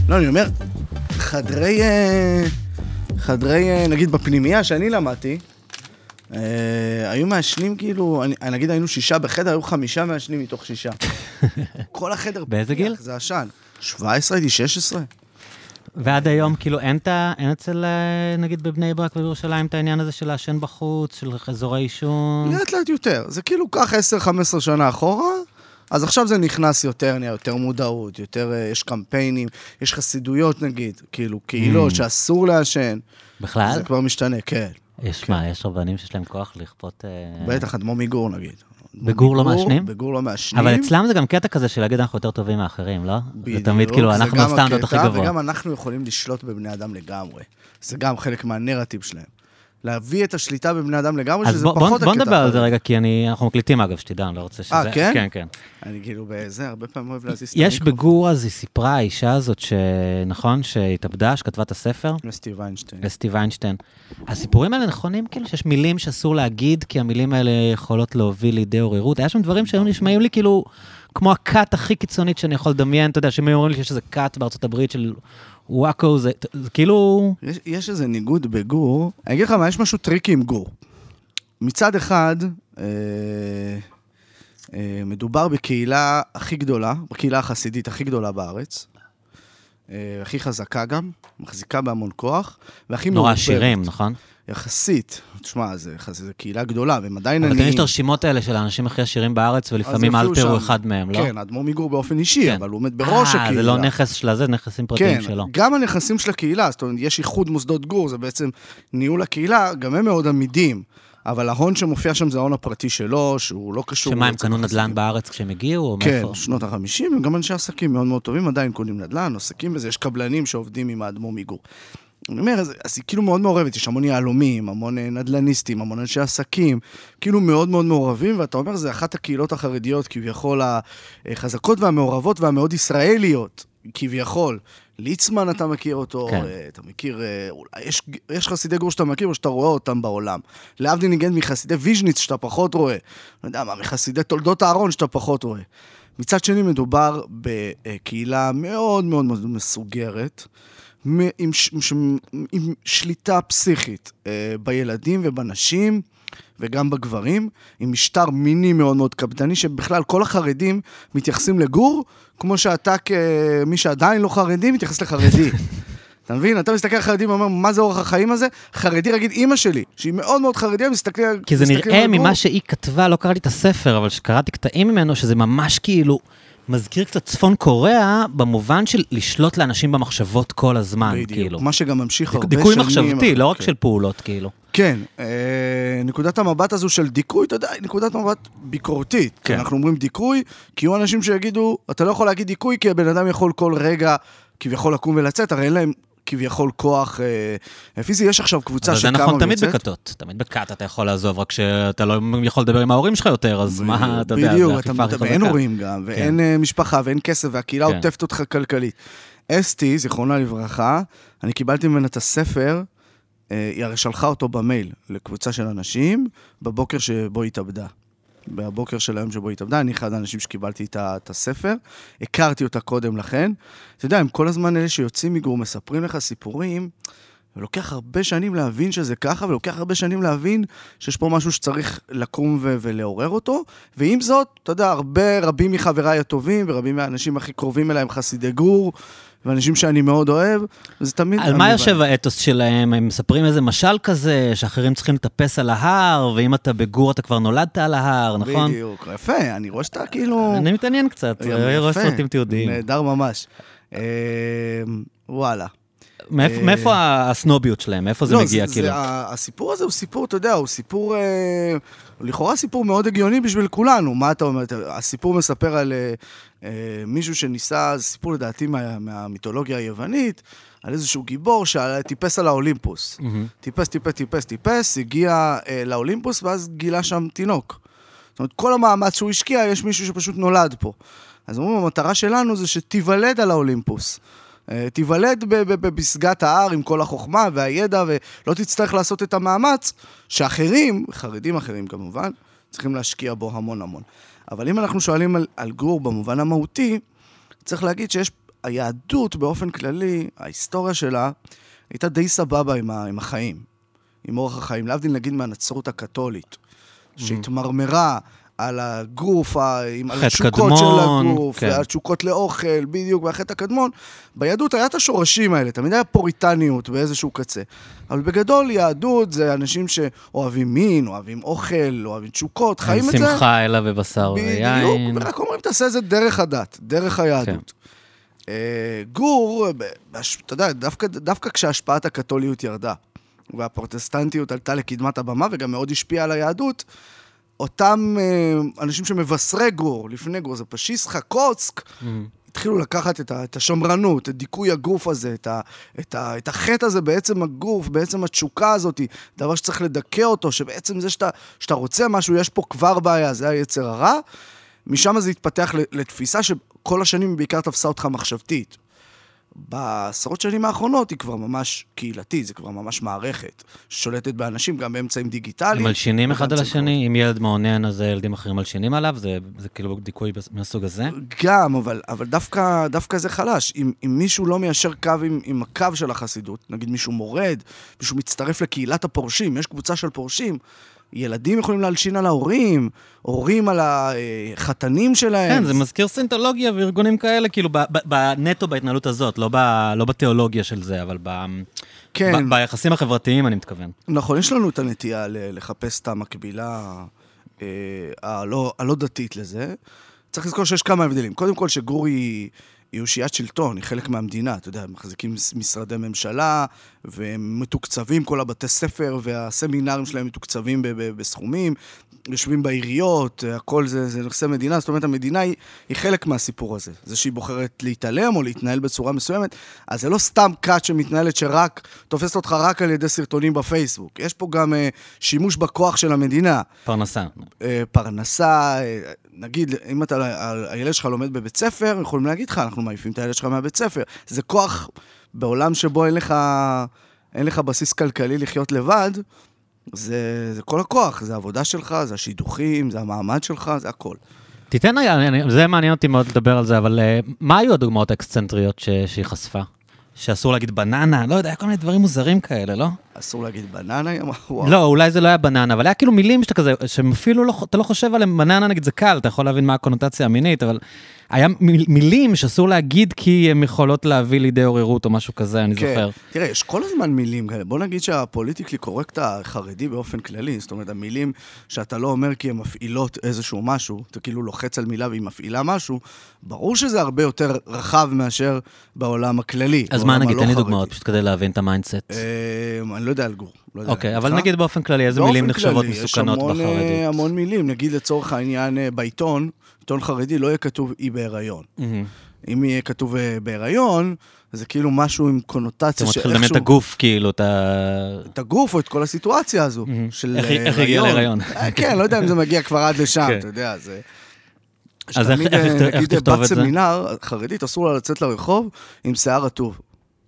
לא, אני אומר, חדרי, נגיד בפנימייה שאני למדתי, היו מעשנים כאילו, נגיד היינו 6 בחדר, היו 5 מעשנים מתוך 6. כל החדר... באיזה גיל? זה עשן. 17, הייתי 16. ועד היום, כאילו, אין אצל, נגיד, בבני ברק ובירושלים, את העניין הזה של לעשן בחוץ, של אזורי עישון? לאט יותר. זה כאילו כך 10-15 שנה אחורה, אז עכשיו זה נכנס יותר, נהיה יותר מודעות, יותר, יש קמפיינים, יש חסידויות נגיד, כאילו, קהילות שאסור לעשן. בכלל? זה כבר משתנה, כן. יש מה, יש רבנים שיש להם כוח לכפות... בטח, אדמו מגור נגיד. בגור לא מעשנים? בגור לא מעשנים. אבל אצלם זה גם קטע כזה של להגיד אנחנו יותר טובים מאחרים, לא? זה תמיד כאילו, אנחנו בסטנדרט הכי גבוה. וגם אנחנו יכולים לשלוט בבני אדם לגמרי. זה גם חלק מהנרטיב שלהם. להביא את השליטה בבני אדם לגמרי, שזה פחות הקטע. בוא נדבר על זה רגע, כי אנחנו מקליטים אגב, שתדע, אני לא רוצה שזה... כן? כן, כן. אני כאילו בזה, הרבה פעמים אוהב להזיז את יש בגור, אז היא סיפרה, האישה הזאת, נכון, שהתאבדה, שכתבה את הספר? אסתי ויינשטיין. הסיפורים האלה נכונים, כאילו שיש מילים שאסור להגיד, כי המילים האלה יכולות להוביל לידי עוררות. היה שם דברים שהיו נשמעים לי כאילו, כמו הקאט הכי קיצונית שאני יכול לדמיין, אתה יודע, שהם אומרים לי שיש איזה קאט בארצות הברית של וואקו, זה כאילו... יש איזה ניגוד בגור. אני אגיד לך מה, יש משהו טריקי עם גור. מצד אחד, מדובר בקהילה הכי גדולה, בקהילה החסידית הכי גדולה בארץ, הכי חזקה גם, מחזיקה בהמון כוח, והכי נורא עשירים, נכון? יחסית, תשמע, זה קהילה גדולה, והם עדיין אבל יש את הרשימות האלה של האנשים הכי עשירים בארץ, ולפעמים אלתר הוא אחד מהם, לא? כן, אדמו מגור באופן אישי, אבל הוא עומד בראש הקהילה. זה לא נכס של זה, נכסים פרטיים שלו. כן, גם הנכסים של הקהילה, זאת אומרת, יש איחוד מוסדות גור, זה בעצם ניהול הקהילה, גם הם מאוד עמידים, אבל ההון שמופיע שם זה ההון הפרטי שלו, שהוא לא קשור... שמה, הם קנו נדל"ן בארץ כשהם הגיעו, או כן, מאיפה? שנות ה-50, גם אנשי עסקים מאוד מאוד טובים, עדיין קונים נדל"ן, עסקים בזה, יש קבלנים שעובדים עם האדמו מגור. אני אומר, אז היא כאילו מאוד מעורבת, יש המון יהלומים, המון נדלניסטים, המון אנשי עסקים, כאילו מאוד מאוד מעורבים, ואתה אומר, זה אחת הקהילות החרדיות, כביכול החזקות והמעורבות והמאוד ישראליות, כביכול. ליצמן אתה מכיר אותו, כן. אתה מכיר, יש חסידי גור שאתה מכיר, או שאתה רואה אותם בעולם. להבדיל ניגן מחסידי ויז'ניץ שאתה פחות רואה, לא יודע מה, מחסידי תולדות הארון שאתה פחות רואה. מצד שני מדובר בקהילה מאוד מאוד מאוד מסוגרת, עם שליטה פסיכית בילדים ובנשים, וגם בגברים, עם משטר מיני מאוד מאוד קפדני, שבכלל כל החרדים מתייחסים לגור, כמו שאתה כמי שעדיין לא חרדי, מתייחס לחרדי. אתה מבין? אתה מסתכל על חרדים ואומר, מה זה אורח החיים הזה? חרדי, רגיד, אמא שלי, שהיא מאוד מאוד חרדיה, מסתכלים על גור. כי זה נראה ממה שהיא כתבה, לא קראתי את הספר, אבל שקראתי קטעים ממנו, שזה ממש כאילו... מזכיר קצת צפון קוריאה, במובן של לשלוט לאנשים במחשבות כל הזמן, כאילו. מה שגם ממשיך הרבה שנים. דיכוי מחשבתי, לא רק של פעולות, כאילו. כן, נקודת המבט הזו של דיכוי, אתה יודע, נקודת מבט ביקורתית. אנחנו אומרים דיכוי, כי יהיו אנשים שיגידו, אתה לא יכול להגיד דיכוי, כי הבן אדם יכול כל רגע, כביכול לקום ולצאת, הרי אין להם כביכול כוח פיזי. יש עכשיו קבוצה שקמה ויוצאת. אבל זה נכון תמיד בקטות. תמיד בקט אתה יכול לעזוב, רק שאתה לא יכול לדבר עם ההורים שלך יותר, אז מה, אתה יודע, זה אכיפה הכי חזקה. ואין הורים גם, ואין משפחה, ואין כסף, והקהילה עוטפת אותך כלכלית. אסתי, זיכרונה לברכה, אני קיבלתי ממנה את הספר, היא הרי שלחה אותו במייל לקבוצה של אנשים, בבוקר שבו היא התאבדה. בבוקר של היום שבו היא התאבדה, אני אחד האנשים שקיבלתי את הספר, הכרתי אותה קודם לכן. אתה יודע, הם כל הזמן אלה שיוצאים מגור, מספרים לך סיפורים, ולוקח הרבה שנים להבין שזה ככה, ולוקח הרבה שנים להבין שיש פה משהו שצריך לקום ולעורר אותו, ועם זאת, אתה יודע, רבים מחבריי הטובים, ורבים מהאנשים הכי קרובים אליהם חסידי גור, ואנשים שאני מאוד אוהב, וזה תמיד... על מה יושב האתוס שלהם? הם מספרים איזה משל כזה, שאחרים צריכים לטפס על ההר, ואם אתה בגור אתה כבר נולדת על ההר, נכון? בדיוק, יפה, אני רואה שאתה כאילו... אני מתעניין קצת, אני רואה סרטים תיעודיים. נהדר ממש. וואלה. מאיפה הסנוביות שלהם? מאיפה זה מגיע כאילו? הסיפור הזה הוא סיפור, אתה יודע, הוא סיפור... לכאורה סיפור מאוד הגיוני בשביל כולנו. מה אתה אומר? הסיפור מספר על מישהו שניסה, זה סיפור לדעתי מהמיתולוגיה היוונית, על איזשהו גיבור שטיפס על האולימפוס. טיפס, הגיע לאולימפוס, ואז גילה שם תינוק. זאת אומרת, כל המאמץ שהוא השקיע, יש מישהו שפשוט נולד פה. אז אומרים, המטרה שלנו זה שתיוולד על האולימפוס. תיוולד בפסגת ההר עם כל החוכמה והידע, ולא תצטרך לעשות את המאמץ שאחרים, חרדים אחרים כמובן, צריכים להשקיע בו המון המון. אבל אם אנחנו שואלים על גור במובן המהותי, צריך להגיד שיש היהדות באופן כללי, ההיסטוריה שלה, הייתה די סבבה עם החיים, עם אורח החיים, להבדיל נגיד מהנצרות הקתולית, שהתמרמרה על הגוף, על התשוקות של הגוף, ועל התשוקות לאוכל, בדיוק, והחטא הקדמון. ביהדות היה את השורשים האלה, תמיד היה פוריטניות באיזשהו קצה. אבל בגדול, יהדות זה אנשים שאוהבים מין, אוהבים אוכל, אוהבים תשוקות, חיים את זה. שמחה אלא בבשר ויין. בדיוק, ורק אומרים, תעשה את זה דרך הדת, דרך היהדות. גור, אתה יודע, דווקא כשהשפעת הקתוליות ירדה, והפרוטסטנטיות עלתה לקדמת הבמה, וגם מאוד השפיעה על היהדות, אותם אנשים שמבשרי גור, לפני גור, זה פשיסחה, קוצק, התחילו לקחת את השמרנות, את דיכוי הגוף הזה, את החטא הזה בעצם הגוף, בעצם התשוקה הזאת, דבר שצריך לדכא אותו, שבעצם זה שאתה רוצה משהו, יש פה כבר בעיה, זה היצר הרע, משם זה התפתח לתפיסה שכל השנים בעיקר תפסה אותך מחשבתית. בעשרות שנים האחרונות היא כבר ממש קהילתית, זה כבר ממש מערכת, ששולטת באנשים גם באמצעים דיגיטליים. הם מלשינים אחד על השני, אם ילד מעונן, אז ילדים אחרים מלשינים עליו, זה כאילו דיכוי מהסוג הזה? גם, אבל דווקא זה חלש. אם מישהו לא מיישר קו עם הקו של החסידות, נגיד מישהו מורד, מישהו מצטרף לקהילת הפורשים, יש קבוצה של פורשים, ילדים יכולים להלשין על ההורים, הורים על החתנים שלהם. כן, זה מזכיר סינטולוגיה וארגונים כאלה, כאילו בנטו בהתנהלות הזאת, לא בתיאולוגיה של זה, אבל ביחסים החברתיים אני מתכוון. נכון, יש לנו את הנטייה לחפש את המקבילה הלא דתית לזה. צריך לזכור שיש כמה הבדלים. קודם כל שגור היא אושיית שלטון, היא חלק מהמדינה, אתה יודע, מחזיקים משרדי ממשלה, והם מתוקצבים, כל הבתי ספר, והסמינרים שלהם מתוקצבים בסכומים, יושבים בעיריות, הכל זה נושא מדינה, זאת אומרת, המדינה היא חלק מהסיפור הזה. זה שהיא בוחרת להתעלם או להתנהל בצורה מסוימת, אז זה לא סתם קאט שמתנהלת שרק, תופסת אותך רק על ידי סרטונים בפייסבוק. יש פה גם שימוש בכוח של המדינה. פרנסה, נגיד, אם הילד שלך לומד בבית ספר, יכולים להגיד לך, אנחנו מעיפים את הילד שלך מהבית ספר. זה כוח בעולם שבו אין לך בסיס כלכלי לחיות לבד, זה כל הכוח, זה העבודה שלך, זה השידוכים, זה המעמד שלך, זה הכל. תיתן, זה מעניין אותי מאוד לדבר על זה, אבל מה היו הדוגמאות האקסצנטריות שהיא חשפה? שאסור להגיד בננה, לא יודע, כל מיני דברים מוזרים כאלה, לא? אסור להגיד בננה? לא, אולי זה לא היה בננה, אבל היה כאילו מילים שאתה כזה, שאפילו אתה לא חושב עליהם, בננה נגיד זה קל, אתה יכול להבין מה הקונוטציה המינית, אבל היה מילים שאסור להגיד כי הן יכולות להביא לידי עוררות או משהו כזה, אני זוכר. תראה, יש כל הזמן מילים כאלה. בוא נגיד שהפוליטיקלי קורקט החרדי באופן כללי, זאת אומרת, המילים שאתה לא אומר כי הן מפעילות איזשהו משהו, אתה כאילו לוחץ על מילה והיא מפעילה משהו, ברור שזה הרבה יותר רחב מאשר בעולם הכללי. אז מה נגיד, תן לי דוגמאות, פשוט כדי להבין את המיינדסט. אני לא יודע על גור. אוקיי, אבל נגיד באופן כללי, איזה מילים נחשבות מסוכנות בחרדית? יש המון מילים, נגיד לצורך העניין בעיתון, עיתון חרדי לא יהיה כתוב אי בהיריון. אם יהיה כתוב בהיריון, זה כאילו משהו עם קונוטציה שאיכשהו... אתה מתחיל לדמיין את הגוף, כאילו, את הגוף או את כל הסיטואציה הזו. איך הגיע להיריון? כן, לא יודע אם זה מגיע כבר עד לשם, אתה יודע, זה... אז איך תכתוב את זה? בת סמינר חרדית, אסור לה לצאת לרחוב עם שיער רטוב.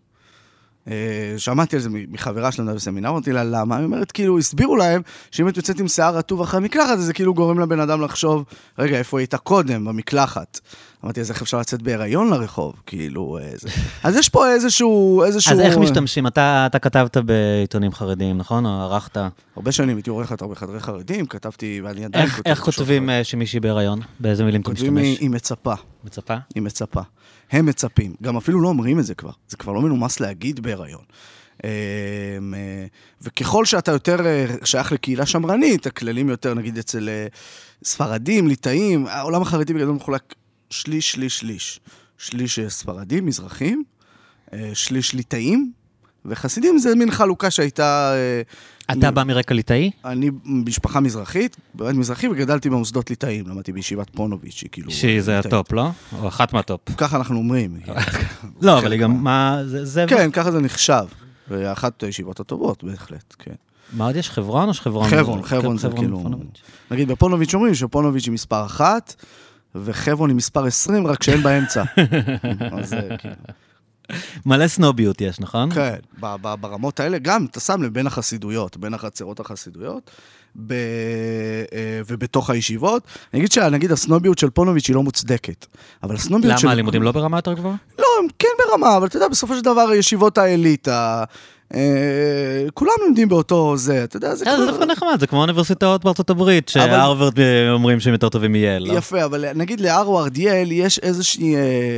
שמעתי על זה מחברה שלנו בסמינר, אמרתי לה, למה? היא אומרת, כאילו, הסבירו להם שאם את יוצאת עם שיער רטוב אחרי המקלחת, זה כאילו גורם לבן אדם לחשוב, רגע, איפה היית קודם במקלחת? אמרתי, אז איך אפשר לצאת בהיריון לרחוב? כאילו, אז יש פה איזשהו... אז איך משתמשים? אתה כתבת בעיתונים חרדיים, נכון? או ערכת? הרבה שנים, הייתי עורך הרבה חדרי חרדים, כתבתי, ואני עדיין... איך כותבים שמישהי בהיריון? באיזה מילים אתה משתמש? כותבים היא מצפה. מצפה? היא מצפה. הם מצפים. גם אפילו לא אומרים את זה כבר. זה כבר לא מנומס להגיד בהיריון. וככל שאתה יותר שייך לקהילה שמרנית, הכללים יותר, נגיד, אצל ספרדים, ליטאים, העולם החרדי בגדול מחולק שליש. שליש ספרדים, מזרחים, שליש ליטאים, וחסידים זה מין חלוקה שהייתה... אתה בא מרקע ליטאי? אני משפחה מזרחית, באמת מזרחי, וגדלתי במוסדות ליטאים, למדתי בישיבת פונוביץ', כאילו... שזה הטופ, לא? או אחת מהטופ. ככה אנחנו אומרים. לא, אבל היא גם, מה, זה... כן, ככה זה נחשב. ואחת הישיבות הטובות, בהחלט, כן. מה עוד יש? חברון או שחברון? חברון זה כאילו... נגיד, בפונוביץ' אומרים שפונוביץ' היא מספר 1, וחברון היא מספר 20, רק שאין באמצע. אז כאילו... מלא סנוביות יש, נכון? כן, ברמות האלה גם, אתה שם לבין החסידויות, בין החצרות החסידויות, ובתוך הישיבות. אני אגיד שנגיד הסנוביות של פונוביץ' היא לא מוצדקת, אבל הסנוביות של... למה, הלימודים לא ברמה יותר גבוהה? לא, כן ברמה, אבל אתה יודע, בסופו של דבר, ישיבות האליטה, כולם לומדים באותו זה, אתה יודע, זה דווקא נחמד, זה כמו אוניברסיטאות בארצות הברית, שהרווארד אומרים שהם יותר טובים מייל. יפה, אבל נגיד להרווארד, ייל, יש איזושהי,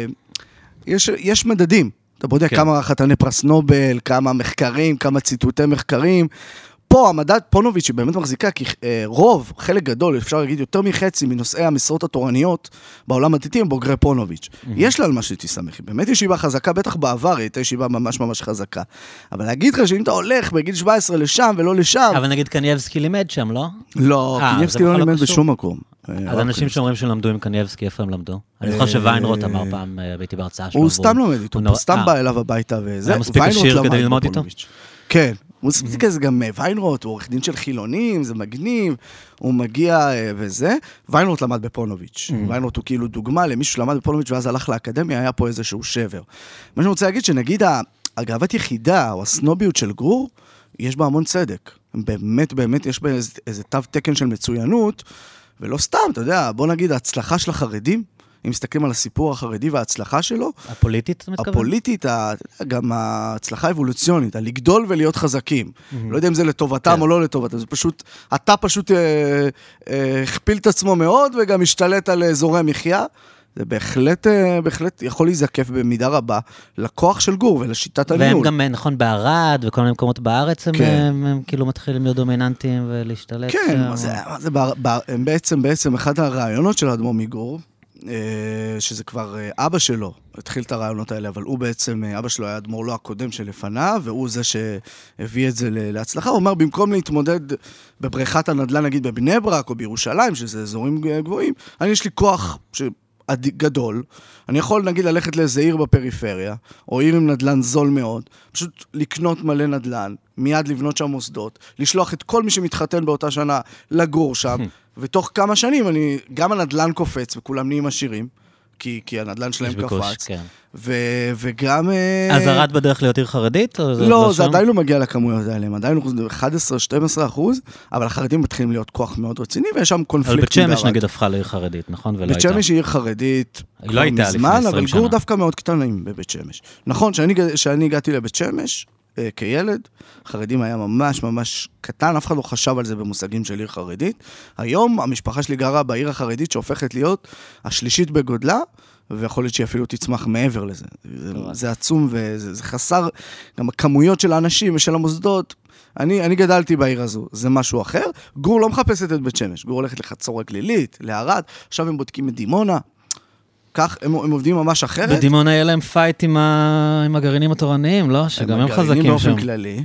יש מדדים. אתה בודק כמה חתני פרס נובל, כמה מחקרים, כמה ציטוטי מחקרים. פה המדד פונוביץ' היא באמת מחזיקה, כי רוב, חלק גדול, אפשר להגיד יותר מחצי מנושאי המשרות התורניות בעולם הדתי הם בוגרי פונוביץ'. יש לה על מה שתסמך, היא באמת ישיבה חזקה, בטח בעבר היא הייתה ישיבה ממש ממש חזקה. אבל להגיד לך שאם אתה הולך בגיל 17 לשם ולא לשם... אבל נגיד קנייבסקי לימד שם, לא? לא, קנייבסקי לא לימד בשום מקום. אז אנשים שאומרים שהם למדו עם קנייבסקי, איפה הם למדו? אני חושב שוויינרוט אמר פעם, הייתי בהרצאה שלו. הוא סתם לומד איתו, הוא סתם בא אליו הביתה וזה. היה מספיק עשיר כדי ללמוד איתו? כן. הוא מספיק כזה גם ויינרוט, הוא עורך דין של חילונים, זה מגניב, הוא מגיע וזה. ויינרוט למד בפונוביץ'. ויינרוט הוא כאילו דוגמה למישהו שלמד בפונוביץ' ואז הלך לאקדמיה, היה פה איזשהו שבר. מה שאני רוצה להגיד שנגיד הגאוות יחידה או הסנוביות של גרור, יש בה המון צדק. באמת, באמת יש בה איזה תו תקן של מצוינות, ולא סתם, אתה יודע, בוא נגיד ההצלחה של החרדים, אם מסתכלים על הסיפור החרדי וההצלחה שלו. הפוליטית, אתה מתכוון? הפוליטית, גם ההצלחה האבולוציונית, לגדול ולהיות חזקים. לא יודע אם זה לטובתם או לא לטובתם, זה פשוט, אתה פשוט הכפיל את עצמו מאוד, וגם השתלט על אזורי מחיה. זה בהחלט יכול להיזקף במידה רבה לכוח של גור ולשיטת הניהול. והם גם, נכון, בערד וכל מיני מקומות בארץ, הם כאילו מתחילים להיות דומיננטיים ולהשתלט. כן, הם בעצם אחד הרעיונות של האדמו"ר מגור, שזה כבר אבא שלו התחיל את הרעיונות האלה, אבל הוא בעצם, אבא שלו היה אדמו"ר לא הקודם שלפניו, והוא זה שהביא את זה להצלחה. הוא אומר, במקום להתמודד בבריכת הנדל"ן, נגיד בבני ברק או בירושלים, שזה אזורים גבוהים, יש לי כוח גדול, אני יכול נגיד ללכת לאיזה עיר בפריפריה, או עיר עם נדל"ן זול מאוד, פשוט לקנות מלא נדל"ן, מיד לבנות שם מוסדות, לשלוח את כל מי שמתחתן באותה שנה לגור שם, ותוך כמה שנים גם הנדל"ן קופץ וכולם נהיים עשירים, כי הנדל"ן שלהם קפץ. וגם... אז ערד בדרך להיות עיר חרדית? לא, זה עדיין לא מגיע לכמויות האלה, הם עדיין 11-12%, אבל החרדים מתחילים להיות כוח מאוד רציני, ויש שם קונפליקטים בערד. אבל בית שמש נגיד הפכה לעיר חרדית, נכון? בית שמש היא עיר חרדית כבר מזמן, אבל גור דווקא מאוד קטנים בבית שמש. נכון, שאני הגעתי לבית שמש, כילד, חרדים היה ממש ממש קטן, אף אחד לא חשב על זה במושגים של עיר חרדית. היום המשפחה שלי גרה בעיר החרדית שהופכת להיות השלישית בגודלה, ויכול להיות שהיא אפילו תצמח מעבר לזה. זה עצום וזה חסר, גם הכמויות של האנשים ושל המוסדות. אני גדלתי בעיר הזו, זה משהו אחר. גור לא מחפשת את בית שמש, גור הולכת לחצור הגלילית, לערד, עכשיו הם בודקים את דימונה. כך, הם עובדים ממש אחרת. בדימונה יהיה להם פייט עם הגרעינים התורניים, לא? שגם הם חזקים שם. הגרעינים באופן כללי,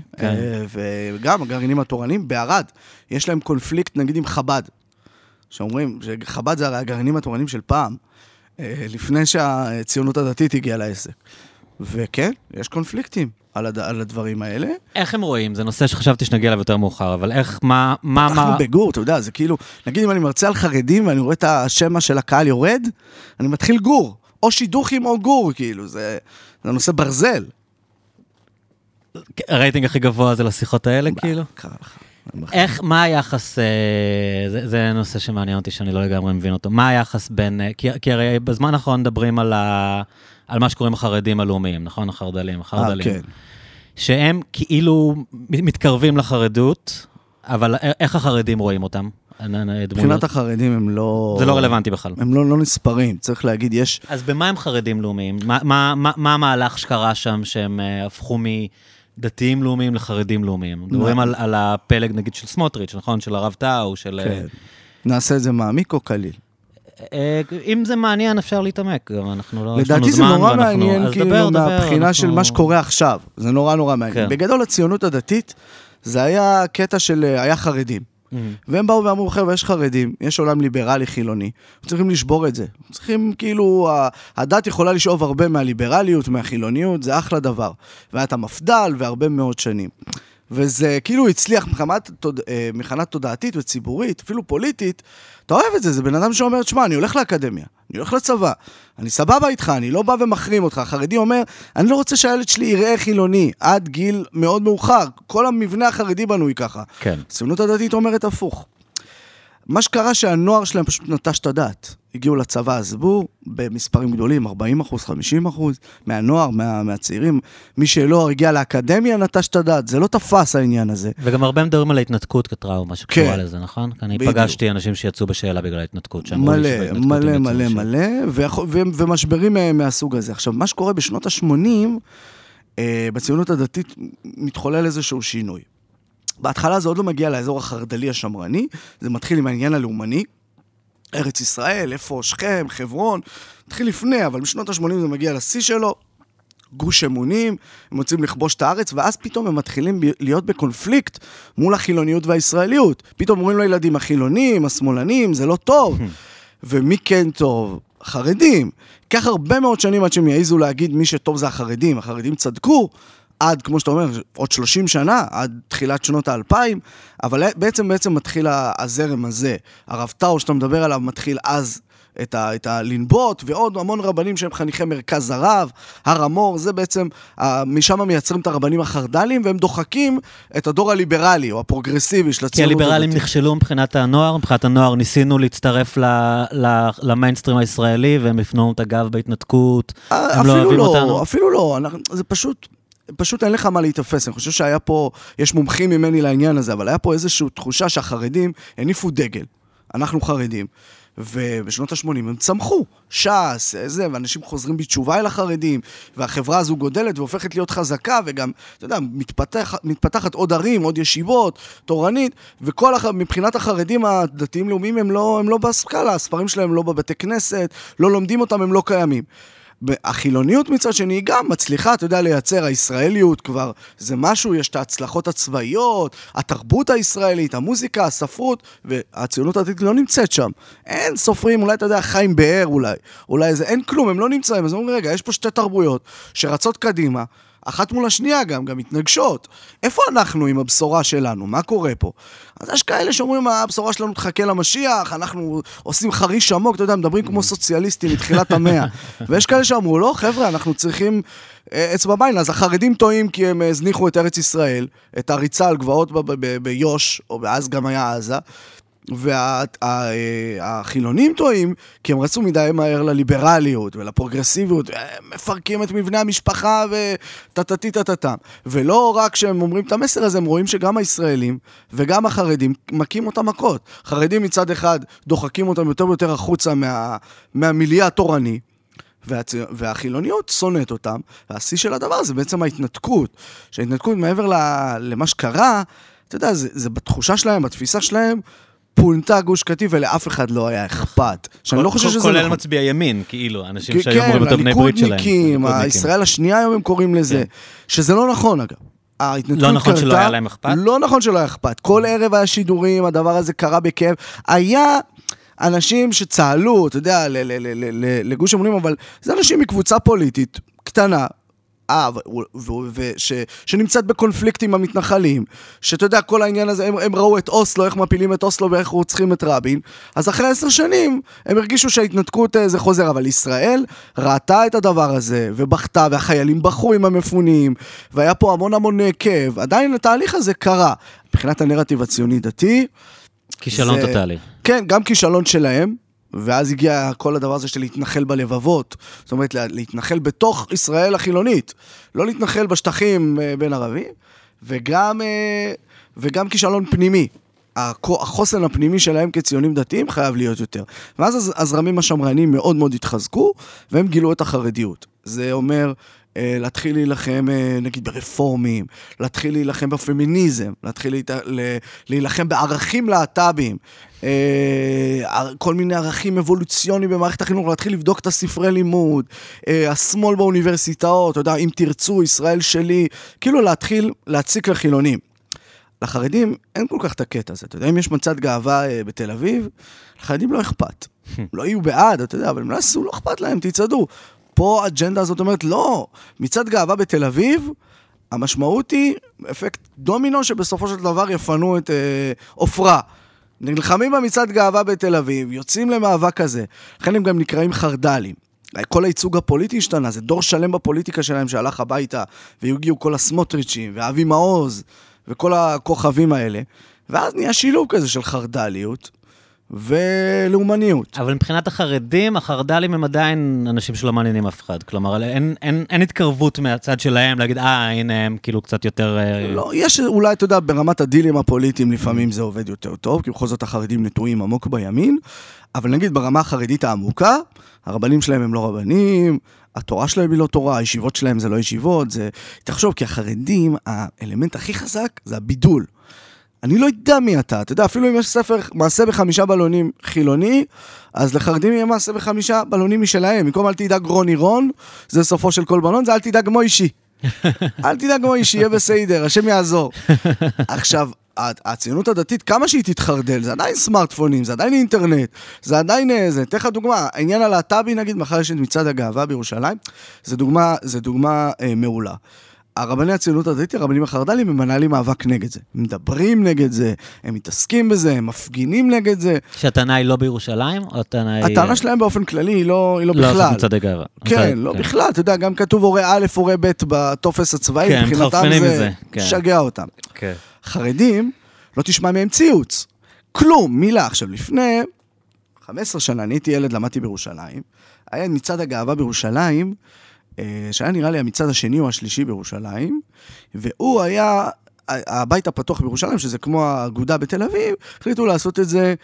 וגם הגרעינים התורניים בערד, יש להם קונפליקט, נגיד עם חב"ד, שאומרים שחב"ד זה הרי הגרעינים התורניים של פעם, לפני שהציונות הדתית הגיעה לעסק. וכן, יש קונפליקטים על הדברים האלה. איך הם רואים? זה נושא שחשבתי שנגיע אליו יותר מאוחר, אבל איך, מה... אנחנו בגור, אתה יודע, זה כאילו, נגיד אם אני מרצה על חרדים ואני רואה את השמה של הקהל יורד, אני מתחיל גור, או שידוכים או גור, כאילו, זה נושא ברזל. הרייטינג הכי גבוה זה לשיחות האלה, כאילו? איך, מה היחס, זה נושא שמעניין אותי שאני לא לגמרי מבין אותו, מה היחס בין, כי הרי בזמן האחרון מדברים על מה שקוראים החרדים הלאומיים, נכון? החרדלים. כן. שהם כאילו מתקרבים לחרדות, אבל איך החרדים רואים אותם? מבחינת החרדים הם לא... זה לא רלוונטי בכלל. הם לא נספרים, צריך להגיד, יש... אז במה הם חרדים לאומיים? מה המהלך שקרה שם שהם הפכו מדתיים לאומיים לחרדים לאומיים? מדברים על הפלג נגיד של סמוטריץ', נכון? של הרב טאו, של... כן. נעשה את זה מעמיק או קליל? אם זה מעניין, אפשר להתעמק. אנחנו לא... לדעתי זה נורא מעניין, כאילו, מהבחינה של מה שקורה עכשיו. זה נורא נורא מעניין. בגדול, הציונות הדתית, זה היה קטע של... היה חרדים. והם באו ואמרו, חבר'ה, יש חרדים, יש עולם ליברלי חילוני, צריכים לשבור את זה. צריכים, כאילו, הדת יכולה לשאוב הרבה מהליברליות, מהחילוניות, זה אחלה דבר. והיה את המפדל והרבה מאוד שנים. וזה כאילו הצליח מחנת תודעתית וציבורית, אפילו פוליטית, אתה אוהב את זה, זה בן אדם שאומר, תשמע, אני הולך לאקדמיה, אני הולך לצבא, אני סבבה איתך, אני לא בא ומחרים אותך. החרדי אומר, אני לא רוצה שהילד שלי יראה חילוני, עד גיל מאוד מאוחר, כל המבנה החרדי בנוי ככה. כן. הציונות הדתית אומרת הפוך. מה שקרה שהנוער שלהם פשוט נטש את הדת. הגיעו לצבא, עזבו, במספרים גדולים, 40%, 50%, מהנוער, מהצעירים. מי שלא הגיע לאקדמיה נטש את הדעת, זה לא תפס העניין הזה. וגם הרבה מדברים על ההתנתקות כטראומה שקשורה לזה, נכון? אני פגשתי אנשים שיצאו בשאלה בגלל ההתנתקות, מלא, ומשברים מהסוג הזה. עכשיו, מה שקורה בשנות ה-80, בציונות הדתית מתחולל איזשהו שינוי. בהתחלה זה עוד לא מגיע לאזור החרדלי השמרני, זה מתחיל עם העניין הלאומני, ארץ ישראל, איפה שכם, חברון, מתחיל לפני, אבל בשנות ה-80 זה מגיע לשיא שלו, גוש אמונים, הם רוצים לכבוש את הארץ, ואז פתאום הם מתחילים להיות בקונפליקט מול החילוניות והישראליות. פתאום אומרים לילדים, החילונים, השמאלנים, זה לא טוב. ומי כן טוב? חרדים. כך הרבה מאוד שנים עד שהם יעיזו להגיד מי שטוב זה החרדים. החרדים צדקו, עד, כמו שאתה אומר, עוד 30 שנה, עד תחילת שנות ה-2000, אבל בעצם מתחיל הזרם הזה. הרב טאו, שאתה מדבר עליו, מתחיל אז את הלנבות, ועוד המון רבנים שהם חניכי מרכז הרב, הר המור, זה בעצם, משם מייצרים את הרבנים החרד"לים, והם דוחקים את הדור הליברלי, או הפרוגרסיבי של הציונות. כי הליברלים נכשלו מבחינת הנוער, מבחינת הנוער ניסינו להצטרף למיינסטרים הישראלי, והם הפנו את הגב בהתנתקות, הם לא אוהבים אותנו. אפילו לא, זה פשוט אין לך מה להתאפס, אני חושב שהיה פה, יש מומחים ממני לעניין הזה, אבל היה פה איזושהי תחושה שהחרדים הניפו דגל, אנחנו חרדים, ובשנות ה-80 הם צמחו, ש"ס, ואנשים חוזרים בתשובה אל החרדים, והחברה הזו גודלת והופכת להיות חזקה, וגם, אתה יודע, מתפתחת עוד ערים, עוד ישיבות, תורנית, מבחינת החרדים הדתיים לאומיים הם לא בסקאלה, הספרים שלהם לא בבתי כנסת, לא לומדים אותם, הם לא קיימים. החילוניות מצד שני גם מצליחה, אתה יודע, לייצר הישראליות כבר, זה משהו, יש את ההצלחות הצבאיות, התרבות הישראלית, המוזיקה, הספרות, והציונות הדתית לא נמצאת שם. אין סופרים, אולי אתה יודע, חיים באר אולי זה, אין כלום, הם לא נמצאים, אז אומרים, רגע, יש פה שתי תרבויות שרצות קדימה, אחת מול השנייה גם מתנגשות. איפה אנחנו עם הבשורה שלנו? מה קורה פה? אז יש כאלה שאומרים, הבשורה שלנו תחכה למשיח, אנחנו עושים חריש עמוק, אתה יודע, מדברים כמו סוציאליסטים מתחילת המאה. ויש כאלה שאמרו, לא, חבר'ה, אנחנו צריכים אצבע בעין. אז החרדים טועים כי הם הזניחו את ארץ ישראל, את הריצה על גבעות ביוש, או אז גם היה עזה, והחילונים טועים, כי הם רצו מדי מהר לליברליות ולפרוגרסיביות, הם מפרקים את מבנה המשפחה וטטטטטטם. ולא רק שהם אומרים את המסר הזה, הם רואים שגם הישראלים וגם החרדים מכים אותם מכות. חרדים מצד אחד דוחקים אותם יותר ויותר החוצה מהמיליה התורני, והחילוניות שונאת אותם, והשיא של הדבר זה בעצם ההתנתקות. שההתנתקות מעבר למה שקרה, אתה יודע, זה בתחושה שלהם, בתפיסה שלהם, פונתה גוש קטיף ולאף אחד לא היה אכפת. שאני לא חושב שזה נכון. כולל מצביע ימין, כאילו, אנשים שהיו אומרים את הבני ברית שלהם. הליכודניקים, הישראל השנייה היום הם קוראים לזה, שזה לא נכון אגב. לא נכון שלא היה להם אכפת? לא נכון שלא היה אכפת. כל ערב היה שידורים, הדבר הזה קרה בכאב. היה אנשים שצהלו, אתה יודע, לגוש אמונים, אבל זה אנשים מקבוצה פוליטית קטנה, שנמצאת בקונפליקט עם המתנחלים, שאתה יודע, כל העניין הזה, הם ראו את אוסלו, איך מפילים את אוסלו ואיך רוצחים את רבין, אז אחרי 10 שנים הם הרגישו שההתנתקות זה חוזר, אבל ישראל ראתה את הדבר הזה, ובכתה, והחיילים בחו עם המפונים, והיה פה המון כאב, עדיין התהליך הזה קרה, מבחינת הנרטיב הציוני דתי, כישלון טוטלי. כן, גם כישלון שלהם, ואז הגיע כל הדבר הזה של להתנחל בלבבות, זאת אומרת, להתנחל בתוך ישראל החילונית, לא להתנחל בשטחים בין ערבים, וגם כישלון פנימי. החוסן הפנימי שלהם כציונים דתיים חייב להיות יותר. ואז הזרמים השמרנים מאוד מאוד התחזקו, והם גילו את החרדיות. זה אומר להתחיל להילחם, נגיד, ברפורמים, להתחיל להילחם בפמיניזם, להתחיל להילחם בערכים להט"בים, כל מיני ערכים אבולוציוניים במערכת החינוך, להתחיל לבדוק את הספרי לימוד, השמאל באוניברסיטאות, אתה יודע, אם תרצו, ישראל שלי, כאילו להתחיל להציק לחילונים. לחרדים אין כל כך את הקטע הזה, אתה יודע, אם יש מצעד גאווה בתל אביב, לחרדים לא אכפת. לא יהיו בעד, אתה יודע, אבל הם לא עשו, לא אכפת להם, תצעדו. פה האג'נדה הזאת אומרת, לא, מצעד גאווה בתל אביב, המשמעות היא אפקט דומינו שבסופו של דבר יפנו את אופרה. נלחמים במצעד גאווה בתל אביב, יוצאים למאבק כזה, לכן הם גם נקראים חרד"לים. כל הייצוג הפוליטי השתנה, זה דור שלם בפוליטיקה שלהם שהלך הביתה, והגיעו כל הסמוטריצ'ים, ואבי מעוז, וכל הכוכבים האלה, ואז נהיה שילוב כזה של חרד"ליות, ולאומניות. אבל מבחינת החרדים, החרד"לים הם עדיין אנשים שלא מעניינים אף אחד. כלומר, אין התקרבות מהצד שלהם להגיד, הנה הם כאילו קצת יותר... לא, יש אולי, אתה יודע, ברמת הדילים הפוליטיים לפעמים זה עובד יותר טוב, כי בכל זאת החרדים נטועים עמוק בימין, אבל נגיד ברמה החרדית העמוקה, הרבנים שלהם הם לא רבנים, התורה שלהם היא לא תורה, הישיבות שלהם זה לא ישיבות, זה... תחשוב, כי החרדים, האלמנט הכי חזק זה הבידול. אני לא יודע מי אתה יודע, אפילו אם יש ספר מעשה ב5 בלונים חילוני, אז לחרדים יהיה מעשה ב5 בלונים משלהם. במקום אל תדאג רוני רון, זה סופו של כל בלון, זה אל תדאג מוישי. אל תדאג מוישי, יהיה בסדר, השם יעזור. עכשיו, הציונות הדתית, כמה שהיא תתחרדל, זה עדיין סמארטפונים, זה עדיין אינטרנט, זה עדיין איזה, תכף דוגמה, העניין על הטאבי, נגיד, מחר יש את מצעד הגאווה בירושלים, זה דוגמה מעולה. הרבני הציונות הדתית, הרבנים החרד"לים, הם מנהלים מאבק נגד זה. הם מדברים נגד זה, הם מתעסקים בזה, הם מפגינים נגד זה. שהטענה היא לא בירושלים, או הטענה היא... הטענה שלהם באופן כללי היא לא בכלל. לא, זה מצעד הגאווה. כן, לא בכלל. אתה יודע, גם כתוב הורה א', הורה ב' בטופס הצבאי, כן, מבחינתם זה שגע אותם. חרדים, לא תשמע מהם ציוץ. כלום, מילה. עכשיו, לפני 15 שנה, אני הייתי ילד, למדתי בירושלים, היה מצעד הגאווה בירושלים, שהיה נראה לי המצעד השני או השלישי בירושלים, והוא היה הבית הפתוח בירושלים, שזה כמו האגודה בתל אביב, החליטו לעשות את זה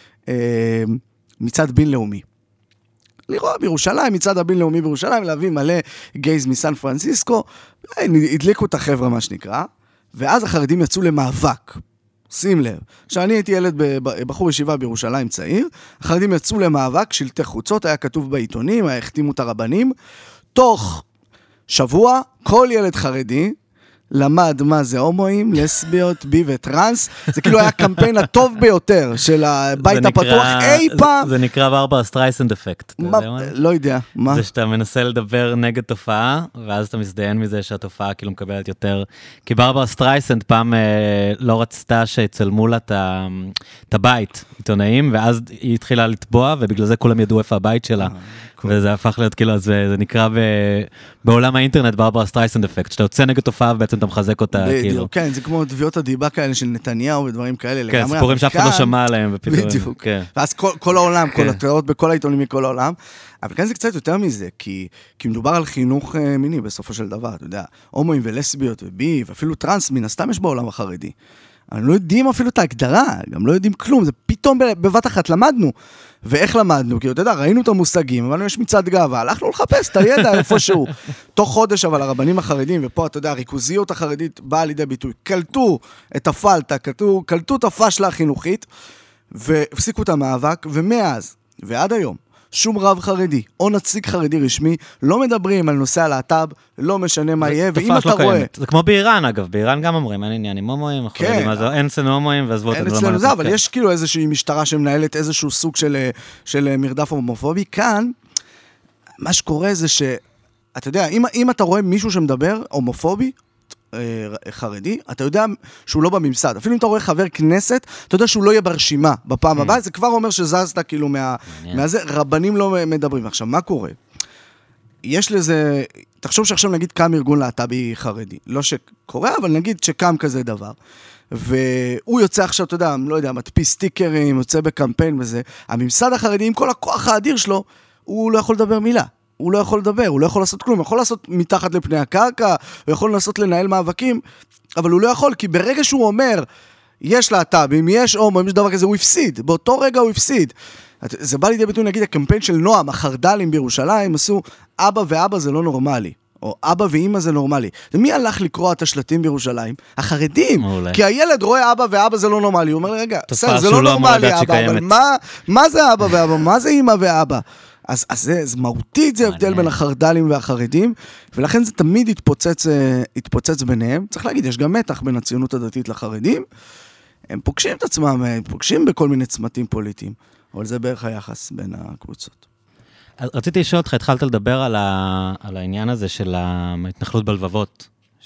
מצעד בינלאומי. לראות בירושלים, מצעד הבינלאומי בירושלים, להביא מלא גייז מסן פרנסיסקו, הדליקו את החבר'ה מה שנקרא, ואז החרדים יצאו למאבק. שים לב, כשאני הייתי ילד בחור ישיבה בירושלים צעיר, החרדים יצאו למאבק, שלטי חוצות, היה כתוב בעיתונים, החתימו את הרבנים, תוך שבוע, כל ילד חרדי למד מה זה הומואים, לסביות, בי וטרנס. זה כאילו היה הקמפיין הטוב ביותר של הבית הפתוח אי פעם. זה נקרא ברברה סטרייסנד אפקט. לא יודע, מה? זה שאתה מנסה לדבר נגד תופעה, ואז אתה מזדיין מזה שהתופעה כאילו מקבלת יותר. כי ברברה סטרייסנד פעם לא רצתה שיצלמו לה את הבית, עיתונאים, ואז היא התחילה לטבוע, ובגלל זה כולם ידעו איפה הבית שלה. וזה הפך להיות כאילו, זה נקרא בעולם האינטרנט ברברה סטרייסנד אפקט, שאתה יוצא נגד תופעה ובעצם אתה מחזק אותה כאילו. כן, זה כמו תביעות הדיבה כאלה של נתניהו ודברים כאלה. כן, סיפורים שאף אחד לא שמע עליהם. בדיוק. ואז כל העולם, כל התיאוריות בכל העיתונים מכל העולם. אבל כאן זה קצת יותר מזה, כי מדובר על חינוך מיני בסופו של דבר, אתה יודע, הומואים ולסביות ובי, ואפילו טרנס, מן הסתם יש בעולם החרדי. אנחנו לא יודעים אפילו את ההגדרה, גם לא יודעים כלום, זה פתאום בבת אחת למדנו. ואיך למדנו? כי אתה יודע, ראינו את המושגים, אבל יש מצד גאווה, הלכנו לחפש את הידע איפשהו. תוך חודש, אבל הרבנים החרדים, ופה אתה יודע, הריכוזיות החרדית באה לידי ביטוי, קלטו את הפלטה, קלטו את הפשלה החינוכית, והפסיקו את המאבק, ומאז, ועד היום, שום רב חרדי או נציג חרדי רשמי לא מדברים על נושא הלהט"ב, לא משנה מה יהיה, ואם אתה רואה... זה כמו באיראן אגב, באיראן גם אומרים, אין עניין עם הומואים, אין אצלנו הומואים, ועזבו אותנו לא מה לעשות. אבל יש כאילו איזושהי משטרה שמנהלת איזשהו סוג של מרדף הומופובי. כאן, מה שקורה זה ש... אתה יודע, אם אתה רואה מישהו שמדבר הומופובי, חרדי, אתה יודע שהוא לא בממסד. אפילו אם אתה רואה חבר כנסת, אתה יודע שהוא לא יהיה ברשימה בפעם הבאה, זה כבר אומר שזזת כאילו מהזה, רבנים לא מדברים. עכשיו, מה קורה? יש לזה, תחשוב שעכשיו נגיד קם ארגון להט"בי חרדי, לא שקורה, אבל נגיד שקם כזה דבר, והוא יוצא עכשיו, אתה יודע, לא יודע, מדפיס סטיקרים, יוצא בקמפיין וזה, הממסד החרדי עם כל הכוח האדיר שלו, הוא לא יכול לדבר מילה. הוא לא יכול לדבר, הוא לא יכול לעשות כלום, הוא יכול לעשות מתחת לפני הקרקע, הוא יכול לנסות לנהל מאבקים, אבל הוא לא יכול, כי ברגע שהוא אומר, יש להט"בים, יש הומואים, יש דבר כזה, הוא הפסיד, באותו רגע הוא הפסיד. זה בא לידי ביטוי, נגיד, הקמפיין של נועם, החרד"לים בירושלים, עשו, אבא ואבא זה לא נורמלי, או אבא ואמא זה נורמלי. ומי הלך לקרוא את השלטים בירושלים? החרדים. כי הילד רואה אבא ואבא זה לא נורמלי, הוא אומר, רגע, זה לא נורמלי אבא, אבל מה זה אבא ואבא? מה זה אמא ואבא? אז זה מהותית, זה הבדל בין החרד"לים והחרדים, ולכן זה תמיד התפוצץ ביניהם. צריך להגיד, יש גם מתח בין הציונות הדתית לחרדים, הם פוגשים את עצמם, הם פוגשים בכל מיני צמתים פוליטיים, אבל זה בערך היחס בין הקבוצות. רציתי לשאול אותך, התחלת לדבר על העניין הזה של ההתנחלות בלבבות,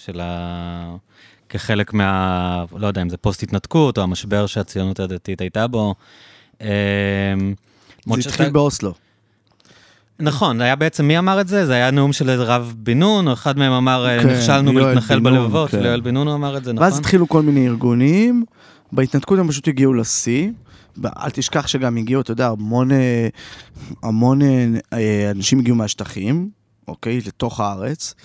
כחלק לא יודע אם זה פוסט התנתקות, או המשבר שהציונות הדתית הייתה בו. זה התחיל באוסלו. נכון, היה בעצם, מי אמר את זה? זה היה נאום של רב בן נון, או אחד מהם אמר, נכשלנו להתנחל בלבבות, יואל בן נון אמר את זה, נכון? ואז התחילו כל מיני ארגונים, בהתנתקות הם פשוט הגיעו לשיא, אל תשכח שגם הגיעו, אתה יודע, המון אנשים הגיעו מהשטחים, אוקיי, לתוך הארץ.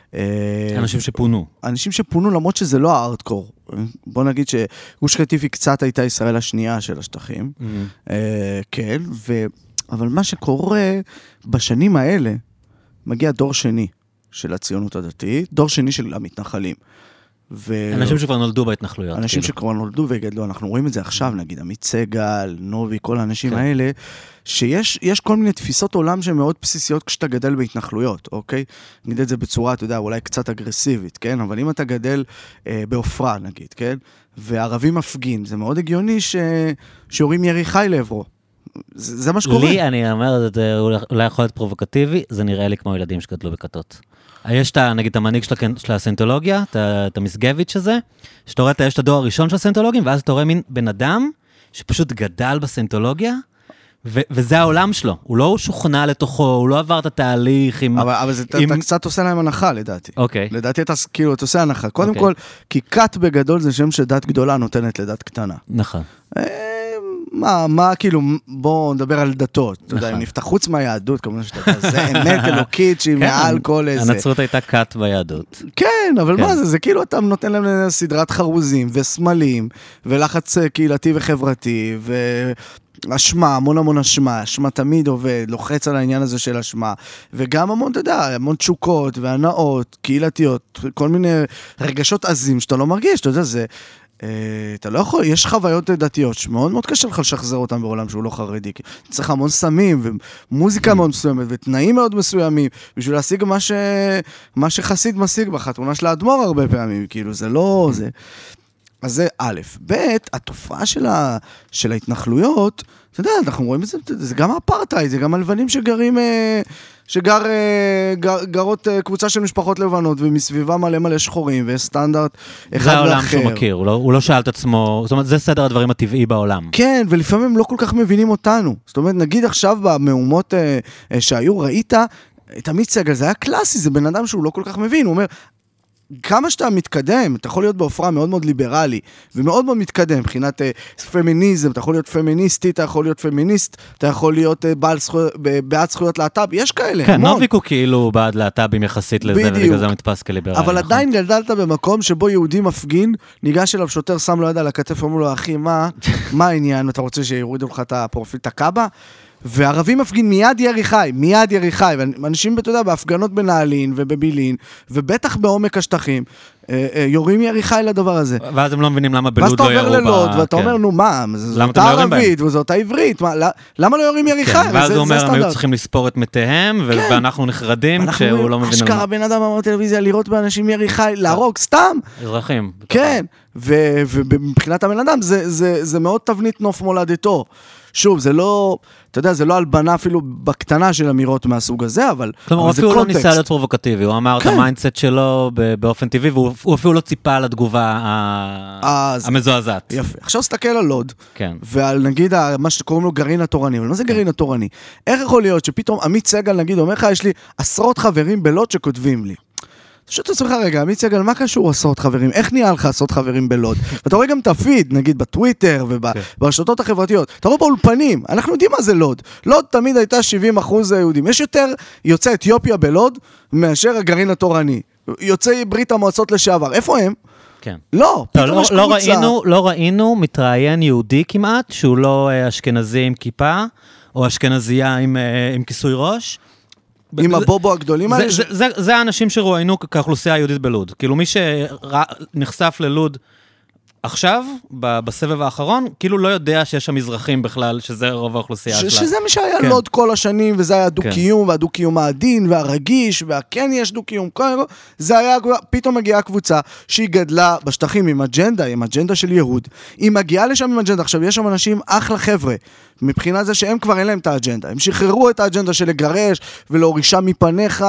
אנשים שפונו, למרות שזה לא הארדקור. בוא נגיד שגוש קטיף היא קצת הייתה ישראל השנייה של השטחים. כן, אבל מה שקורה בשנים האלה, מגיע דור שני של הציונות הדתית, דור שני של המתנחלים. אנשים שכבר נולדו בהתנחלויות. אנשים שכבר נולדו והגדלו, אנחנו רואים את זה עכשיו, נגיד, עמית סגל, נובי, כל האנשים האלה, שיש כל מיני תפיסות עולם שהן מאוד בסיסיות כשאתה גדל בהתנחלויות, אוקיי? נגיד את זה בצורה, אתה יודע, אולי קצת אגרסיבית, כן? אבל אם אתה גדל באופרה, נגיד, כן? וערבי מפגין, זה מאוד הגיוני שיורים ירי חי לעברו. זה מה שקורה. לי, אני אומר, זה אולי יכול להיות פרובוקטיבי, זה נראה לי כמו ילדים שגדלו בכתות. יש את, נגיד, את המנהיג של הסנטולוגיה, את המסגביץ' הזה, שאתה רואה, יש את הדור הראשון של הסנטולוגים, ואז אתה רואה מין בן אדם שפשוט גדל בסנטולוגיה, וזה העולם שלו. הוא לא שוכנע לתוכו, הוא לא עבר את התהליך עם... אבל אתה קצת עושה להם הנחה, לדעתי. אוקיי. לדעתי אתה כאילו, אתה עושה הנחה. קודם כל, כי כת בגדול זה שם שדת גדולה נותנת לדת קטנה. נכון. מה, כאילו, בואו נדבר על דתות. אתה יודע, אם נפתח חוץ מהיהדות, כמובן שאתה יודע, זה אמת אלוקית שהיא מעל כל איזה... הנצרות הייתה כת ביהדות. כן, אבל מה זה? זה כאילו אתה נותן להם סדרת חרוזים וסמלים, ולחץ קהילתי וחברתי, אשמה, המון אשמה, אשמה תמיד עובד, לוחץ על העניין הזה של אשמה, וגם המון, אתה יודע, המון תשוקות והנאות, קהילתיות, כל מיני רגשות עזים שאתה לא מרגיש, אתה יודע, זה... אתה לא יכול, יש חוויות דתיות שמאוד מאוד קשה לך לשחזר אותם בעולם שהוא לא חרדי, צריך המון סמים ומוזיקה מאוד מסוימת ותנאים מאוד מסוימים בשביל להשיג מה שחסיד משיג בחתונה של האדמו"ר הרבה פעמים, כאילו זה לא זה. אז זה א', ב', התופעה של ההתנחלויות, אתה יודע, אנחנו רואים את זה, זה גם אפרטהייד, זה גם הלבנים שגרים, גרות קבוצה של משפחות לבנות, ומסביבה מלא שחורים, ויש סטנדרט אחד ואחר. זה העולם שהוא מכיר, הוא לא שאל את עצמו, זאת אומרת, זה סדר הדברים הטבעי בעולם. כן, ולפעמים הם לא כל כך מבינים אותנו. זאת אומרת, נגיד עכשיו במהומות שהיו, ראית, את עמית סגל, זה היה קלאסי, זה בן אדם שהוא לא כל כך מבין, הוא אומר, כמה שאתה מתקדם, אתה יכול להיות בהופעה מאוד מאוד ליברלי, ומאוד מאוד מתקדם, מבחינת פמיניזם, אתה יכול להיות פמיניסטי, אתה יכול להיות פמיניסט, אתה יכול להיות בעד זכויות להט"ב, יש כאלה. כן, נוביק הוא כאילו בעד להט"בים יחסית לזה, ובגלל זה מתפס כליברלי. אבל עדיין גדלת במקום שבו יהודי מפגין, ניגש אליו שוטר, שם לו יד על הכתף, אומר לו, אחי, מה העניין? אתה רוצה שיורידו לך את הפרופיל, את הקאבה? וערבים מפגין מיד ירי חי, ואנשים, אתה יודע, בהפגנות בנעלין ובבילין, ובטח בעומק השטחים, יורים ירי חי לדבר הזה. ואז הם לא מבינים למה בלוד לא ירו. ואז אתה עובר ללוד, ואתה אומר, נו מה, זאת הערבית, וזאת העברית, למה לא יורים ירי חי? ואז הוא אומר, הם היו צריכים לספור את מתיהם, ואנחנו נחרדים כשהוא לא מבין. אשכרה בן אדם אמר טלוויזיה, לראות באנשים ירי חי, להרוג, סתם. אזרחים. כן, ומבחינת הבן אדם, זה מאוד תבנית נוף מולדתו. שוב, זה לא, אתה יודע, זה לא הלבנה אפילו בקטנה של אמירות מהסוג הזה, אבל זה קונטקסט. כלומר, הוא אפילו לא ניסה להיות פרובוקטיבי, הוא אמר את המיינדסט שלו באופן טבעי, והוא אפילו לא ציפה לתגובה המזועזעת. יפה. עכשיו סתכל על לוד, ועל נגיד מה שקוראים לו גרעין התורני, אבל מה זה גרעין התורני? איך יכול להיות שפתאום עמית סגל, נגיד, אומר לך, יש לי עשרות חברים בלוד שכותבים לי. פשוט תצליח רגע, עמית סגל, מה קשור עשרות חברים? איך נהיה לך עשרות חברים בלוד? ואתה רואה גם את הפיד, נגיד בטוויטר וברשתות החברתיות. אתה רואה באולפנים, אנחנו יודעים מה זה לוד. לוד תמיד הייתה 70% יהודים. יש יותר יוצאי אתיופיה בלוד מאשר הגרעין התורני. יוצאי ברית המועצות לשעבר. איפה הם? כן. לא, פתאום יש קבוצה. לא ראינו מתראיין יהודי כמעט, שהוא לא אשכנזי עם כיפה, או אשכנזייה עם כיסוי ראש. עם הבובו הגדולים האלה? זה האנשים שרואינו כאוכלוסייה היהודית בלוד. כאילו מי שנחשף ללוד עכשיו, בסבב האחרון, כאילו לא יודע שיש שם מזרחים בכלל, שזה רוב האוכלוסייה שלה. שזה מי שהיה לוד כל השנים, וזה היה דו-קיום, והדו-קיום העדין, והרגיש, והכן יש דו-קיום, זה היה, פתאום מגיעה קבוצה שהיא גדלה בשטחים עם אג'נדה של יהוד. היא מגיעה לשם עם אג'נדה. עכשיו, יש שם אנשים אחלה חבר'ה, מבחינת זה שהם כבר אין להם את האג'נדה. הם שחררו את האג'נדה של לגרש, ולהורישה מפניך,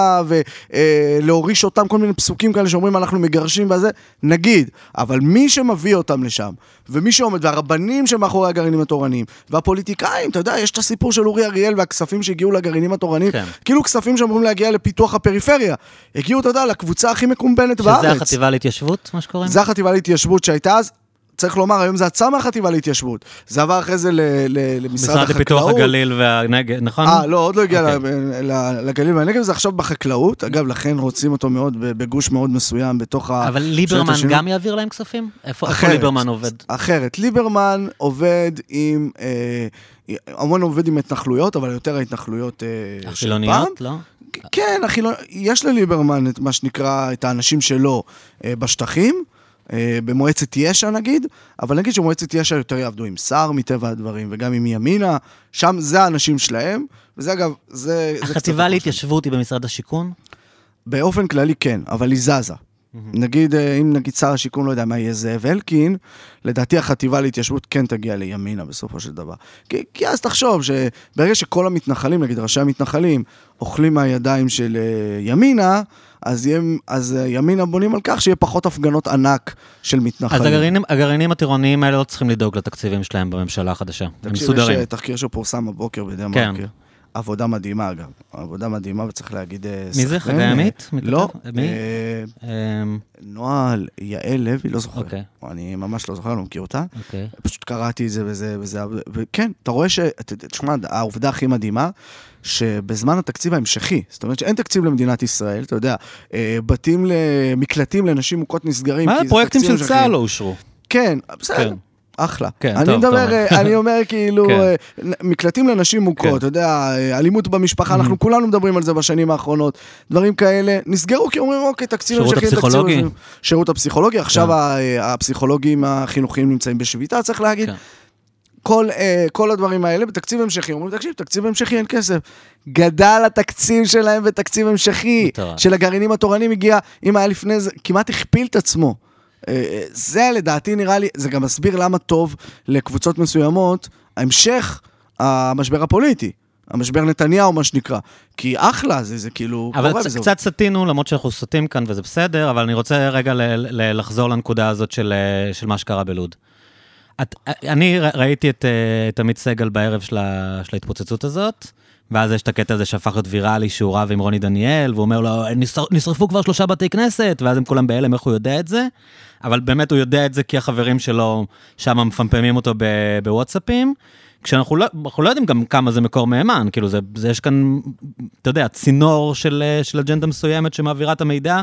ולהוריש אותם כל מיני פסוקים כאלה שאומרים, אנחנו מגרשים וזה, נגיד. אבל מי שמביא אותם לשם, ומי שעומד, והרבנים שמאחורי הגרעינים התורניים, והפוליטיקאים, אתה יודע, יש את הסיפור של אורי אריאל והכספים שהגיעו לגרעינים התורניים, כאילו כספים שאמורים להגיע לפיתוח הפריפריה. הגיעו, אתה יודע, לקבוצה הכי מקומבנת בארץ. שזה החטיבה להתיישבות, מה שקוראים? זה החטיבה להתיישבות שהייתה אז, צריך לומר, היום זה עצה מהחטיבה להתיישבות. זה עבר אחרי זה למשרד החקלאות. משרד לפיתוח הגליל והנגב, נכון? לא, עוד לא הגיע לגליל והנגב, זה עכשיו בחקלאות. אגב, לכן רוצים אותו מאוד, בגוש מאוד מסוים, בתוך אבל ליברמן גם יעביר להם כספים? איפה ליברמן עובד? אחרת. ליברמן עובד עם... המון עובד עם התנחלויות, אבל יותר ההתנחלויות החילוניות, לא? כן, יש לליברמן את מה שנקרא, את האנשים שלו בשטחים, במועצת ישע נגיד, אבל נגיד שמועצת ישע יותר יעבדו עם שר מטבע הדברים, וגם עם ימינה, שם זה האנשים שלהם, וזה אגב, זה... החטיבה להתיישבות היא במשרד השיכון? באופן כללי כן, אבל היא זזה. נגיד, אם נגיד שר השיכון לא יודע מה יהיה זאב אלקין, לדעתי החטיבה להתיישבות כן תגיע לימינה בסופו של דבר. כי אז תחשוב שברגע שכל המתנחלים, נגיד ראשי המתנחלים, אוכלים מהידיים של ימינה, אז ימינה בונים על כך שיהיה פחות הפגנות ענק של מתנחלים. אז הגרעינים הטירוניים האלה לא צריכים לדאוג לתקציבים שלהם בממשלה החדשה. הם מסודרים. יש תחקיר שפורסם בבוקר בידי מרקר. עבודה מדהימה, אגב. עבודה מדהימה, וצריך להגיד... מי זה? חגי עמית? לא. מי? נועה יעל לוי, לא זוכר. אני ממש לא זוכר, לא מכיר אותה. פשוט קראתי את זה וזה... וכן, אתה רואה תשמע, העובדה הכי מדהימה, שבזמן התקציב ההמשכי, זאת אומרת שאין תקציב למדינת ישראל, אתה יודע, בתים למקלטים לנשים מוכות נסגרים. מה, פרויקטים של צה"ל לא אושרו? כן, בסדר. אחלה. אני אומר כאילו, מקלטים לנשים מוכות, אתה יודע, אלימות במשפחה, אנחנו כולנו מדברים על זה בשנים האחרונות, דברים כאלה, נסגרו כי אומרים, אוקיי, תקציב שירות הפסיכולוגי. שירות הפסיכולוגי, עכשיו הפסיכולוגים החינוכיים נמצאים בשביתה, צריך להגיד, כל הדברים האלה בתקציב המשכי, אומרים, תקשיב, תקציב המשכי אין כסף, גדל התקציב שלהם בתקציב המשכי, של הגרעינים התורניים הגיע, אם היה לפני זה, כמעט הכפיל את עצמו. זה לדעתי נראה לי, זה גם מסביר למה טוב לקבוצות מסוימות, המשך המשבר הפוליטי, המשבר נתניהו מה שנקרא, כי אחלה, זה כאילו... אבל קצת סתינו, למרות שאנחנו סתים כאן וזה בסדר, אבל אני רוצה רגע לחזור לנקודה הזאת של מה שקרה בלוד. אני ראיתי את עמית סגל בערב של ההתפוצצות הזאת, ואז יש את הקטע הזה שהפך להיות ויראלי, שהוא רב עם רוני דניאל, והוא אומר לו, נשרפו כבר 3 בתי כנסת, ואז הם כולם בהלם איך הוא יודע את זה, אבל באמת הוא יודע את זה כי החברים שלו שם מפמפמים אותו בוואטסאפים, כשאנחנו לא יודעים גם כמה זה מקור מהימן, כאילו זה יש כאן, אתה יודע, צינור של אג'נדה מסוימת שמעבירה את המידע,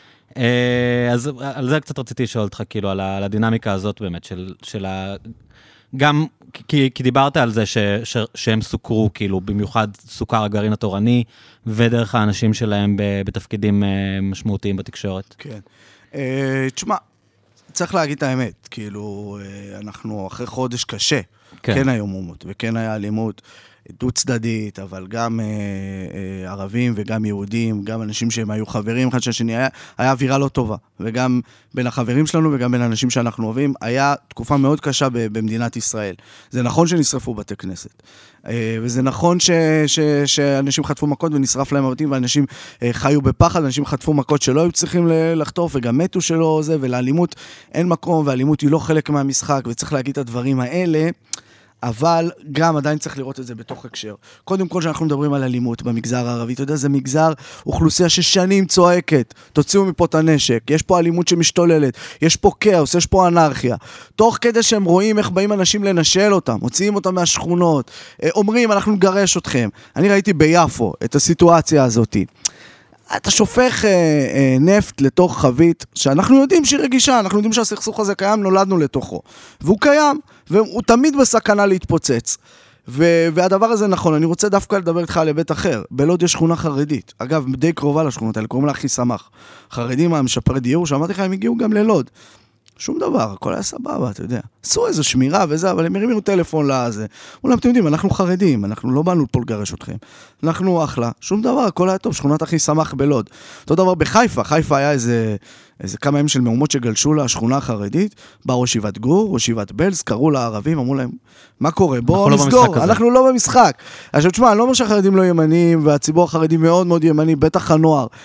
אז על זה קצת רציתי לשאול אותך, כאילו, על הדינמיקה הזאת באמת, של גם, כי דיברת על זה שהם סוכרו, כאילו, במיוחד סוכר הגרעין התורני, ודרך האנשים שלהם בתפקידים משמעותיים בתקשורת. כן. תשמע, צריך להגיד את האמת, כאילו, אנחנו אחרי חודש קשה, כן היו מהומות, וכן היה אלימות דו צדדית, אבל גם ערבים וגם יהודים, גם אנשים שהם היו חברים אחד שהשני, היה אווירה לא טובה, וגם בין החברים שלנו וגם בין האנשים שאנחנו אוהבים, היה תקופה מאוד קשה במדינת ישראל. זה נכון שנשרפו בתי כנסת, וזה נכון שאנשים חטפו מכות ונשרף להם הבתים, ואנשים חיו בפחד, אנשים חטפו מכות שלא היו צריכים לחטוף, וגם מתו שלא זה, ולאלימות אין מקום, והאלימות היא לא חלק מהמשחק, וצריך להגיד את הדברים האלה, אבל גם עדיין צריך לראות את זה בתוך הקשר. קודם כל שאנחנו מדברים על אלימות במגזר הערבי, אתה יודע, זה מגזר אוכלוסייה ששנים צועקת, תוציאו מפה את הנשק, יש פה אלימות שמשתוללת, יש פה כאוס, יש פה אנרכיה. תוך כדי שהם רואים איך באים אנשים לנשל אותם, מוציאים אותם מהשכונות, אומרים אנחנו נגרש אתכם. אני ראיתי ביפו את הסיטואציה הזאת. אתה שופך נפט לתוך חבית, שאנחנו יודעים שהיא רגישה, אנחנו יודעים שהסכסוך הזה קיים, נולדנו לתוכו. והוא קיים, והוא תמיד בסכנה להתפוצץ. והדבר הזה נכון, אני רוצה דווקא לדבר איתך על היבט אחר. בלוד יש שכונה חרדית, אגב, די קרובה לשכונות האלה, קוראים לה הכי שמח. חרדים המשפרי דיור, שאמרתי לך, הם הגיעו גם ללוד. שום דבר, הכל היה סבבה, אתה יודע. עשו איזו שמירה וזה, אבל הם הרימו טלפון לזה. אולי אתם יודעים, אנחנו חרדים, אנחנו לא באנו פה לגרש אתכם. אנחנו אחלה, שום דבר, הכל היה טוב, שכונת הכי שמח בלוד. אותו דבר בחיפה, חיפה היה איזה כמה ימים של מהומות שגלשו לשכונה החרדית, באו ישיבת גור, או ישיבת בלס, קראו לערבים, אמרו להם, מה קורה? בואו נסגור, אנחנו לא במשחק. עכשיו תשמע, אני לא אומר שהחרדים לא ימנים, והציבור החרדי מאוד מאוד ימני, בטח הנוער.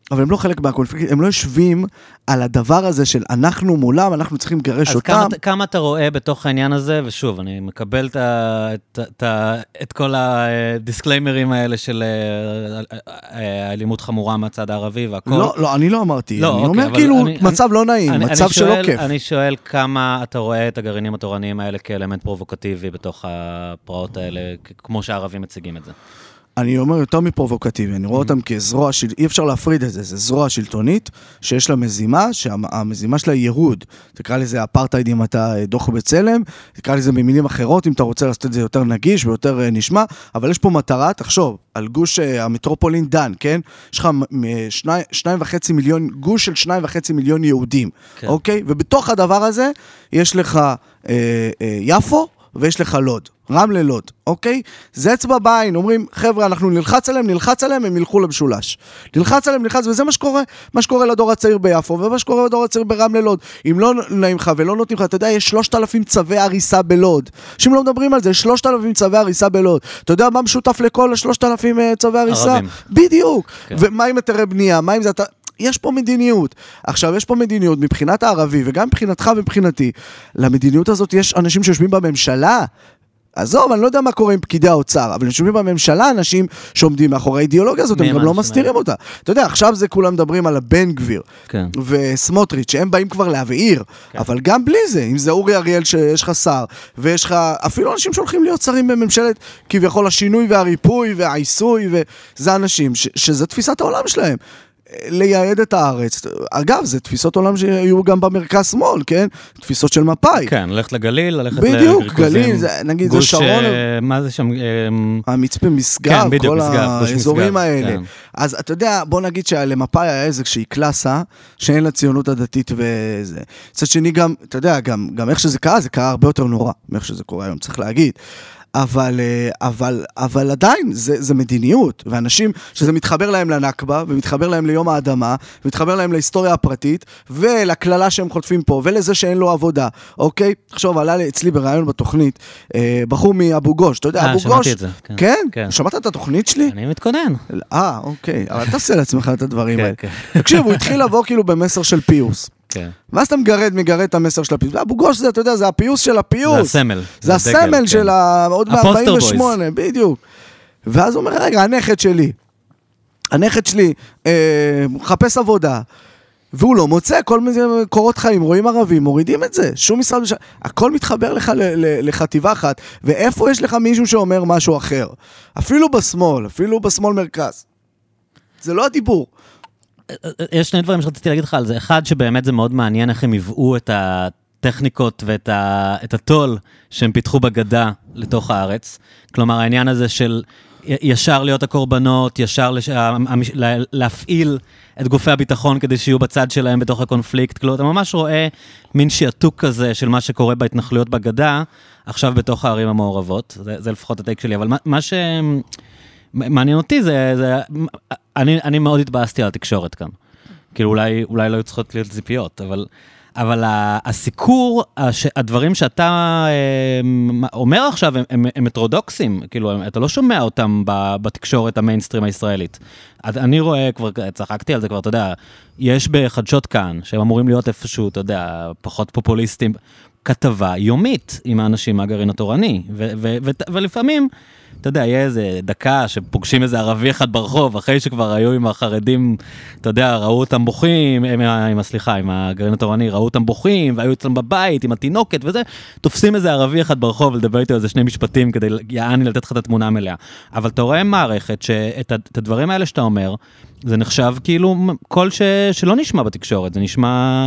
אבל הם לא חלק מהקונפליקט, הם לא יושבים על הדבר הזה של אנחנו מולם, אנחנו צריכים לגרש אותם. אז כמה אתה רואה בתוך העניין הזה, ושוב, אני מקבל את כל הדיסקליימרים האלה של אלימות חמורה מהצד הערבי והכל. לא, אני לא אמרתי, אני אומר כאילו מצב לא נעים, מצב שלא כיף. אני שואל כמה אתה רואה את הגרעינים התורניים האלה כאלמנט פרובוקטיבי בתוך הפרעות האלה, כמו שהערבים מציגים את זה. אני אומר יותר מפרובוקטיבי, אני רואה אותם כזרוע, אי אפשר להפריד את זה, זה זרוע שלטונית שיש לה מזימה, שהמזימה שלה היא יהוד, תקרא לזה אפרטהייד אם אתה דוח בצלם, תקרא לזה במילים אחרות אם אתה רוצה לעשות את זה יותר נגיש ויותר נשמע, אבל יש פה מטרה, תחשוב, על גוש המטרופולין דן, כן? יש לך 2.5 מיליון, גוש של 2.5 מיליון יהודים, אוקיי? ובתוך הדבר הזה יש לך יפו ויש לך לוד. רמלה לוד, אוקיי? זה אצבע בעין, אומרים, חבר'ה, אנחנו נלחץ עליהם, הם ילכו למשולש. נלחץ עליהם, וזה מה שקורה לדור הצעיר ביפו, ומה שקורה לדור הצעיר ברמלה לוד. אם לא נעים לך ולא נותנים לך, אתה יודע, יש 3,000 צווי הריסה בלוד. אנשים לא מדברים על זה, 3,000 צווי הריסה בלוד. אתה יודע מה משותף לכל 3,000 צווי הריסה? ערבים. בדיוק. כן. ומה עם היתרי בנייה? מה עם זה? יש פה מדיניות. עכשיו, יש פה מדיניות מבחינת הערבי, וגם מבחינתך ומבחינתי. למדיניות הזאת יש אנשים שיושבים בממשלה. עזוב, אני לא יודע מה קורה עם פקידי האוצר, אבל נשומעים בממשלה אנשים שעומדים מאחורי האידיאולוגיה הזאת, הם גם לא מסתירים אותה. אתה יודע, עכשיו זה כולם מדברים על הבן גביר, וסמוטריץ', שהם באים כבר להבעיר, אבל גם בלי זה, אם זה אורי אריאל שיש לך שר, ויש לך אפילו אנשים שהולכים להיות שרים בממשלת, כביכול השינוי והריפוי והעיסוי, וזה אנשים שזה תפיסת העולם שלהם. לייעד את הארץ. אגב, זה תפיסות עולם שיהיו גם במרכז שמאל, כן? תפיסות של מפאי. כן, ללכת לגליל, ללכת בדיוק, גליל, נגיד זה שרון. מה זה שם? המצפה משגב, כל האזורים האלה. אז אתה יודע, בוא נגיד שלמפאי היה איזושהי קלאסה, שאין לה ציונות הדתית וזה. קצת שני גם, אתה יודע, גם איך שזה קרה, זה קרה הרבה יותר נורא, מאיך שזה קורה היום, צריך להגיד. אבל עדיין זה מדיניות, ואנשים שזה מתחבר להם לנקבה, ומתחבר להם ליום האדמה, ומתחבר להם להיסטוריה הפרטית, ולכללה שהם חוטפים פה, ולזה שאין לו עבודה, אוקיי? עכשיו, עלה אצלי ברעיון בתוכנית, בחור מאבו גוש, אתה יודע, אבו גוש... שמעתי את זה. כן? שמעת את התוכנית שלי? אני מתכונן. אוקיי, אבל תעשה לעצמך את הדברים האלה. תקשיב, הוא התחיל לבוא כאילו במסר של פיוס. ואז אתה מגרד את המסר של הפיוס. אבו גוש זה, אתה יודע, זה הפיוס של הפיוס. זה הסמל. זה הסמל של עוד מ-48, בדיוק. ואז הוא אומר, רגע, הנכד שלי מחפש עבודה, והוא לא מוצא, כל מיני קורות חיים, רואים ערבים, מורידים את זה, שום משרד, הכל מתחבר לך לחטיבה אחת, ואיפה יש לך מישהו שאומר משהו אחר? אפילו בשמאל מרכז. זה לא הדיבור. יש שני דברים שרציתי להגיד לך על זה. אחד, שבאמת זה מאוד מעניין איך הם יבאו את הטכניקות ואת הטול שהם פיתחו בגדה לתוך הארץ. כלומר, העניין הזה של ישר להיות הקורבנות, ישר להפעיל את גופי הביטחון כדי שיהיו בצד שלהם בתוך הקונפליקט. כלומר, אתה ממש רואה מין שיעתוק כזה של מה שקורה בהתנחלויות בגדה, עכשיו בתוך הערים המעורבות. זה לפחות הטייק שלי. אבל מה מעניין אותי אני מאוד התבאסתי על התקשורת כאן. כאילו אולי לא היו צריכות להיות ציפיות, אבל הסיקור, הדברים שאתה אומר עכשיו הם מטרודוקסים, כאילו אתה לא שומע אותם בתקשורת המיינסטרים הישראלית. אני רואה, כבר צחקתי על זה כבר, אתה יודע, יש בחדשות כאן, שהם אמורים להיות איפשהו, אתה יודע, פחות פופוליסטים, כתבה יומית עם האנשים מהגרעין התורני, ולפעמים אתה יודע, יהיה איזה דקה שפוגשים איזה ערבי אחד ברחוב, אחרי שכבר היו עם החרדים, אתה יודע, ראו אותם בוכים, עם הגרעין התורני, ראו אותם בוכים, והיו אצלם בבית עם התינוקת וזה, תופסים איזה ערבי אחד ברחוב, ולדבר איתו איזה 2 משפטים, כדי יעני לתת לך את התמונה המלאה. אבל אתה רואה מערכת שאת הדברים האלה שאתה אומר, זה נחשב כאילו קול שלא נשמע בתקשורת, זה נשמע...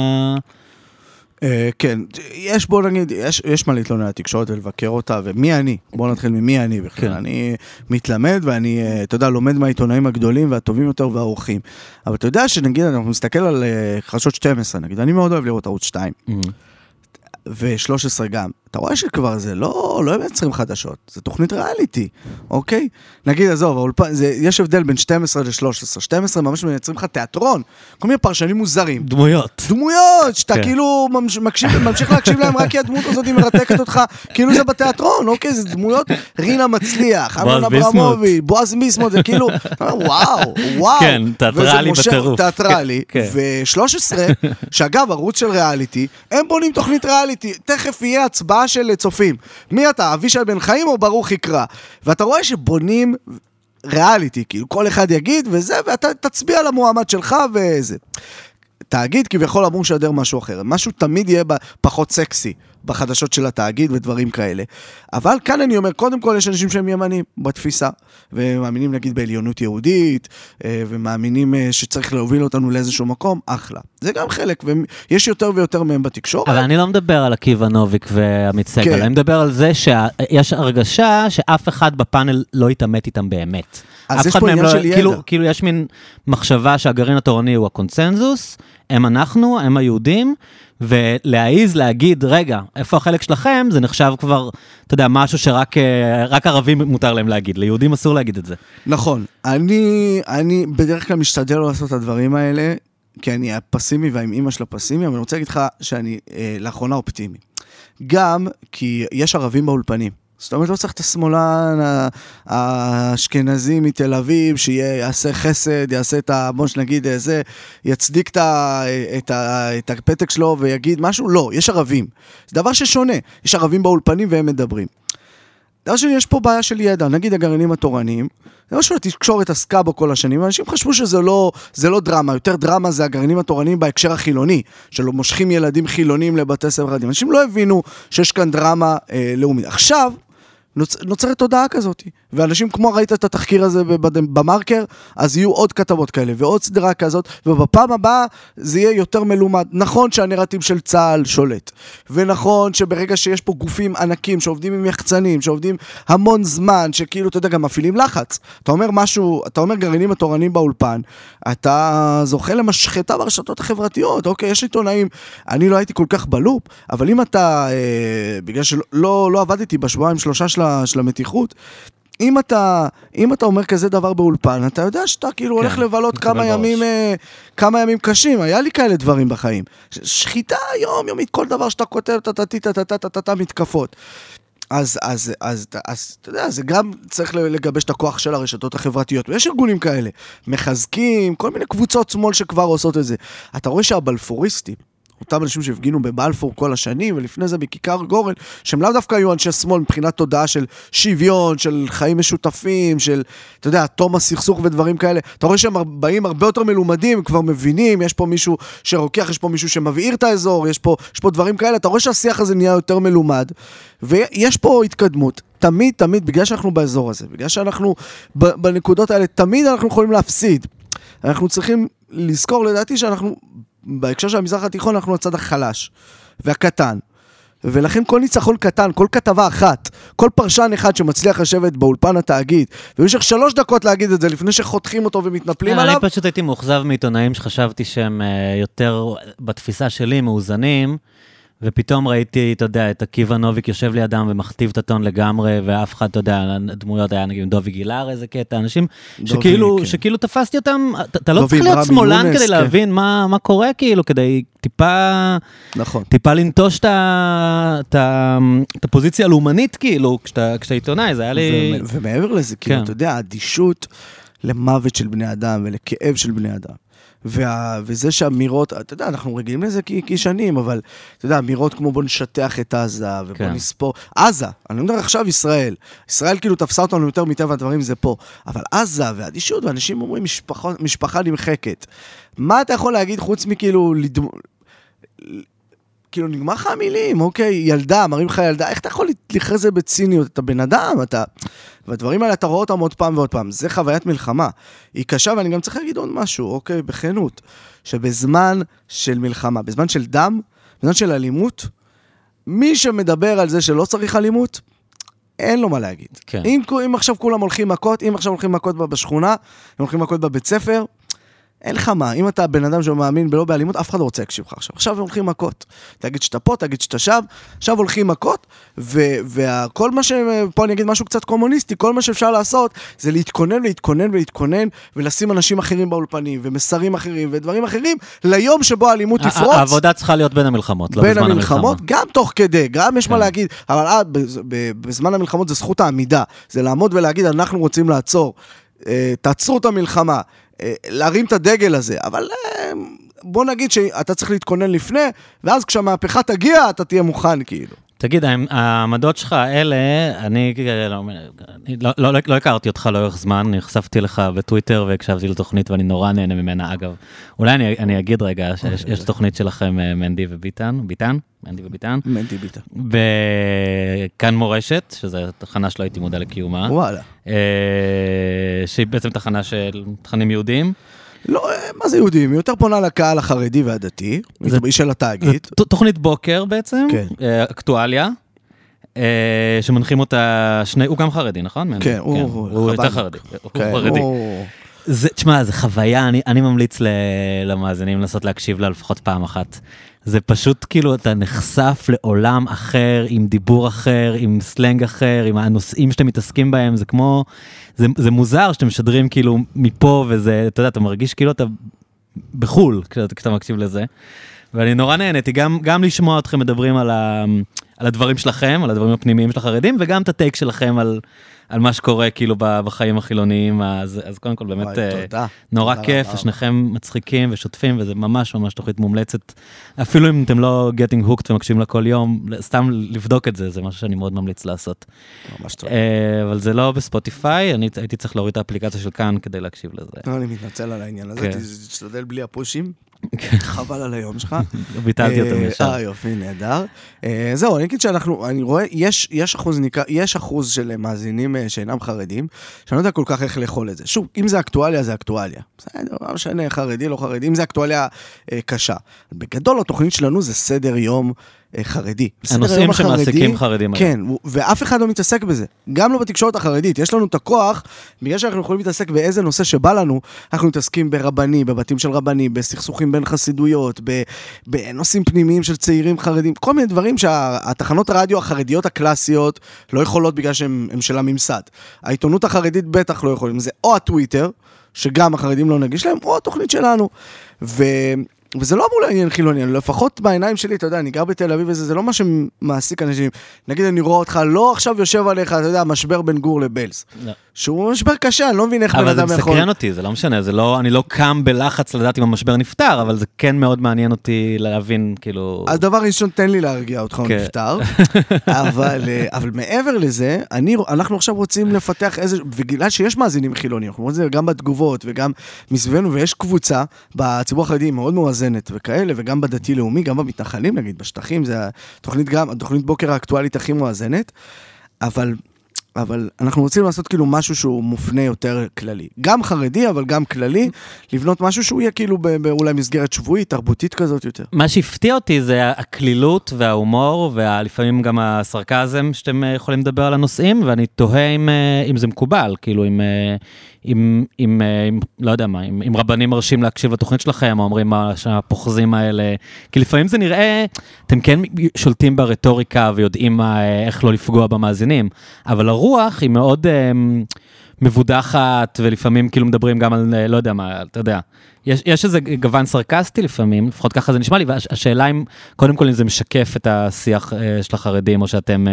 כן, בוא נגיד, יש מה להתלונן על התקשורת ולבקר אותה, ומי אני? בוא נתחיל ממי אני בכלל. אני מתלמד ואני, אתה יודע, לומד מהעיתונאים הגדולים והטובים יותר והאורחים. אבל אתה יודע שנגיד, אנחנו מסתכל על חדשות 12, נגיד, אני מאוד אוהב לראות ערוץ 2. ו-13 גם. אתה רואה שכבר זה לא מייצרים חדשות, זה תוכנית ריאליטי, אוקיי? נגיד, עזוב, יש הבדל בין 12 ל-13, 12 ממש מייצרים לך תיאטרון, כל מיני פרשנים מוזרים. דמויות, שאתה כאילו ממשיך להקשיב להם רק כי הדמות הזאת היא מרתקת אותך, כאילו זה בתיאטרון, אוקיי? זה דמויות רינה מצליח, אמנון אברמוביץ', בועז ביסמוט, זה כאילו, וואו. כן, תיאטרלי בטירוף. תיאטרלי, ו-13, שאגב, ערוץ של ריאליטי, הם בונים תוכנית ריאליטי, תכף יהיה הצבעה של צופים. מי אתה, אבישי בן חיים או ברוך יקרא? ואתה רואה שבונים ריאליטי, כאילו כל אחד יגיד וזה, ואתה תצביע על המועמד שלך וזה. תאגיד כביכול אמור לשדר משהו אחר. משהו תמיד יהיה פחות סקסי בחדשות של התאגיד ודברים כאלה. אבל כאן אני אומר, קודם כל יש אנשים שהם ימנים בתפיסה, ומאמינים נגיד בעליונות יהודית, ומאמינים שצריך להוביל אותנו לאיזשהו מקום, אחלה. זה גם חלק, ויש יותר ויותר מהם בתקשורת. אבל אני לא מדבר על עקיבא נוביק ועמית סגל, אני מדבר על זה שיש הרגשה שאף אחד בפאנל לא יתאמת איתם באמת. אז יש פה עניין של ידע. כאילו יש מין מחשבה שהגרעין התורני הוא הקונצנזוס, הם היהודים, ולהעיז להגיד, רגע, איפה החלק שלכם, זה נחשב כבר, אתה יודע, משהו שרק ערבים מותר להם להגיד, ליהודים אסור להגיד את זה. נכון, אני בדרך כלל משתדל לא לעשות את הדברים האלה, כי אני פסימי ועם אמא של הפסימי, אבל אני רוצה להגיד לך שאני לאחרונה אופטימי. גם כי יש ערבים באולפנים. זאת אומרת, לא צריך את השמאלן האשכנזי מתל אביב, שיעשה חסד, יעשה את בוא שנגיד זה, יצדיק את הפתק שלו ויגיד משהו. לא, יש ערבים. זה דבר ששונה. יש ערבים באולפנים והם מדברים. דבר שני, יש פה בעיה של ידע. נגיד הגרעינים התורניים, זה משהו התקשורת עסקה בו כל השנים, אנשים חשבו שזה לא דרמה, יותר דרמה זה הגרעינים התורניים בהקשר החילוני, שלא מושכים ילדים חילונים לבתי ספר רדים. אנשים לא הבינו שיש כאן דרמה לאומית. עכשיו, נוצרת תודעה כזאת, ואנשים כמו ראית את התחקיר הזה במרקר, אז יהיו עוד כתבות כאלה, ועוד סדרה כזאת, ובפעם הבאה זה יהיה יותר מלומד. נכון שהנרטיב של צה"ל שולט, ונכון שברגע שיש פה גופים ענקים, שעובדים עם יחצנים, שעובדים המון זמן, שכאילו, אתה יודע, גם מפעילים לחץ. אתה אומר משהו, אתה אומר גרעינים התורניים באולפן, אתה זוכה למשחטה ברשתות החברתיות, אוקיי, יש עיתונאים, אני לא הייתי כל כך בלופ, אבל אם אתה, בגלל שלא עבדתי בשבועיים שלושה של המתיחות, אם אתה אומר כזה דבר באולפן, אתה יודע שאתה כאילו הולך לבלות כמה ימים קשים, היה לי כאלה דברים בחיים. שחיטה יומית, כל דבר שאתה כותב, מתקפות. אז אתה יודע, זה גם צריך לגבש את הכוח של הרשתות החברתיות. ויש ארגונים כאלה, מחזקים, כל מיני קבוצות שמאל שכבר עושות את זה. אתה רואה שהבלפוריסטים, אותם אנשים שהפגינו בבלפור כל השנים, ולפני זה בכיכר גורן, שהם לאו דווקא היו אנשי שמאל מבחינת תודעה של שוויון, של חיים משותפים, של, אתה יודע, תום הסכסוך ודברים כאלה. אתה רואה שהם באים הרבה יותר מלומדים, כבר מבינים, יש פה מישהו שרוקח, יש פה מישהו שמבעיר את האזור, יש פה דברים כאלה. אתה רואה שהשיח הזה נהיה יותר מלומד, ויש פה התקדמות. תמיד, בגלל שאנחנו באזור הזה, בגלל שאנחנו בנקודות האלה, תמיד אנחנו יכולים להפסיד. אנחנו צריכים לזכור, לדעתי, שאנחנו בהקשר של המזרח התיכון אנחנו הצד החלש והקטן, ולכן כל ניצחון קטן, כל כתבה אחת, כל פרשן אחד שמצליח לשבת באולפן התאגיד, ובמשך 3 דקות להגיד את זה לפני שחותכים אותו ומתנפלים עליו. אני פשוט הייתי מאוכזב מעיתונאים שחשבתי שהם יותר בתפיסה שלי מאוזנים, ופתאום ראיתי, אתה יודע, את עקיבא נוביק יושב לידם ומכתיב את הטון לגמרי, ואף אחד, אתה יודע, הדמויות היה נגיד דובי גילר, איזה קטע, אנשים שכאילו תפסתי אותם, אתה לא צריך להיות שמאלן כדי להבין מה קורה, כאילו, כדי טיפה לנטוש את הפוזיציה הלאומנית, כאילו, כשאתה עיתונאי, זה היה לי... ומעבר לזה, כאילו, אתה יודע, האדישות למוות של בני אדם ולכאב של בני אדם. וזה שהאמירות, אתה יודע, אנחנו רגילים לזה כשנים, אבל אתה יודע, אמירות כמו בוא נשטח את עזה, ובוא נספור, עזה, אני אומר עכשיו ישראל כאילו תפסה אותנו יותר מטבע הדברים, זה פה, אבל עזה והאדישות, ואנשים אומרים משפחה נמחקת. מה אתה יכול להגיד חוץ מכאילו, כאילו נגמר לך המילים, אוקיי, ילדה, מראים לך ילדה, איך אתה יכול לכרז זה בציניות? אתה בן אדם, והדברים האלה אתה רואה אותם עוד פעם ועוד פעם, זה חוויית מלחמה, היא קשה, ואני גם צריך להגיד עוד משהו, אוקיי, בכנות, שבזמן של מלחמה, בזמן של דם, בזמן של אלימות, מי שמדבר על זה שלא צריך אלימות, אין לו מה להגיד. אם עכשיו כולם הולכים מכות, אם עכשיו הולכים מכות בשכונה, אם הולכים מכות בבית ספר, אין לך מה, אם אתה בן אדם שמאמין בלא באלימות, אף אחד לא רוצה להקשיב לך עכשיו. עכשיו הולכים מכות. תגיד שאתה פה, תגיד שאתה שם, עכשיו הולכים מכות, וכל מה פה אני אגיד משהו קצת קומוניסטי, כל מה שאפשר לעשות, זה להתכונן, ולשים אנשים אחרים באולפנים, ומסרים אחרים, ודברים אחרים, ליום שבו האלימות תפרוץ. העבודה צריכה להיות בין המלחמות, לא בזמן המלחמות. גם תוך כדי, גם יש מה להגיד, אבל בזמן המלחמות זה זכות העמידה, זה לעמוד ולהגיד, אנחנו רוצים לעצור, תעצרו את המלחמה, להרים את הדגל הזה, אבל בוא נגיד שאתה צריך להתכונן לפני, ואז כשהמהפכה תגיע, אתה תהיה מוכן כאילו. תגיד, העמדות שלך האלה, אני לא הכרתי אותך לאורך זמן, נחשפתי לך בטוויטר והקשבתי לתוכנית ואני נורא נהנה ממנה, אגב. אולי אני אגיד רגע שיש תוכנית שלכם מנדי וביטן, מנדי וביטן. מנדי ביטן. בכאן מורשת, שזו תחנה שלא הייתי מודע לקיומה. וואלה. שהיא בעצם תחנה של תכנים יהודיים. לא, מה זה יהודים? יותר פונה לקהל החרדי והדתי, של התאגיד. תוכנית בוקר בעצם, אקטואליה, שמנחים אותה שני, הוא גם חרדי, נכון? כן, הוא יותר חרדי. הוא חרדי. תשמע, זה חוויה, אני ממליץ למאזינים לנסות להקשיב לה לפחות פעם אחת. זה פשוט כאילו אתה נחשף לעולם אחר, עם דיבור אחר, עם סלנג אחר, עם הנושאים שאתם מתעסקים בהם, זה כמו, זה מוזר שאתם משדרים כאילו מפה, וזה, אתה יודע, אתה מרגיש כאילו אתה בחול כשאתה מקשיב לזה. ואני נורא נהניתי, גם לשמוע אתכם מדברים על הדברים שלכם, על הדברים הפנימיים של החרדים, וגם את הטייק שלכם על מה שקורה כאילו בחיים החילוניים, אז קודם כל באמת נורא כיף, שניכם מצחיקים ושוטפים, וזה ממש ממש תוכנית מומלצת, אפילו אם אתם לא getting hooked ומקשיבים לה כל יום, סתם לבדוק את זה, זה משהו שאני מאוד ממליץ לעשות. ממש טוב. אבל זה לא בספוטיפיי, אני הייתי צריך להוריד את האפליקציה של כאן כדי להקשיב לזה. אני מתנצל על העניין הזה, תשתדל בלי הפושים. חבל על היום שלך. ביטלתי אותו ישר. יופי, נהדר. זהו, אני אגיד אני רואה, יש אחוז של מאזינים שאינם חרדים, שאני לא יודע כל כך איך לאכול את זה. שוב, אם זה אקטואליה, זה אקטואליה. בסדר, לא משנה, חרדי, לא חרדי, אם זה אקטואליה קשה. בגדול, התוכנית שלנו זה סדר יום חרדי. הנושאים שמעסיקים חרדים. כן, ואף אחד לא מתעסק בזה. גם לא בתקשורת החרדית. יש לנו את הכוח, בגלל שאנחנו יכולים להתעסק באיזה נושא שבא לנו, אנחנו מתעסקים ברבני, בבתים של רבני, בסכסוכים בין חסידויות, בנושאים פנימיים של צעירים חרדים, כל מיני דברים שהתחנות הרדיו החרדיות הקלאסיות לא יכולות בגלל שהם של הממסד. העיתונות החרדית בטח לא יכולים. זה או הטוויטר, שגם החרדים לא נגיש להם, או התוכנית שלנו. וזה לא אמור לעניין חילוני, לפחות בעיניים שלי, אתה יודע, אני גר בתל אביב וזה, זה לא מה שמעסיק אנשים. נגיד, אני רואה אותך, לא עכשיו יושב עליך, אתה יודע, משבר בין גור לבלס. לא. שהוא משבר קשה, אני לא מבין איך בן אדם יכול. אבל זה מסקרן אותי, זה לא משנה, אני לא קם בלחץ לדעת אם המשבר נפטר, אבל זה כן מאוד מעניין אותי להבין, כאילו... הדבר ראשון, תן לי להרגיע אותך, הוא נפטר. אבל מעבר לזה, אנחנו עכשיו רוצים לפתח איזה, בגלל שיש מאזינים חילונים, אנחנו רואים את זה גם בתגובות וגם מסביבנו, ויש קבוצה בציבור החרדי מאוד מאוזנת וכאלה, וגם בדתי-לאומי, גם במתנחלים, נגיד, בשטחים, זה התוכנית בוקר האקטואלית הכי מאוזנת, אבל אנחנו רוצים לעשות כאילו משהו שהוא מופנה יותר כללי. גם חרדי, אבל גם כללי, לבנות משהו שהוא יהיה כאילו באולי מסגרת שבועית, תרבותית כזאת יותר. מה שהפתיע אותי זה הכלילות וההומור, ולפעמים גם הסרקזם שאתם יכולים לדבר על הנושאים, ואני תוהה אם זה מקובל, כאילו אם לא יודע מה, אם רבנים מרשים להקשיב לתוכנית שלכם, או אומרים שהפוחזים האלה, כי לפעמים זה נראה, אתם כן שולטים ברטוריקה, ויודעים איך לא לפגוע במאזינים, אבל הרוח היא מאוד מבודחת, ולפעמים כאילו מדברים גם על, לא יודע מה, אתה יודע, יש איזה גוון סרקסטי לפעמים, לפחות ככה זה נשמע לי, והשאלה אם, קודם כל אם זה משקף את השיח של החרדים, או שאתם,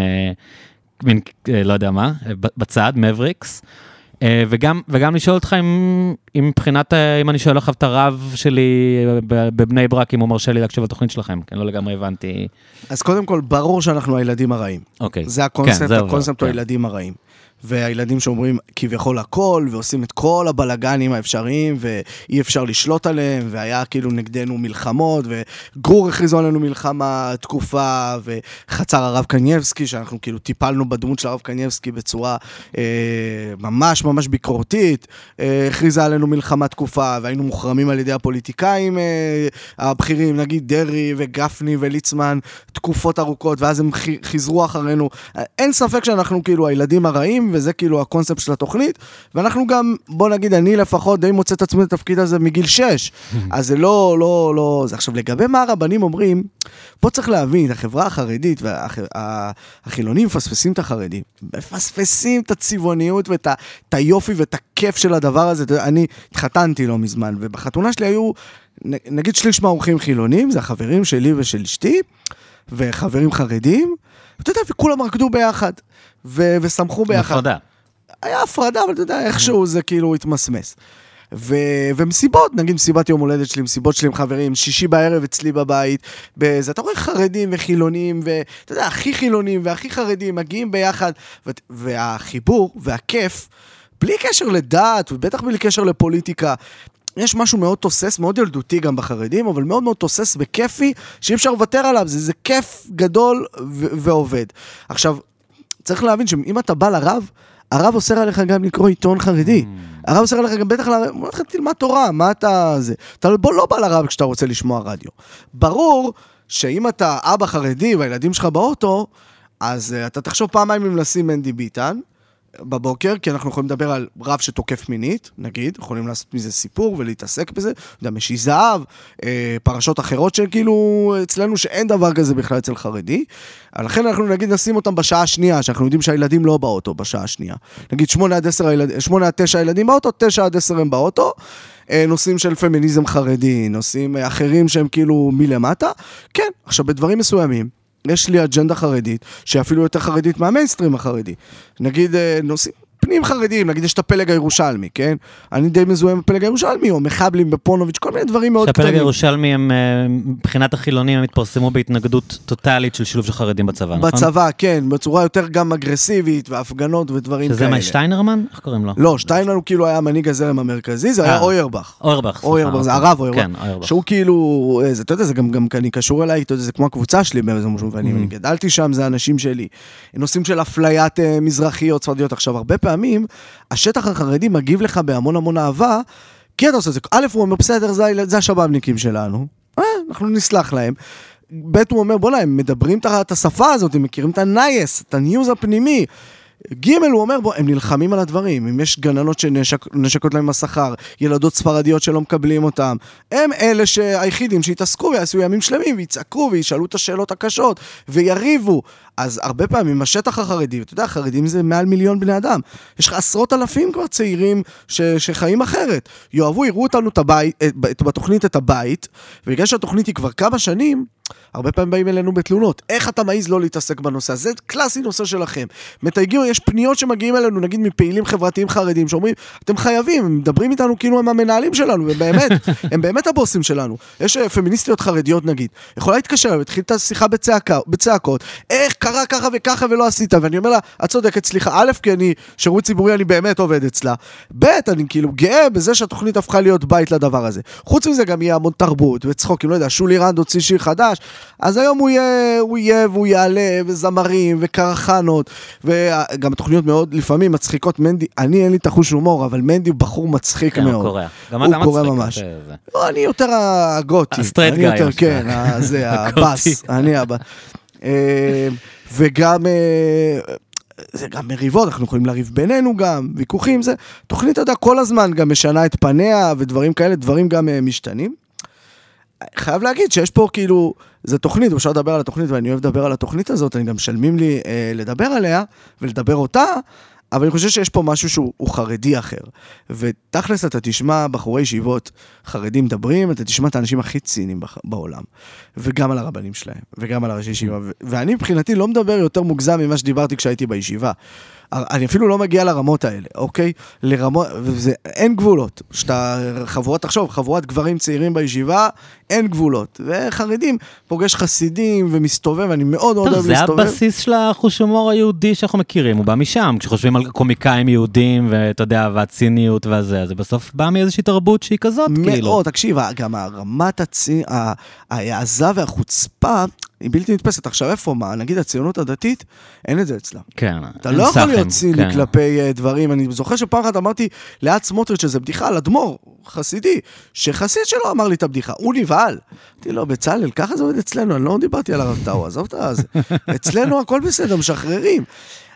לא יודע מה, בצד, מבריקס, וגם לשאול אותך אם מבחינת, אם אני שואל לך את הרב שלי בבני ברק, אם הוא מרשה לי להקשיב לתוכנית שלכם, כן, לא לגמרי הבנתי. אז קודם כל, ברור שאנחנו הילדים הרעים. אוקיי. זה הקונספט הוא הילדים הרעים. והילדים שאומרים כביכול הכל, ועושים את כל הבלגנים האפשריים, ואי אפשר לשלוט עליהם, והיה כאילו נגדנו מלחמות, וגרור הכריזו עלינו מלחמה תקופה, וחצר הרב קנייבסקי, שאנחנו כאילו טיפלנו בדמות של הרב קנייבסקי בצורה ממש ממש ביקורתית, הכריזה עלינו מלחמה תקופה, והיינו מוחרמים על ידי הפוליטיקאים הבכירים, נגיד דרי וגפני וליצמן, תקופות ארוכות, ואז הם חיזרו אחרינו. אין ספק שאנחנו כאילו הילדים הרעים, חרדים, וזה כאילו הקונספט של התוכנית, ואנחנו גם, בוא נגיד, אני לפחות די מוצא את עצמי לתפקיד הזה מגיל 6, אז זה לא, זה עכשיו לגבי מה הרבנים אומרים, פה צריך להבין, החברה החרדית והחילונים מפספסים את החרדים, מפספסים את הצבעוניות ואת היופי ואת הכיף של הדבר הזה, אני התחתנתי לא מזמן, ובחתונה שלי היו, נגיד שליש מהאורחים חילונים, זה החברים שלי ושל אשתי, וחברים חרדים, ואתה יודע, וכולם רקדו ביחד, ושמחו ביחד. הפרדה. היה הפרדה, אבל אתה יודע, איכשהו זה כאילו התמסמס. ומסיבות, נגיד מסיבת יום הולדת שלי, מסיבות שלי עם חברים, שישי בערב אצלי בבית, אתה רואה חרדים וחילונים, ואתה יודע, הכי חילונים והכי חרדים מגיעים ביחד, והחיבור והכיף, בלי קשר לדת, ובטח בלי קשר לפוליטיקה, יש משהו מאוד תוסס, מאוד ילדותי גם בחרדים, אבל מאוד מאוד תוסס וכיפי, שאי אפשר לוותר עליו, זה כיף גדול ועובד. עכשיו, צריך להבין שאם אתה בא לרב, הרב אוסר עליך גם לקרוא עיתון חרדי. הרב אוסר עליך גם בטח לרב, הוא תלמד תורה, מה אתה זה? אתה לא בא לרב כשאתה רוצה לשמוע רדיו. ברור שאם אתה אבא חרדי והילדים שלך באוטו, אז אתה תחשוב פעמיים אם לשים מנדי ביטן, בבוקר, כי אנחנו יכולים לדבר על רב שתוקף מינית, נגיד, יכולים לעשות מזה סיפור ולהתעסק בזה, גם משי זהב, פרשות אחרות שכאילו אצלנו שאין דבר כזה בכלל אצל חרדי, לכן אנחנו נגיד נשים אותם בשעה השנייה, שאנחנו יודעים שהילדים לא באוטו בשעה השנייה. נגיד 8 עד 9 ילדים באוטו, 9 עד 10 הם באוטו, נושאים של פמיניזם חרדי, נושאים אחרים שהם כאילו מלמטה, כן, עכשיו בדברים מסוימים, יש לי אג'נדה חרדית, שאפילו יותר חרדית מהמיינסטרים החרדי. נגיד, נושאים פנים חרדים, נגיד יש את הפלג הירושלמי, כן? אני די מזוהה עם הפלג הירושלמי, או מחבלים בפונוביץ', כל מיני דברים מאוד קטנים. שהפלג הירושלמי הם, מבחינת החילונים, הם התפרסמו בהתנגדות טוטלית של שילוב של חרדים בצבא, נכון? בצבא, כן, בצורה יותר גם אגרסיבית, והפגנות ודברים כאלה. שזה מה, שטיינרמן? איך קוראים לו? לא, שטיינרמן הוא כאילו היה מנהיג הזרם המרכזי, זה היה אוירבך. אוירבך, זה הרב אוירבך. שהוא כאילו, אתה יודע, זה גם אני קשור אליי, אתה יודע, זה כמו הקבוצה שלי באיזה משהו, ואני גדלתי שם, זה האנשים שלי. נושאים של אפליית מזרחיות, צפרדיות. עכשיו, הרבה פעמים, השטח החרדי מגיב לך בהמון אהבה, כי אתה עושה את זה. א', הוא אומר, בסדר, זה השבאבניקים שלנו. אנחנו נסלח להם. ב', הוא אומר, בוא לה, הם מדברים את השפה הזאת, הם מכירים את הנייס, את הניוז הפנימי. ג' הוא אומר, בוא, הם נלחמים על הדברים, אם יש גננות שנשקות להם השכר, ילדות ספרדיות שלא מקבלים אותם, הם אלה היחידים שהתעסקו ויעשו ימים שלמים, ויצעקו וישאלו את השאלות הקשות, ויריבו. אז הרבה פעמים השטח החרדי, ואתה יודע, החרדים זה מעל 1,000,000 בני אדם, יש לך 10,000 כבר צעירים שחיים אחרת, יאהבו, יראו אותנו בתוכנית את הבית, ובגלל שהתוכנית היא כבר כמה שנים, הרבה פעמים באים אלינו בתלונות, איך אתה מעיז לא להתעסק בנושא? זה קלאסי נושא שלכם. מתייגים, יש פניות שמגיעים אלינו, נגיד מפעילים חברתיים חרדים, שאומרים, אתם חייבים, הם מדברים איתנו כאילו הם המנהלים שלנו, ובאמת, הם באמת הבוסים שלנו. יש פמיניסטיות חרדיות נגיד, יכולה להתקשר, התחיל את השיחה בצעקות, איך קרה ככה וככה ולא עשית, ואני אומר לה, את צודקת, סליחה, א', כי אני שירות ציבורי, אני באמת עובד אצלה. ב', אני כאילו גאה בזה שהתוכנית הפכה להיות בית לדבר הזה. חוץ מזה גם יהיה המון תרבות וצחוק, אם לא יודע, שולי רנד הוציא שיר חדש, אז היום הוא יהיה והוא יעלה, וזמרים וקרחנות, וגם התוכניות מאוד לפעמים מצחיקות. מנדי, אני אין לי תחוש הומור, אבל מנדי הוא בחור מצחיק כן, מאוד. הוא קורא. גם הוא קורא ממש. לא, אני יותר הגותי. הסטרייט גאי. יותר, כן, זה הבאס. אני הבא. וגם זה גם מריבות, אנחנו יכולים לריב בינינו גם, ויכוחים, זה תוכנית, אתה יודע, כל הזמן גם משנה את פניה, ודברים כאלה, דברים גם משתנים. חייב להגיד שיש פה כאילו, זה תוכנית, אפשר לדבר על התוכנית, ואני אוהב לדבר על התוכנית הזאת, אני גם משלמים לי לדבר עליה, ולדבר אותה, אבל אני חושב שיש פה משהו שהוא חרדי אחר. ותכלס אתה תשמע בחורי ישיבות חרדים מדברים, אתה תשמע את האנשים הכי ציניים בעולם. וגם על הרבנים שלהם, וגם על הראשי ישיבה. ואני מבחינתי לא מדבר יותר מוגזם ממה שדיברתי כשהייתי בישיבה. אני אפילו לא מגיע לרמות האלה, אוקיי? אין גבולות. שאתה חבורת, תחשוב, חבורת גברים צעירים בישיבה, אין גבולות. וחרדים פוגש חסידים ומסתובב, אני מאוד מאוד אוהב להסתובב. זה הבסיס של החוש הומור היהודי שאנחנו מכירים, הוא בא משם, כשחושבים על קומיקאים יהודים, ואתה יודע, והציניות והזה, זה בסוף בא מאיזושהי תרבות שהיא כזאת, כאילו. מאוד, תקשיב, גם הרמת העזה והחוצפה, היא בלתי נתפסת. עכשיו איפה מה? נגיד הציונות הדתית, אין את זה אצלה. כן. אתה לא יכול להיות ציני כלפי דברים. אני זוכר שפעם אחת אמרתי ליד סמוטריץ' שזה בדיחה על אדמו"ר חסידי, שחסיד שלו אמר לי את הבדיחה. הוא נבהל. אמרתי לו, בצלאל, ככה זה עובד אצלנו, אני לא דיברתי על הרב טאו, עזוב את זה. אצלנו הכל בסדר, משחררים.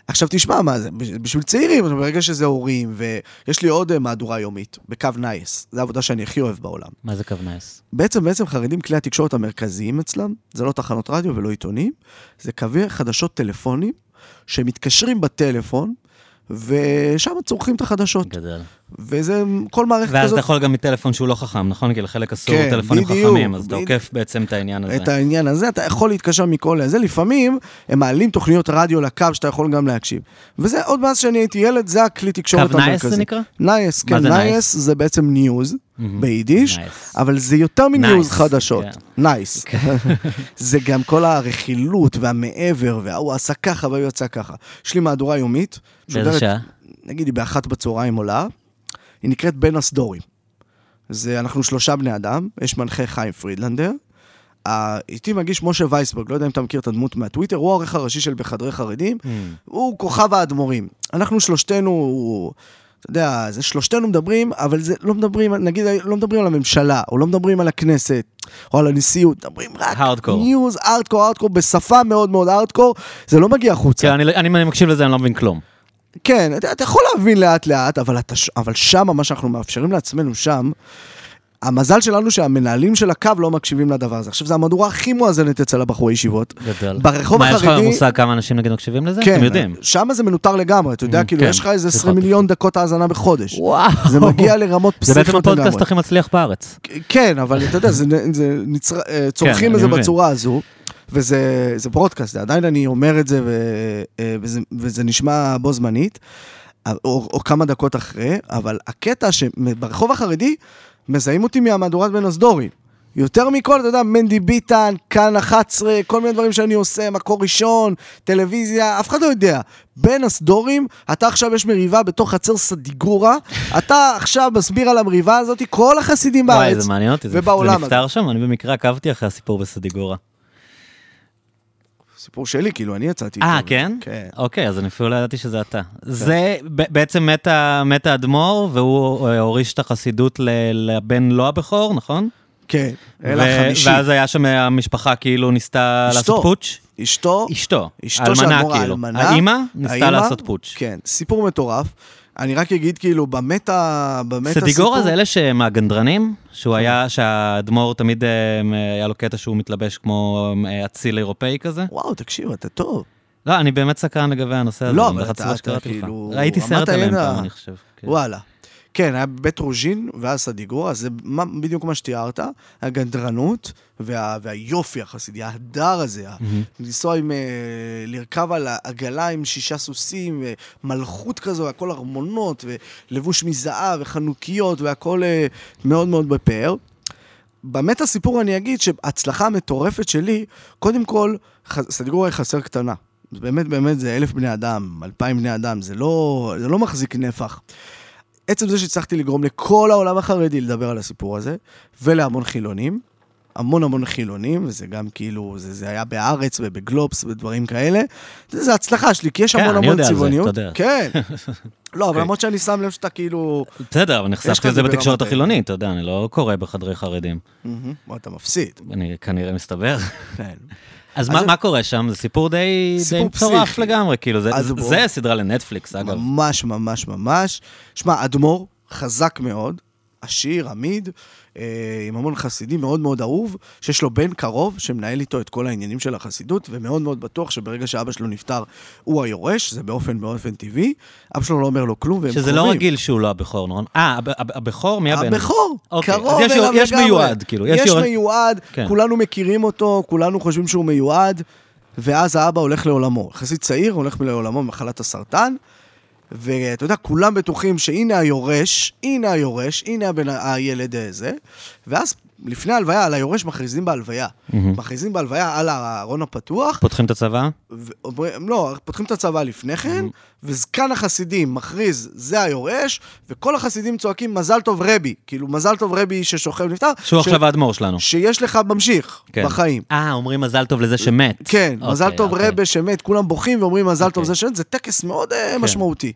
עכשיו תשמע מה זה, בשביל צעירים, ברגע שזה הורים, ויש לי עוד מהדורה יומית, בקו נייס, זו העבודה שאני הכי אוהב בעולם. מה זה קו נייס? בעצם חרדים כלי התקשורת המרכזיים אצלם, זה לא תחנות רדיו ולא עיתונים, זה קווי חדשות טלפונים, שמתקשרים בטלפון, ושם צורכים את החדשות. גדל. וזה כל מערכת כזאת. ואז אתה יכול גם מטלפון שהוא לא חכם, נכון? כי לחלק אסור טלפונים חכמים, אז אתה עוקף בעצם את העניין הזה. את העניין הזה, אתה יכול להתקשר מכל זה. לפעמים הם מעלים תוכניות רדיו לקו שאתה יכול גם להקשיב. וזה עוד מאז שאני הייתי ילד, זה הכלי תקשורת המרכזי. קו נייס זה נקרא? נייס, כן, נייס זה בעצם ניוז ביידיש, אבל זה יותר מניוז חדשות. נייס. זה גם כל הרכילות והמעבר, והוא עשה ככה והוא יצא ככה. יש לי מהדורה יומית. באיזה שעה? נגיד, היא ב13:00 עולה. היא נקראת בין הסדורים. אנחנו 3 בני אדם, יש מנחה חיים פרידלנדר, איתי מגיש משה וייסברג, לא יודע אם אתה מכיר את הדמות מהטוויטר, הוא העורך הראשי של בחדרי חרדים, הוא כוכב האדמו"רים. אנחנו שלושתנו, אתה יודע, זה שלושתנו מדברים, אבל זה לא מדברים, נגיד, לא מדברים על הממשלה, או לא מדברים על הכנסת, או על הנשיאות, מדברים רק ניוז, ארדקור, בשפה מאוד מאוד ארדקור, זה לא מגיע החוצה. כן, אני מקשיב לזה, אני לא מבין כלום. כן, אתה יכול להבין לאט לאט, אבל שם, מה שאנחנו מאפשרים לעצמנו שם, המזל שלנו שהמנהלים של הקו לא מקשיבים לדבר הזה. עכשיו, זו המהדורה הכי מואזנת אצל הבחורי ישיבות. גדל. ברחוב החרדי... מה, יש לך מושג כמה אנשים נגיד מקשיבים לזה? כן, אתם יודעים. שם זה מנותר לגמרי. אתה יודע, כאילו, יש לך איזה 20 מיליון דקות האזנה בחודש. וואו. זה מגיע לרמות פסיכיות לגמרי. זה בעצם הפודקאסט הכי מצליח בארץ. כן, אבל אתה יודע, צורכים את זה בצורה הזו. וזה ברודקאסט, עדיין אני אומר את זה, וזה נשמע בו זמנית, או כמה דקות אחרי, אבל הקטע שברחוב החרדי, מזהים אותי מהמהדורת בין הסדורים. יותר מכל, אתה יודע, מנדי ביטן, כאן 11, כל מיני דברים שאני עושה, מקור ראשון, טלוויזיה, אף אחד לא יודע. בין הסדורים, אתה עכשיו יש מריבה בתוך חצר סדיגורה, אתה עכשיו מסביר על המריבה הזאת, כל החסידים בארץ. וואי, זה מעניין אותי, זה נפטר שם, אני במקרה עקבתי אחרי הסיפור בסדיגורה. סיפור שלי, כאילו, אני יצאתי. כן? כן. אוקיי, אז אני אפילו לא ידעתי שזה אתה. זה בעצם מת האדמו"ר, והוא הוריש את החסידות לבן לא הבכור, נכון? כן, אלא חמישי. ואז היה שם המשפחה כאילו ניסתה לעשות פוטש? אשתו. אלמנה כאילו. האמא ניסתה לעשות פוטש. כן, סיפור מטורף. אני רק אגיד כאילו, באמת סדיגורה זה אלה שהם הגנדרנים, שהאדמו"ר תמיד היה לו קטע שהוא מתלבש כמו אציל אירופאי כזה. וואו, תקשיב, אתה טוב. לא, אני באמת סקרן לגבי הנושא הזה. לא, אבל אתה כאילו... ראיתי סרט עליהם פעם, אני חושב. וואלה. כן, היה בית רוז'ין ואז סדיגורה, זה בדיוק מה שתיארת, הגנדרנות והיופי החסידי, ההדר הזה, לנסוע לרכב על העגלה עם 6 סוסים, מלכות כזו, הכל ארמונות, ולבוש מזהב וחנוכיות, והכל מאוד מאוד בפאר. באמת הסיפור אני אגיד שההצלחה המטורפת שלי, קודם כל, סדיגורה היא חסר קטנה. באמת זה 1,000 בני אדם, 2,000 בני אדם, זה לא מחזיק נפח. עצם זה שהצלחתי לגרום לכל העולם החרדי לדבר על הסיפור הזה, ולהמון חילונים, המון חילונים, וזה גם כאילו, זה היה בארץ ובגלובס ודברים כאלה, זה הצלחה שלי, כי יש המון צבעוניות. כן, לא, אבל למרות שאני שם לב שאתה כאילו... בסדר, אבל נחשפתי לזה בתקשורת החילונית, אתה יודע, אני לא קורא בחדרי חרדים. אתה מפסיד. אני כנראה מסתבר. כן. אז מה קורה שם? זה סיפור די מטורף לגמרי, כאילו, זה סדרה לנטפליקס, אגב. ממש. שמע, אדמו"ר חזק מאוד, עשיר, עמיד, עם המון חסידים, מאוד מאוד אהוב, שיש לו בן קרוב, שמנהל איתו את כל העניינים של החסידות, ומאוד מאוד בטוח שברגע שאבא שלו נפטר, הוא היורש, זה באופן טבעי, אבא שלו לא אומר לו כלום, והם שזה קרובים. לא רגיל שהוא לא הבכור, נכון? הבכור, מי הבן? הבכור, קרוב אליו לגמרי. יש מיועד, כאילו. יש מיועד, כולנו מכירים אותו, כולנו חושבים שהוא מיועד, ואז האבא הולך לעולמו. חסיד צעיר הולך לעולמו ממחלת הסרטן, ואתה יודע, כולם בטוחים שהנה היורש, הנה הילד הזה, ואז לפני ההלוויה, על היורש מכריזים בהלוויה. מכריזים בהלוויה על הארון הפתוח. פותחים את הצבא? לא, פותחים את הצבא לפני כן, וזקן החסידים מכריז, זה היורש, וכל החסידים צועקים, מזל טוב רבי, כאילו מזל טוב רבי ששוכב נפטר. שהוא עכשיו האדמו"ר שלנו. שיש לך ממשיך בחיים. אומרים מזל טוב לזה שמת. כן, מזל טוב רבי שמת, כולם בוכים ואומרים מזל טוב זה שמת, זה טקס מאוד משמעותי.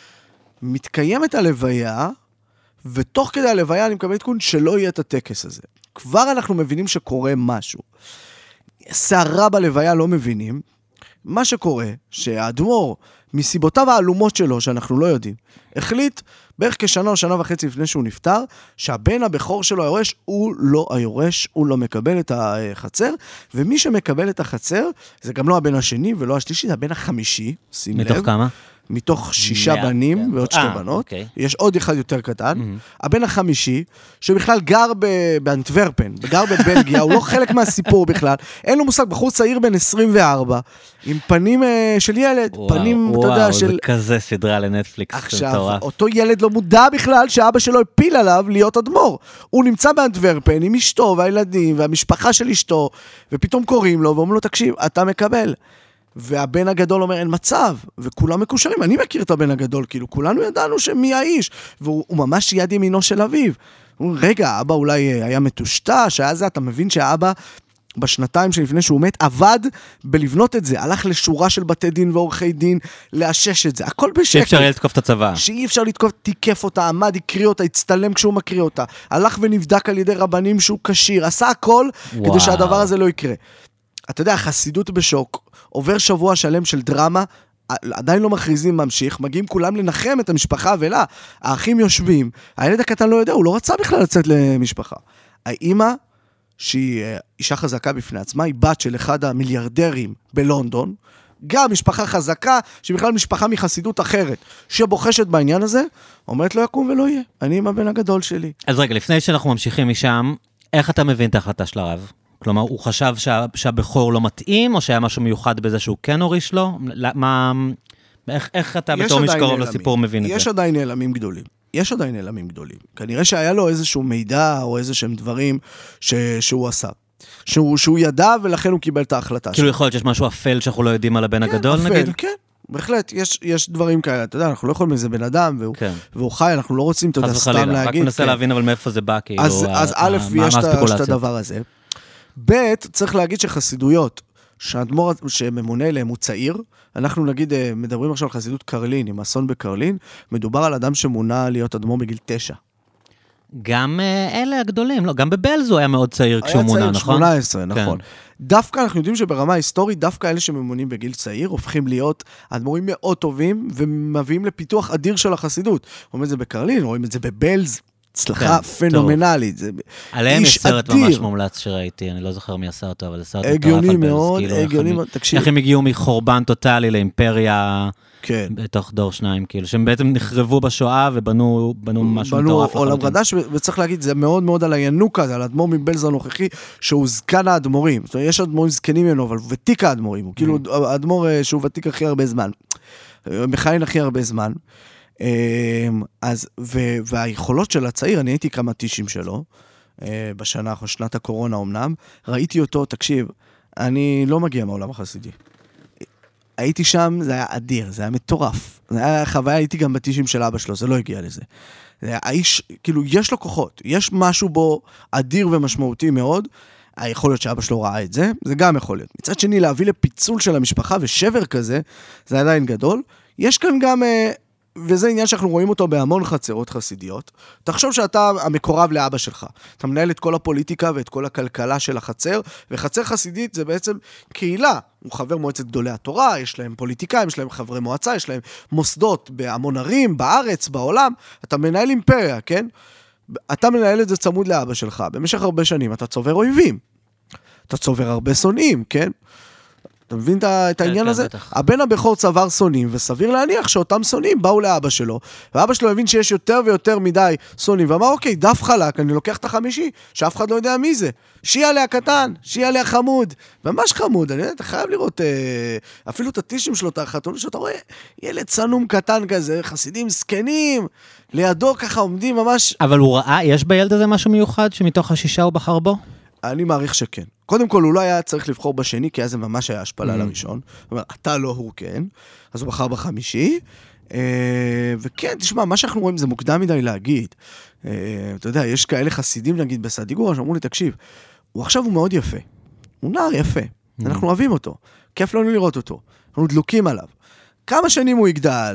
מתקיימת הלוויה, ותוך כדי הלוויה אני מקבל עדכון שלא יהיה את הטקס הזה. כבר אנחנו מבינים שקורה משהו. שערה בלוויה לא מבינים. מה שקורה, שהאדמו"ר מסיבותיו העלומות שלו, שאנחנו לא יודעים, החליט בערך כשנה או שנה וחצי לפני שהוא נפטר, שהבן הבכור שלו היורש, הוא לא היורש, הוא לא מקבל את החצר, ומי שמקבל את החצר, זה גם לא הבן השני ולא השלישי, זה הבן החמישי, שים לב. מתוך כמה? מתוך 6 בנים ועוד 2 בנות. יש עוד אחד יותר קטן. הבן החמישי, שבכלל גר באנטוורפן, גר בבלגיה, הוא לא חלק מהסיפור בכלל. אין לו מושג, בחור צעיר בן 24, עם פנים של ילד. פנים, אתה יודע, של... וואו, זה כזה סדרה לנטפליקס. עכשיו, אותו ילד לא מודע בכלל שאבא שלו הפיל עליו להיות אדמו"ר. הוא נמצא באנטוורפן עם אשתו והילדים והמשפחה של אשתו, ופתאום קוראים לו ואומרים לו, תקשיב, אתה מקבל. והבן הגדול אומר, אין מצב, וכולם מקושרים. אני מכיר את הבן הגדול, כאילו, כולנו ידענו שמי האיש, והוא ממש יד ימינו של אביו. הוא אומר, רגע, אבא אולי היה מטושטש, שהיה זה, אתה מבין שהאבא, בשנתיים שלפני שהוא מת, עבד בלבנות את זה, הלך לשורה של בתי דין ועורכי דין, לאשש את זה, הכל בשקט. שאי אפשר לתקוף את הצבא. שאי אפשר לתקוף, תיקף אותה, עמד, הקריא אותה, הצטלם כשהוא מקריא אותה, הלך ונבדק על ידי רבנים שהוא קשיר, עשה הכל כדי שהדבר הזה לא יקרה. אתה יודע, החסידות בשוק, עובר שבוע שלם של דרמה, עדיין לא מכריזים ממשיך, מגיעים כולם לנחם את המשפחה, ולה, האחים יושבים, הילד הקטן לא יודע, הוא לא רצה בכלל לצאת למשפחה. האמא, שהיא אישה חזקה בפני עצמה, היא בת של אחד המיליארדרים בלונדון, גם משפחה חזקה, שהיא בכלל משפחה מחסידות אחרת, שבוחשת בעניין הזה, אומרת לא יקום ולא יהיה, אני עם הבן הגדול שלי. אז רגע, לפני שאנחנו ממשיכים משם, איך אתה מבין את ההחלטה של הרב? כלומר, הוא חשב שהבכור לא מתאים, או שהיה משהו מיוחד בזה שהוא כן הוריש לו? איך אתה בתור מי שקרוב לסיפור מבין את זה? יש עדיין נעלמים גדולים. כנראה שהיה לו איזשהו מידע, או איזשהם דברים שהוא עשה. שהוא ידע, ולכן הוא קיבל את ההחלטה. כאילו יכול להיות שיש משהו אפל שאנחנו לא יודעים על הבן הגדול, נגיד? כן, בהחלט, יש דברים כאלה, אתה יודע, אנחנו לא יכולים איזה בן אדם, והוא חי, אנחנו לא רוצים, אתה יודע, סתם להגיד. רק מנסה להבין אבל מאיפה זה בא, כאילו, אז א', יש את הדבר הזה. ב', צריך להגיד שחסידויות, שהאדמו"ר שממונה אליהם הוא צעיר, אנחנו נגיד, מדברים עכשיו על חסידות קרלין, עם אסון בקרלין, מדובר על אדם שמונה להיות אדמו"ר בגיל 9. גם אלה הגדולים, לא, גם בבלז הוא היה מאוד צעיר כשהוא מונה, נכון? 18, נכון. דווקא אנחנו יודעים שברמה ההיסטורית, דווקא אלה שממונים בגיל צעיר, הופכים להיות אדמו"רים מאוד טובים, ומביאים לפיתוח אדיר של החסידות. רואים את זה בקרלין, רואים את זה בבלז, הצלחה פנומנלית. עליהם יש סרט ממש מומלץ שראיתי, אני לא זוכר מי עשה אותו, אבל זה סרט הגיוני מאוד, הגיוני מאוד, תקשיב. איך הם הגיעו מחורבן טוטלי לאימפריה בתוך דור 2, כאילו, שהם בעצם נחרבו בשואה ובנו משהו מטורף. בנו עולם חדש, וצריך להגיד, זה מאוד מאוד על הינוק הזה, על האדמו"ר מבלז הנוכחי, שהוא זקן האדמו"רים. זאת אומרת, יש אדמו"רים זקנים ממנו, אבל הוא ותיק האדמו"רים, הוא כאילו האדמו"ר שהוא ותיק הכי הרבה זמן. מכהן הכי הרבה זמן. והיכולות של הצעיר, אני הייתי כמה טישים שלו, שנת הקורונה אמנם, ראיתי אותו, תקשיב, אני לא מגיע מהעולם החסידי. הייתי שם, זה היה אדיר, זה היה מטורף. זה היה חוויה, הייתי גם בטישים של אבא שלו, זה לא הגיע לזה. האיש, כאילו, יש לו כוחות, יש משהו בו אדיר ומשמעותי מאוד, יכול להיות שאבא שלו ראה את זה, זה גם יכול להיות. מצד שני, להביא לפיצול של המשפחה ושבר כזה, זה עדיין גדול. יש כאן גם... וזה עניין שאנחנו רואים אותו בהמון חצרות חסידיות. תחשוב שאתה המקורב לאבא שלך. אתה מנהל את כל הפוליטיקה ואת כל הכלכלה של החצר, וחצר חסידית זה בעצם קהילה. הוא חבר מועצת גדולי התורה, יש להם פוליטיקאים, יש להם חברי מועצה, יש להם מוסדות בהמון ערים, בארץ, בעולם. אתה מנהל אימפריה, כן? אתה מנהל את זה צמוד לאבא שלך. במשך הרבה שנים אתה צובר אויבים. אתה צובר הרבה שונאים, כן? אתה מבין את העניין הזה? הבן הבכור צבר שונאים, וסביר להניח שאותם שונאים באו לאבא שלו, ואבא שלו הבין שיש יותר ויותר מדי שונאים, ואמר, אוקיי, דף חלק, אני לוקח את החמישי, שאף אחד לא יודע מי זה. שיהיה עליה קטן, שיהיה עליה חמוד, ממש חמוד, אתה חייב לראות, אפילו את הטישים שלו, את החתולים שלו, אתה רואה, ילד צנום קטן כזה, חסידים סקנים, לידו ככה עומדים ממש... אבל הוא ראה, יש בילד הזה משהו מיוחד, שמתוך השישה הוא בחר בו? אני מעריך שכן. קודם כל, הוא לא היה צריך לבחור בשני, כי אז זה ממש היה השפלה לראשון. זאת אומרת, אתה לא, הוא כן. אז הוא בחר בחמישי. וכן, תשמע, מה שאנחנו רואים זה מוקדם מדי להגיד. אתה יודע, יש כאלה חסידים, נגיד, בסדיגורה, שאמרו לי, תקשיב, עכשיו הוא מאוד יפה. הוא נער יפה. אנחנו אוהבים אותו. כיף לנו לראות אותו. אנחנו דלוקים עליו. כמה שנים הוא יגדל?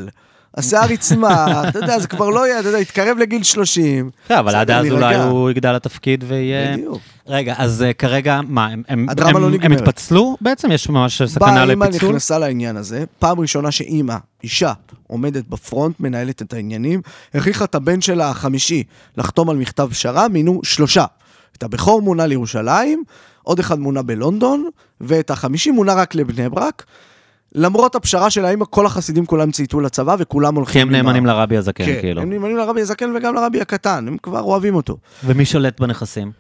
השיער יצמח, אתה יודע, זה כבר לא יהיה, אתה יודע, יתקרב לגיל 30. אבל עד אז אולי הוא יגדל לתפקיד ויהיה... בדיוק. רגע, אז כרגע, מה, הם התפצלו בעצם? יש ממש סכנה לפיצול? באה אמא נכנסה לעניין הזה, פעם ראשונה שאמא, אישה, עומדת בפרונט, מנהלת את העניינים, הכריחה את הבן שלה החמישי לחתום על מכתב פשרה, מינו 3. את הבכור מונה לירושלים, עוד אחד מונה בלונדון, ואת החמישי מונה רק לבני ברק, למרות הפשרה של האמא, כל החסידים כולם צייתו לצבא, וכולם הולכים... כי הם נאמנים לרבי הזקן, כן, כאילו. הם נאמנים לרבי הזקן וגם לרבי הקטן, הם כבר אוהבים אותו. ומי שולט בנכסים?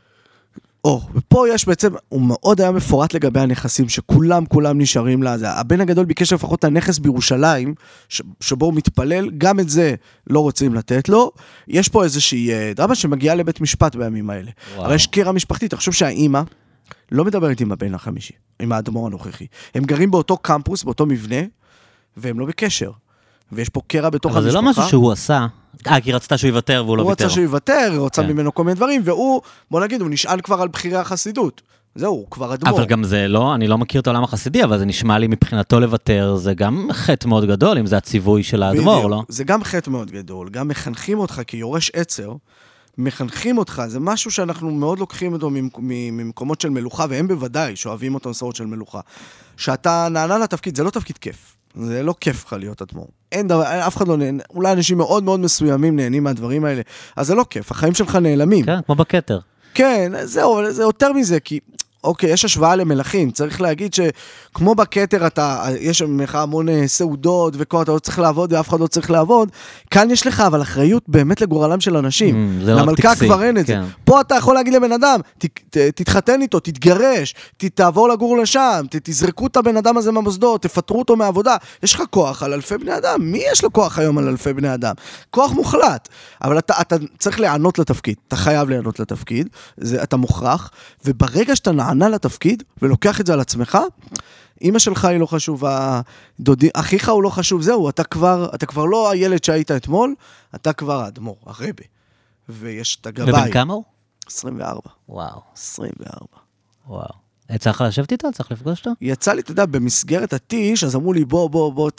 ופה יש בעצם, הוא מאוד היה מפורט לגבי הנכסים, שכולם נשארים לזה. הבן הגדול ביקש לפחות את הנכס בירושלים, שבו הוא מתפלל, גם את זה לא רוצים לתת לו. יש פה איזושהי דרמה שמגיעה לבית משפט בימים האלה. אבל יש קרע משפחתי, אתה חושב שהאימא לא מדברת עם הבן החמישי, עם האדמו"ר הנוכחי. הם גרים באותו קמפוס, באותו מבנה, והם לא בקשר. ויש פה קרע בתוך המשפחה. אבל זה לא משהו שהוא עשה. כי רצתה שהוא יוותר והוא לא ויתר. הוא רצה שהוא יוותר, רוצה ממנו כל מיני דברים, והוא, בוא נגיד, הוא נשען כבר על בחירי החסידות. זהו, הוא כבר אדמו"ר. אבל גם זה לא, אני לא מכיר את העולם החסידי, אבל זה נשמע לי מבחינתו לוותר, זה גם חטא מאוד גדול, אם זה הציווי של האדמו"ר, לא? זה גם חטא מאוד גדול, גם מחנכים אותך כיורש עצר, מחנכים אותך, זה משהו שאנחנו מאוד לוקחים אותו ממקומות של מלוכה, והם בוודאי שאוהבים אותו מסורת של מלוכה. שאתה נענה לתפקיד, זה לא תפקיד כיף. זה לא כיף לך להיות אדמו"ר. אין דבר, אף אחד לא נהנה, אולי אנשים מאוד מאוד מסוימים נהנים מהדברים האלה, אז זה לא כיף, החיים שלך נעלמים. כן, כמו בכתר. כן, זהו, זה יותר מזה, כי אוקיי, יש השוואה למלכים, צריך להגיד שכמו בכתר יש לך המון סעודות וכל, אתה לא צריך לעבוד ואף אחד לא צריך לעבוד, כאן יש לך אבל אחריות באמת לגורלם של אנשים, למלכה כבר אין את זה. פה אתה יכול להגיד לבן אדם, תתחתן איתו, תתגרש, תעבור לגור לשם, תזרקו את הבן אדם הזה מהמוסדות, תפטרו אותו מהעבודה, יש לך כוח על אלפי בני אדם, מי יש לו כוח היום על אלפי בני אדם? כוח מוחלט, אבל אתה צריך לענות לתפקיד, אתה חייב לענות לתפקיד, אתה מוכרח, וברגע שאתה נענה לתפקיד, ולוקח את זה על עצמך, אמא שלך היא לא חשובה, אחיך הוא לא חשוב, זהו, אתה כבר לא הילד שהיית אתמול, אתה כבר האדמו"ר, הרבי. ויש את הגבאי. ובן כמה הוא? 24. וואו. 24. וואו. צריך לשבת איתו? צריך לפגוש אותו? יצא לי, אתה יודע, במסגרת הטיש, אז אמרו לי, בוא,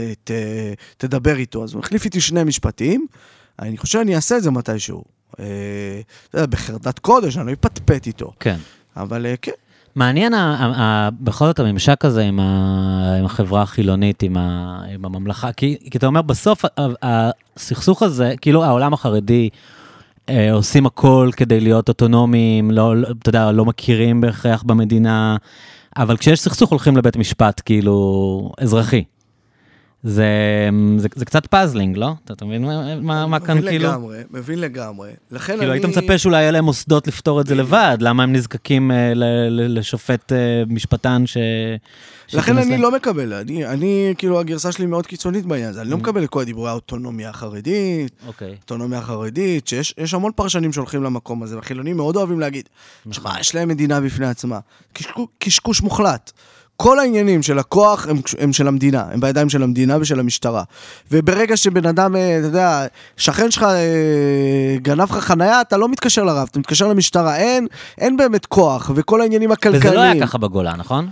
תדבר איתו. אז הוא החליף איתי 2 משפטים, אני חושב שאני אעשה את זה מתישהו. אתה יודע, בחרדת קודש, אני לא אפטפט איתו. כן. אבל כן. מעניין בכל זאת הממשק הזה עם החברה החילונית, עם הממלכה, כי אתה אומר, בסוף הסכסוך הזה, כאילו העולם החרדי עושים הכל כדי להיות אוטונומיים, אתה יודע, לא מכירים בהכרח במדינה, אבל כשיש סכסוך הולכים לבית משפט, כאילו, אזרחי. זה קצת פאזלינג, לא? אתה מבין מה כאן כאילו? מבין לגמרי. כאילו היית מצפה שאולי היה להם מוסדות לפתור את זה לבד, למה הם נזקקים לשופט משפטן לכן אני לא מקבל, אני כאילו הגרסה שלי מאוד קיצונית בעניין הזה, אני לא מקבל את כל הדיבורי האוטונומיה החרדית, אוטונומיה החרדית, שיש המון פרשנים שהולכים למקום הזה, והחילונים מאוד אוהבים להגיד, יש להם מדינה בפני עצמה, קשקוש מוחלט. כל העניינים של הכוח הם של המדינה, הם בידיים של המדינה ושל המשטרה. וברגע שבן אדם, אתה יודע, שכן שלך גנב לך חנייה, אתה לא מתקשר לרב, אתה מתקשר למשטרה, אין באמת כוח, וכל העניינים הכלכליים. וזה לא היה ככה בגולה, נכון?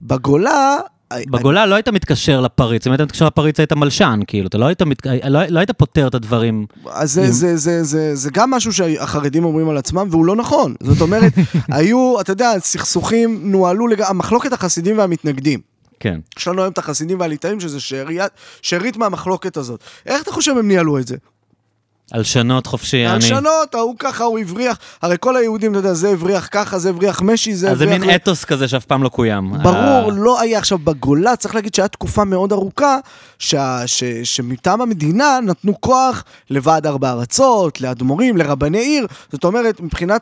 בגולה לא היית מתקשר לפריץ, אם היית מתקשר לפריץ היית מלשן, כאילו, אתה לא היית פותר את הדברים. אז זה גם משהו שהחרדים אומרים על עצמם, והוא לא נכון. זאת אומרת, היו, אתה יודע, סכסוכים נועלו, המחלוקת החסידים והמתנגדים. כן. יש לנו היום את החסידים והליטאים, שזה שארית מהמחלוקת הזאת. איך אתה חושב הם ניהלו את זה? הלשנות חופשי, הלשנות, הוא ככה, הוא הבריח, הרי כל היהודים, אתה יודע, זה הבריח ככה, זה הבריח משי, זה הבריח... אז זה מין אתוס כזה שאף פעם לא קוים. ברור, לא היה. עכשיו, בגולה, צריך להגיד שהיה תקופה מאוד ארוכה, שמטעם המדינה נתנו כוח לוועד 4 ארצות, לאדמו"רים, לרבני עיר, זאת אומרת, מבחינת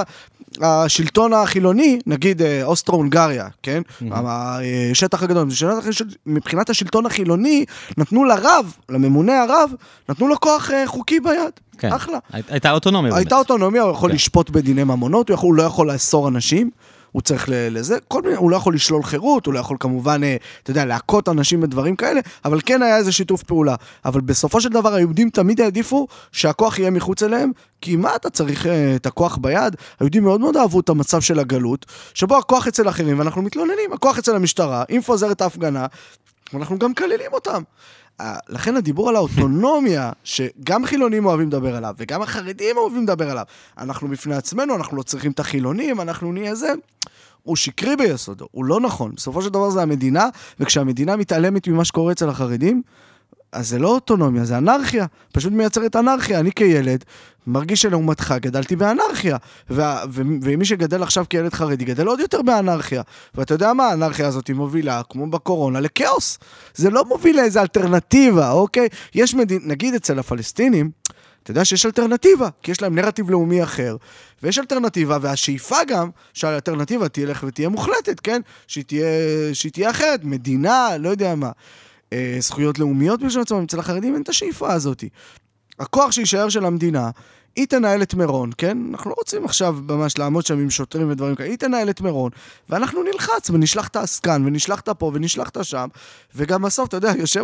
השלטון החילוני, נגיד אוסטרו-הונגריה, כן? השטח הגדול, מבחינת השלטון החילוני, נתנו לרב, לממונה הרב, נתנו לו כוח חוקי ביד. אחלה. הייתה אוטונומיה. הייתה אוטונומיה, הוא יכול לשפוט בדיני ממונות, הוא לא יכול לאסור אנשים, הוא צריך לזה, הוא לא יכול לשלול חירות, הוא לא יכול כמובן, אתה יודע, להכות אנשים בדברים כאלה, אבל כן היה איזה שיתוף פעולה. אבל בסופו של דבר, היהודים תמיד העדיפו שהכוח יהיה מחוץ אליהם, כי מה אתה צריך את הכוח ביד? היהודים מאוד מאוד אהבו את המצב של הגלות, שבו הכוח אצל אחרים, ואנחנו מתלוננים, הכוח אצל המשטרה, אם פוזר את ההפגנה, אנחנו גם כללים אותם. לכן הדיבור על האוטונומיה, שגם חילונים אוהבים לדבר עליו, וגם החרדים אוהבים לדבר עליו, אנחנו בפני עצמנו, אנחנו לא צריכים את החילונים, אנחנו נהיה זה, הוא שקרי ביסודו, הוא לא נכון. בסופו של דבר זה המדינה, וכשהמדינה מתעלמת ממה שקורה אצל החרדים, אז זה לא אוטונומיה, זה אנרכיה. פשוט מייצרת אנרכיה. אני כילד מרגיש שלעומתך גדלתי באנרכיה. ומי שגדל עכשיו כילד חרדי, גדל עוד יותר באנרכיה. ואתה יודע מה? האנרכיה הזאת היא מובילה, כמו בקורונה, לכאוס. זה לא מוביל לאיזו אלטרנטיבה, אוקיי? יש נגיד אצל הפלסטינים, אתה יודע שיש אלטרנטיבה, כי יש להם נרטיב לאומי אחר, ויש אלטרנטיבה, והשאיפה גם שהאלטרנטיבה תלך ותהיה מוחלטת, כן? שהיא תהיה אחרת, מדינה, לא יודע מה. זכויות לאומיות בשביל עצמם, אצל החרדים אין את השאיפה הזאת. הכוח שישאר של המדינה, היא תנהל את מירון, כן? אנחנו לא רוצים עכשיו ממש לעמוד שם עם שוטרים ודברים כאלה, היא תנהל את מירון, ואנחנו נלחץ ונשלח את העסקן, ונשלח את פה ונשלח את שם, וגם בסוף, אתה יודע, יושב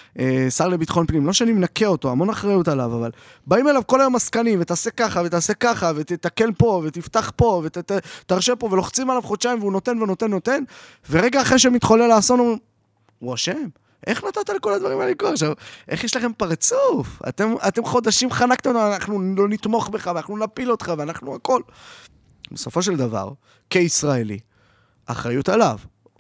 השר לביטחון פנים, לא שאני מנקה אותו, המון אחריות עליו, אבל באים אליו כל היום עסקנים, ותעשה ככה, ותעשה ככה, ותתקל פה, ותפתח פה, ותרשה פה, ולוחצים עליו חודשיים, והוא נותן ונותן, נותן, ורגע אחרי שמתחולל האסון, הוא אשם. איך נתת לכל הדברים האלה לקרוא? עכשיו, איך יש לכם פרצוף? אתם חודשים חנקתם, אנחנו לא נתמוך בך, ואנחנו נפיל אותך, ואנחנו הכל. בסופו של דבר, כישראלי, אחריות עליו.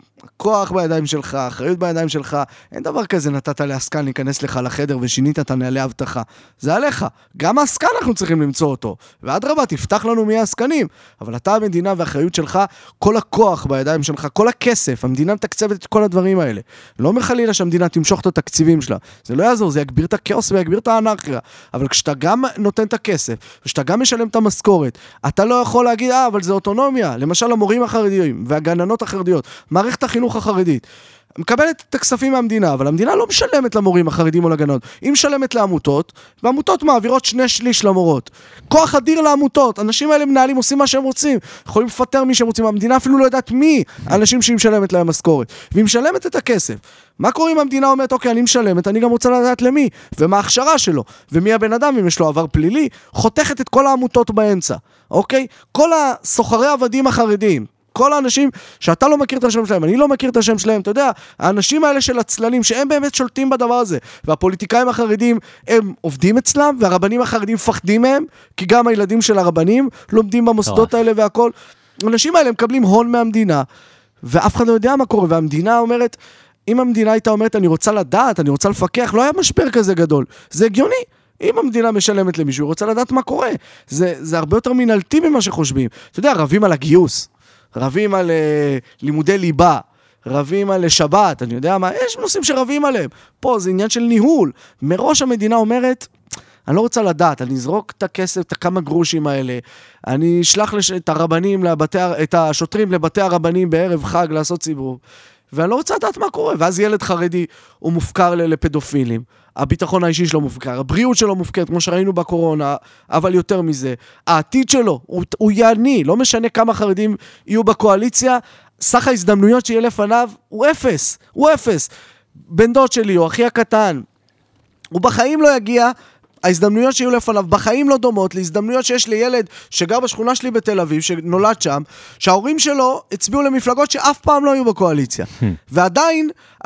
הכוח בידיים שלך, אחריות בידיים שלך, אין דבר כזה נתת לעסקן להיכנס לך לחדר ושינית את הנהלי הבטחה. זה עליך. גם העסקן אנחנו צריכים למצוא אותו. ועד רבה, תפתח לנו מי העסקנים. אבל אתה המדינה והאחריות שלך, כל הכוח בידיים שלך, כל הכסף, המדינה מתקצבת את כל הדברים האלה. לא מחלילה שהמדינה תמשוך את התקציבים שלה. זה לא יעזור, זה יגביר את הכאוס ויגביר את האנרכיה. אבל כשאתה גם נותן את הכסף, וכשאתה גם משלם את המשכורת, אתה לא יכול להגיד, אבל זה אוטונומיה. למשל, המורים החרדיים והגננות החרדיות, מערכת החינוך החרדית, מקבלת את הכספים מהמדינה, אבל המדינה לא משלמת למורים החרדים או לגננות, היא משלמת לעמותות, ועמותות מעבירות 2/3 למורות. כוח אדיר לעמותות, אנשים האלה מנהלים, עושים מה שהם רוצים, יכולים לפטר מי שהם רוצים, המדינה אפילו לא יודעת מי האנשים שהיא משלמת להם משכורת, והיא משלמת את הכסף. מה קורה אם המדינה אומרת, אוקיי, אני משלמת, אני גם רוצה לדעת למי, ומה ההכשרה שלו, ומי הבן אדם, אם יש לו עבר פלילי, חותכת את כל העמותות באמצע, אוקיי? כל הסוחרי עבדים החרדיים, כל האנשים שאתה לא מכיר את השם שלהם, אני לא מכיר את השם שלהם, אתה יודע, האנשים האלה של הצללים, שהם באמת שולטים בדבר הזה, והפוליטיקאים החרדים, הם עובדים אצלם, והרבנים החרדים פחדים מהם, כי גם הילדים של הרבנים לומדים במוסדות האלה והכל. האנשים האלה מקבלים הון מהמדינה, ואף אחד לא יודע מה קורה, והמדינה אומרת, אם המדינה הייתה אומרת, אני רוצה לדעת, אני רוצה לפקח, לא היה משבר כזה גדול. זה הגיוני. אם המדינה משלמת למישהו, רוצה לדעת מה קורה. זה הרבה יותר מנהלתי ממה שחושבים. אתה יודע, רבים על הגיוס. רבים על לימודי ליבה, רבים על שבת, אני יודע מה, יש נושאים שרבים עליהם. פה זה עניין של ניהול. מראש המדינה אומרת, אני לא רוצה לדעת, אני אזרוק את הכסף, את הכמה גרושים האלה, אני אשלח את הרבנים, את השוטרים לבתי הרבנים בערב חג לעשות ציבור, ואני לא רוצה לדעת מה קורה. ואז ילד חרדי הוא מופקר לפדופילים, הביטחון האישי שלו מופקר, הבריאות שלו מופקרת, כמו שראינו בקורונה, אבל יותר מזה, העתיד שלו, הוא יעני, לא משנה כמה חרדים יהיו בקואליציה, סך ההזדמנויות שיהיה לפניו, הוא אפס, הוא אפס. בן דוד שלי, או אחי הקטן, הוא בחיים לא יגיע, ההזדמנויות שיהיו לפניו בחיים לא דומות להזדמנויות שיש לילד שגר בשכונה שלי בתל אביב, שנולד שם, שההורים שלו הצביעו למפלגות שאף פעם לא היו בקואליציה. ועדיין,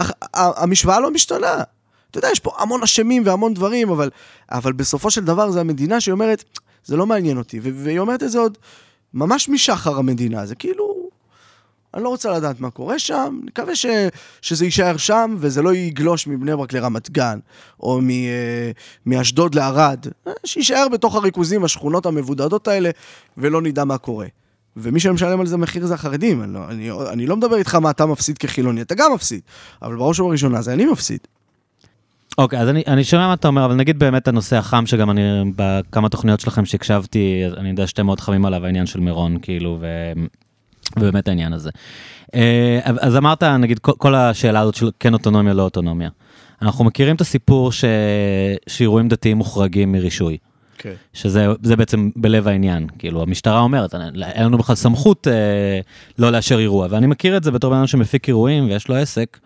המשוואה לא משתנה. אתה יודע, יש פה המון אשמים והמון דברים, אבל בסופו של דבר זה המדינה שהיא אומרת, זה לא מעניין אותי, והיא אומרת את זה עוד ממש משחר המדינה, זה כאילו, אני לא רוצה לדעת מה קורה שם, נקווה שזה יישאר שם, וזה לא יגלוש מבני ברק לרמת גן, או מאשדוד לערד, שישאר בתוך הריכוזים, השכונות המבודדות האלה, ולא נדע מה קורה. ומי שמשלם על זה מחיר זה החרדים, אני לא מדבר איתך מה אתה מפסיד כחילוני, אתה גם מפסיד, אבל בראש ובראשונה זה אני מפסיד. אוקיי, אז אני שומע מה אתה אומר, אבל נגיד באמת הנושא החם, שגם אני, בכמה תוכניות שלכם שהקשבתי, אני יודע שאתם מאוד חמים עליו, העניין של מירון, כאילו, ובאמת העניין הזה. אז אמרת, נגיד, כל השאלה הזאת של כן אוטונומיה, לא אוטונומיה. אנחנו מכירים את הסיפור שאירועים דתיים מוחרגים מרישוי. שזה בעצם בלב העניין. כאילו, המשטרה אומרת, אין לנו בכלל סמכות לא לאשר אירוע, ואני מכיר את זה בתור בן שמפיק אירועים, ויש לו עסק.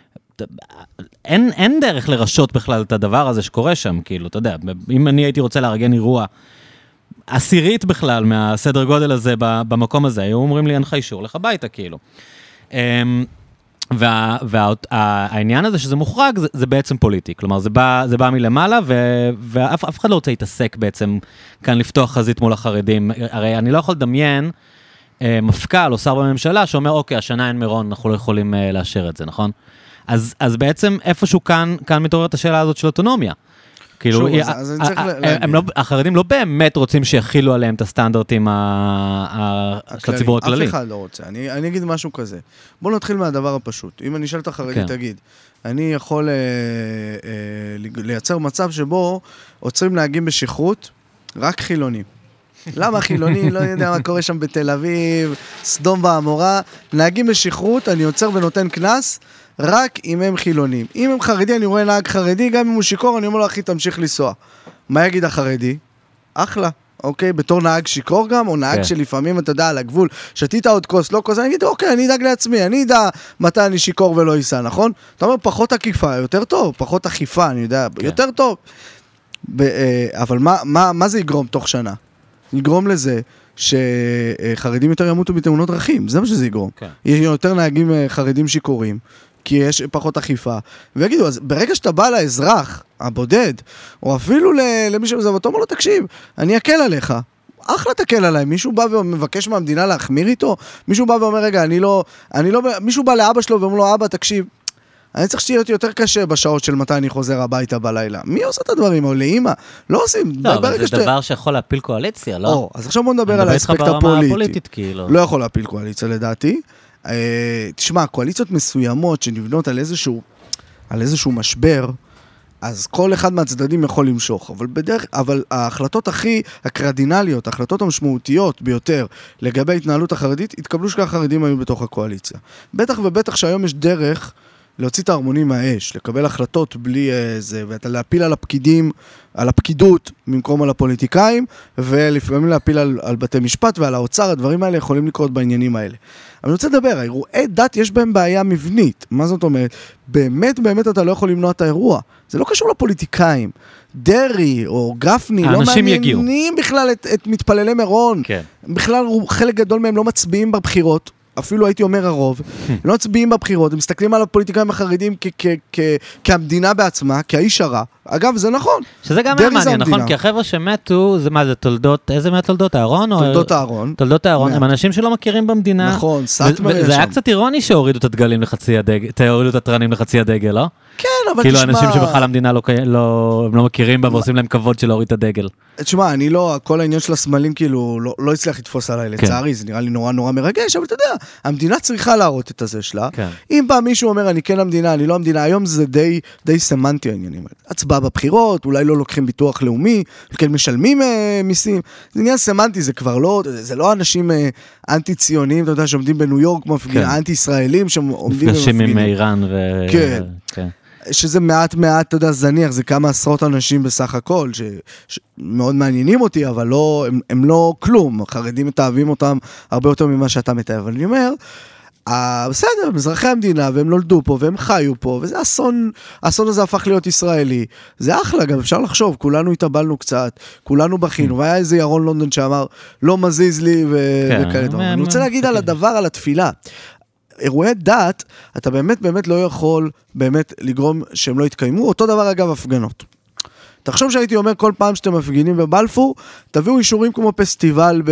אין דרך לרשות בכלל את הדבר הזה שקורה שם, כאילו, אתה יודע, אם אני הייתי רוצה לארגן אירוע עשירית בכלל מהסדר גודל הזה במקום הזה, היו אומרים לי, אין לך אישור, לך ביתה, כאילו. והעניין הזה שזה מוחרג, זה בעצם פוליטי. כלומר, זה בא מלמעלה, ואף אחד לא רוצה להתעסק בעצם כאן לפתוח חזית מול החרדים. הרי אני לא יכול לדמיין מפכ"ל או שר בממשלה שאומר, אוקיי, השנה אין מירון, אנחנו לא יכולים לאשר את זה, נכון? אז בעצם איפשהו כאן מתעוררת השאלה הזאת של אוטונומיה. כאילו, החרדים לא באמת רוצים שיחילו עליהם את הסטנדרטים של הציבור הכללי. אף אחד לא רוצה. אני אגיד משהו כזה. בואו נתחיל מהדבר הפשוט. אם אני אשאל את החרדי, תגיד, אני יכול לייצר מצב שבו עוצרים נהגים בשכרות, רק חילונים. למה חילוני? לא יודע מה קורה שם בתל אביב, סדום ועמורה. נהגים בשכרות, אני עוצר ונותן כנס, רק אם הם חילונים. אם הם חרדי, אני רואה נהג חרדי, גם אם הוא שיקור, אני אומר לו, אחי, תמשיך לנסוע. מה יגיד החרדי? אחלה, אוקיי? בתור נהג שיקור גם, או נהג שלפעמים, אתה יודע, על הגבול, שתית עוד כוס, לא כוס, אני אגיד, אוקיי, אני אדאג לעצמי, אני אדע מתי אני שיקור ולא ייסע, נכון? אתה אומר, פחות עקיפה, יותר טוב, פחות אכיפה, אני יודע, יותר טוב. אבל מה זה יגרום תוך שנה? יגרום לזה שחרדים יותר ימותו בתאונות דרכים, זה מה שזה יגרום. יש יותר נהגים חרדים שיקורים, כי יש פחות אכיפה. ויגידו, אז ברגע שאתה בא לאזרח הבודד, או אפילו למי שמזו, ואתה אומר לו, תקשיב, אני אקל עליך. אחלה תקל עליי. מישהו בא ומבקש מהמדינה להחמיר איתו? מישהו בא ואומר, רגע, מישהו בא לאבא שלו ואומר לו, אבא, תקשיב, אני צריך שתהיה יותר קשה בשעות של מתי אני חוזר הביתה בלילה. מי עושה את הדברים? או לאמא? לא עושים. לא, אבל זה דבר שיכול להפיל קואליציה, לא? אז עכשיו בוא נדבר על האספקט הפוליטי. לא יכול להפיל קואליציה, לדעתי. תשמע, קואליציות מסוימות שנבנות על איזשהו משבר, אז כל אחד מהצדדים יכול למשוך. אבל ההחלטות הכי הקרדינליות, ההחלטות המשמעותיות ביותר לגבי ההתנהלות החרדית, התקבלו שכחרדים היו בתוך הקואליציה. בטח ובטח שהיום יש דרך להוציא את ההרמונים מהאש, לקבל החלטות בלי זה, ואתה להפיל על הפקידים, על הפקידות, במקום על הפוליטיקאים, ולפעמים להפיל על בתי משפט ועל האוצר, הדברים האלה יכולים לקרות בעניינים האלה. אבל אני רוצה לדבר, האירועי דת יש בהם בעיה מבנית. מה זאת אומרת? באמת אתה לא יכול למנוע את האירוע. זה לא קשור לפוליטיקאים. דרי או גפני לא מעניינים בכלל את מתפללי מירון. כן. בכלל חלק גדול מהם לא מצביעים בבחירות. אפילו הייתי אומר הרוב, לא מצביעים בבחירות, הם מסתכלים על הפוליטיקאים החרדים כהמדינה בעצמה, כאיש הרע. אגב, זה נכון. שזה גם מעניין, נכון? כי החבר'ה שמתו, זה מה זה, תולדות, איזה מהתולדות? הארון? תולדות הארון. תולדות הארון, הם אנשים שלא מכירים במדינה. נכון, סאטמר יש שם. זה היה קצת אירוני שהורידו את הדגלים לחצי הדגל, הורידו את הטרנים לחצי הדגל, לא? כן, אבל כאילו אנשים שבכלל המדינה לא מכירים בה ועושים להם כבוד של להוריד את הדגל. תשמע, כל העניין של הסמלים כאילו לא הצליח לתפוס עליי, לצערי, זה נראה לי נורא מרגש, אבל אתה יודע, המדינה צריכה להראות את הזה שלה. אם בא מישהו אומר, אני כן המדינה, אני לא המדינה, היום זה די סמנטי העניינים. הצבעה בבחירות, אולי לא לוקחים ביטוח לאומי, כן משלמים מיסים. זה עניין סמנטי, זה כבר לא, זה לא אנשים אנטי-ציונים, אתה יודע, שעומדים בניו יורק, אנטי-ישראלים, שעומדים מפגינים. עם איראן כן. שזה מעט, אתה יודע, זניח, זה כמה עשרות אנשים בסך הכל, שמאוד מעניינים אותי, אבל הם לא כלום, החרדים מתאהבים אותם הרבה יותר ממה שאתה מתאהב, אבל אני אומר, בסדר, מזרחי המדינה, והם נולדו פה, והם חיו פה, וזה אסון, האסון הזה הפך להיות ישראלי, זה אחלה, גם אפשר לחשוב, כולנו התאבלנו קצת, כולנו בכינו, והיה איזה ירון לונדון שאמר, לא מזיז לי, וכאלה דבר. אני רוצה להגיד על הדבר, על התפילה, אירועי דת, אתה באמת לא יכול באמת לגרום שהם לא יתקיימו, אותו דבר אגב הפגנות. תחשוב שהייתי אומר כל פעם שאתם מפגינים בבלפור, תביאו אישורים כמו פסטיבל,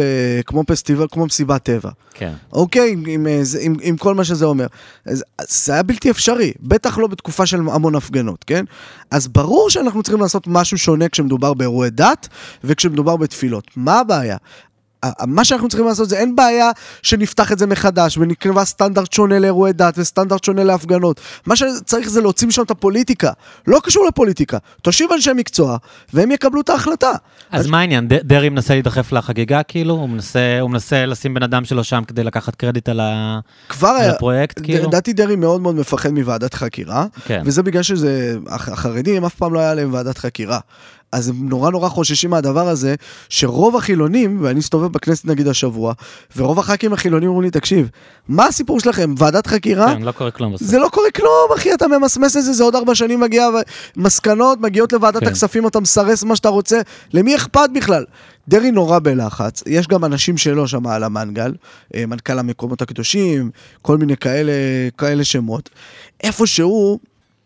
כמו מסיבת טבע. כן. אוקיי, עם כל מה שזה אומר. זה היה בלתי אפשרי, בטח לא בתקופה של המון הפגנות, כן? אז ברור שאנחנו צריכים לעשות משהו שונה כשמדובר באירועי דת, וכשמדובר בתפילות. מה הבעיה? מה שאנחנו צריכים לעשות זה, אין בעיה שנפתח את זה מחדש, ונקבע סטנדרט שונה לאירועי דת, וסטנדרט שונה להפגנות. מה שצריך זה להוציא משם את הפוליטיקה. לא קשור לפוליטיקה. תושיב אנשי מקצוע, והם יקבלו את ההחלטה. אז מה העניין? דרי מנסה להידחף לחגיגה, כאילו? הוא מנסה לשים בן אדם שלו שם, כדי לקחת קרדיט על הפרויקט, כאילו? דעתי דרי מאוד מאוד מפחד מוועדת חקירה, וזה בגלל שזה, החרדים אף פעם לא היה להם ועדת חקירה. אז הם נורא חוששים מהדבר הזה, שרוב החילונים, ואני מסתובב בכנסת נגיד השבוע, ורוב הח"כים החילונים אומרים לי, תקשיב, מה הסיפור שלכם? ועדת חקירה? כן, לא קורה כלום. זה לא קורה כלום, אחי, אתה ממסמס את זה, זה עוד 4 שנים מגיע, מסקנות, מגיעות לוועדת הכספים, אתה מסרס מה שאתה רוצה, למי אכפת בכלל? דרי נורא בלחץ, יש גם אנשים שלו שם על המנגל, מנכ"ל המקומות הקדושים, כל מיני כאלה שמות. איפשהו,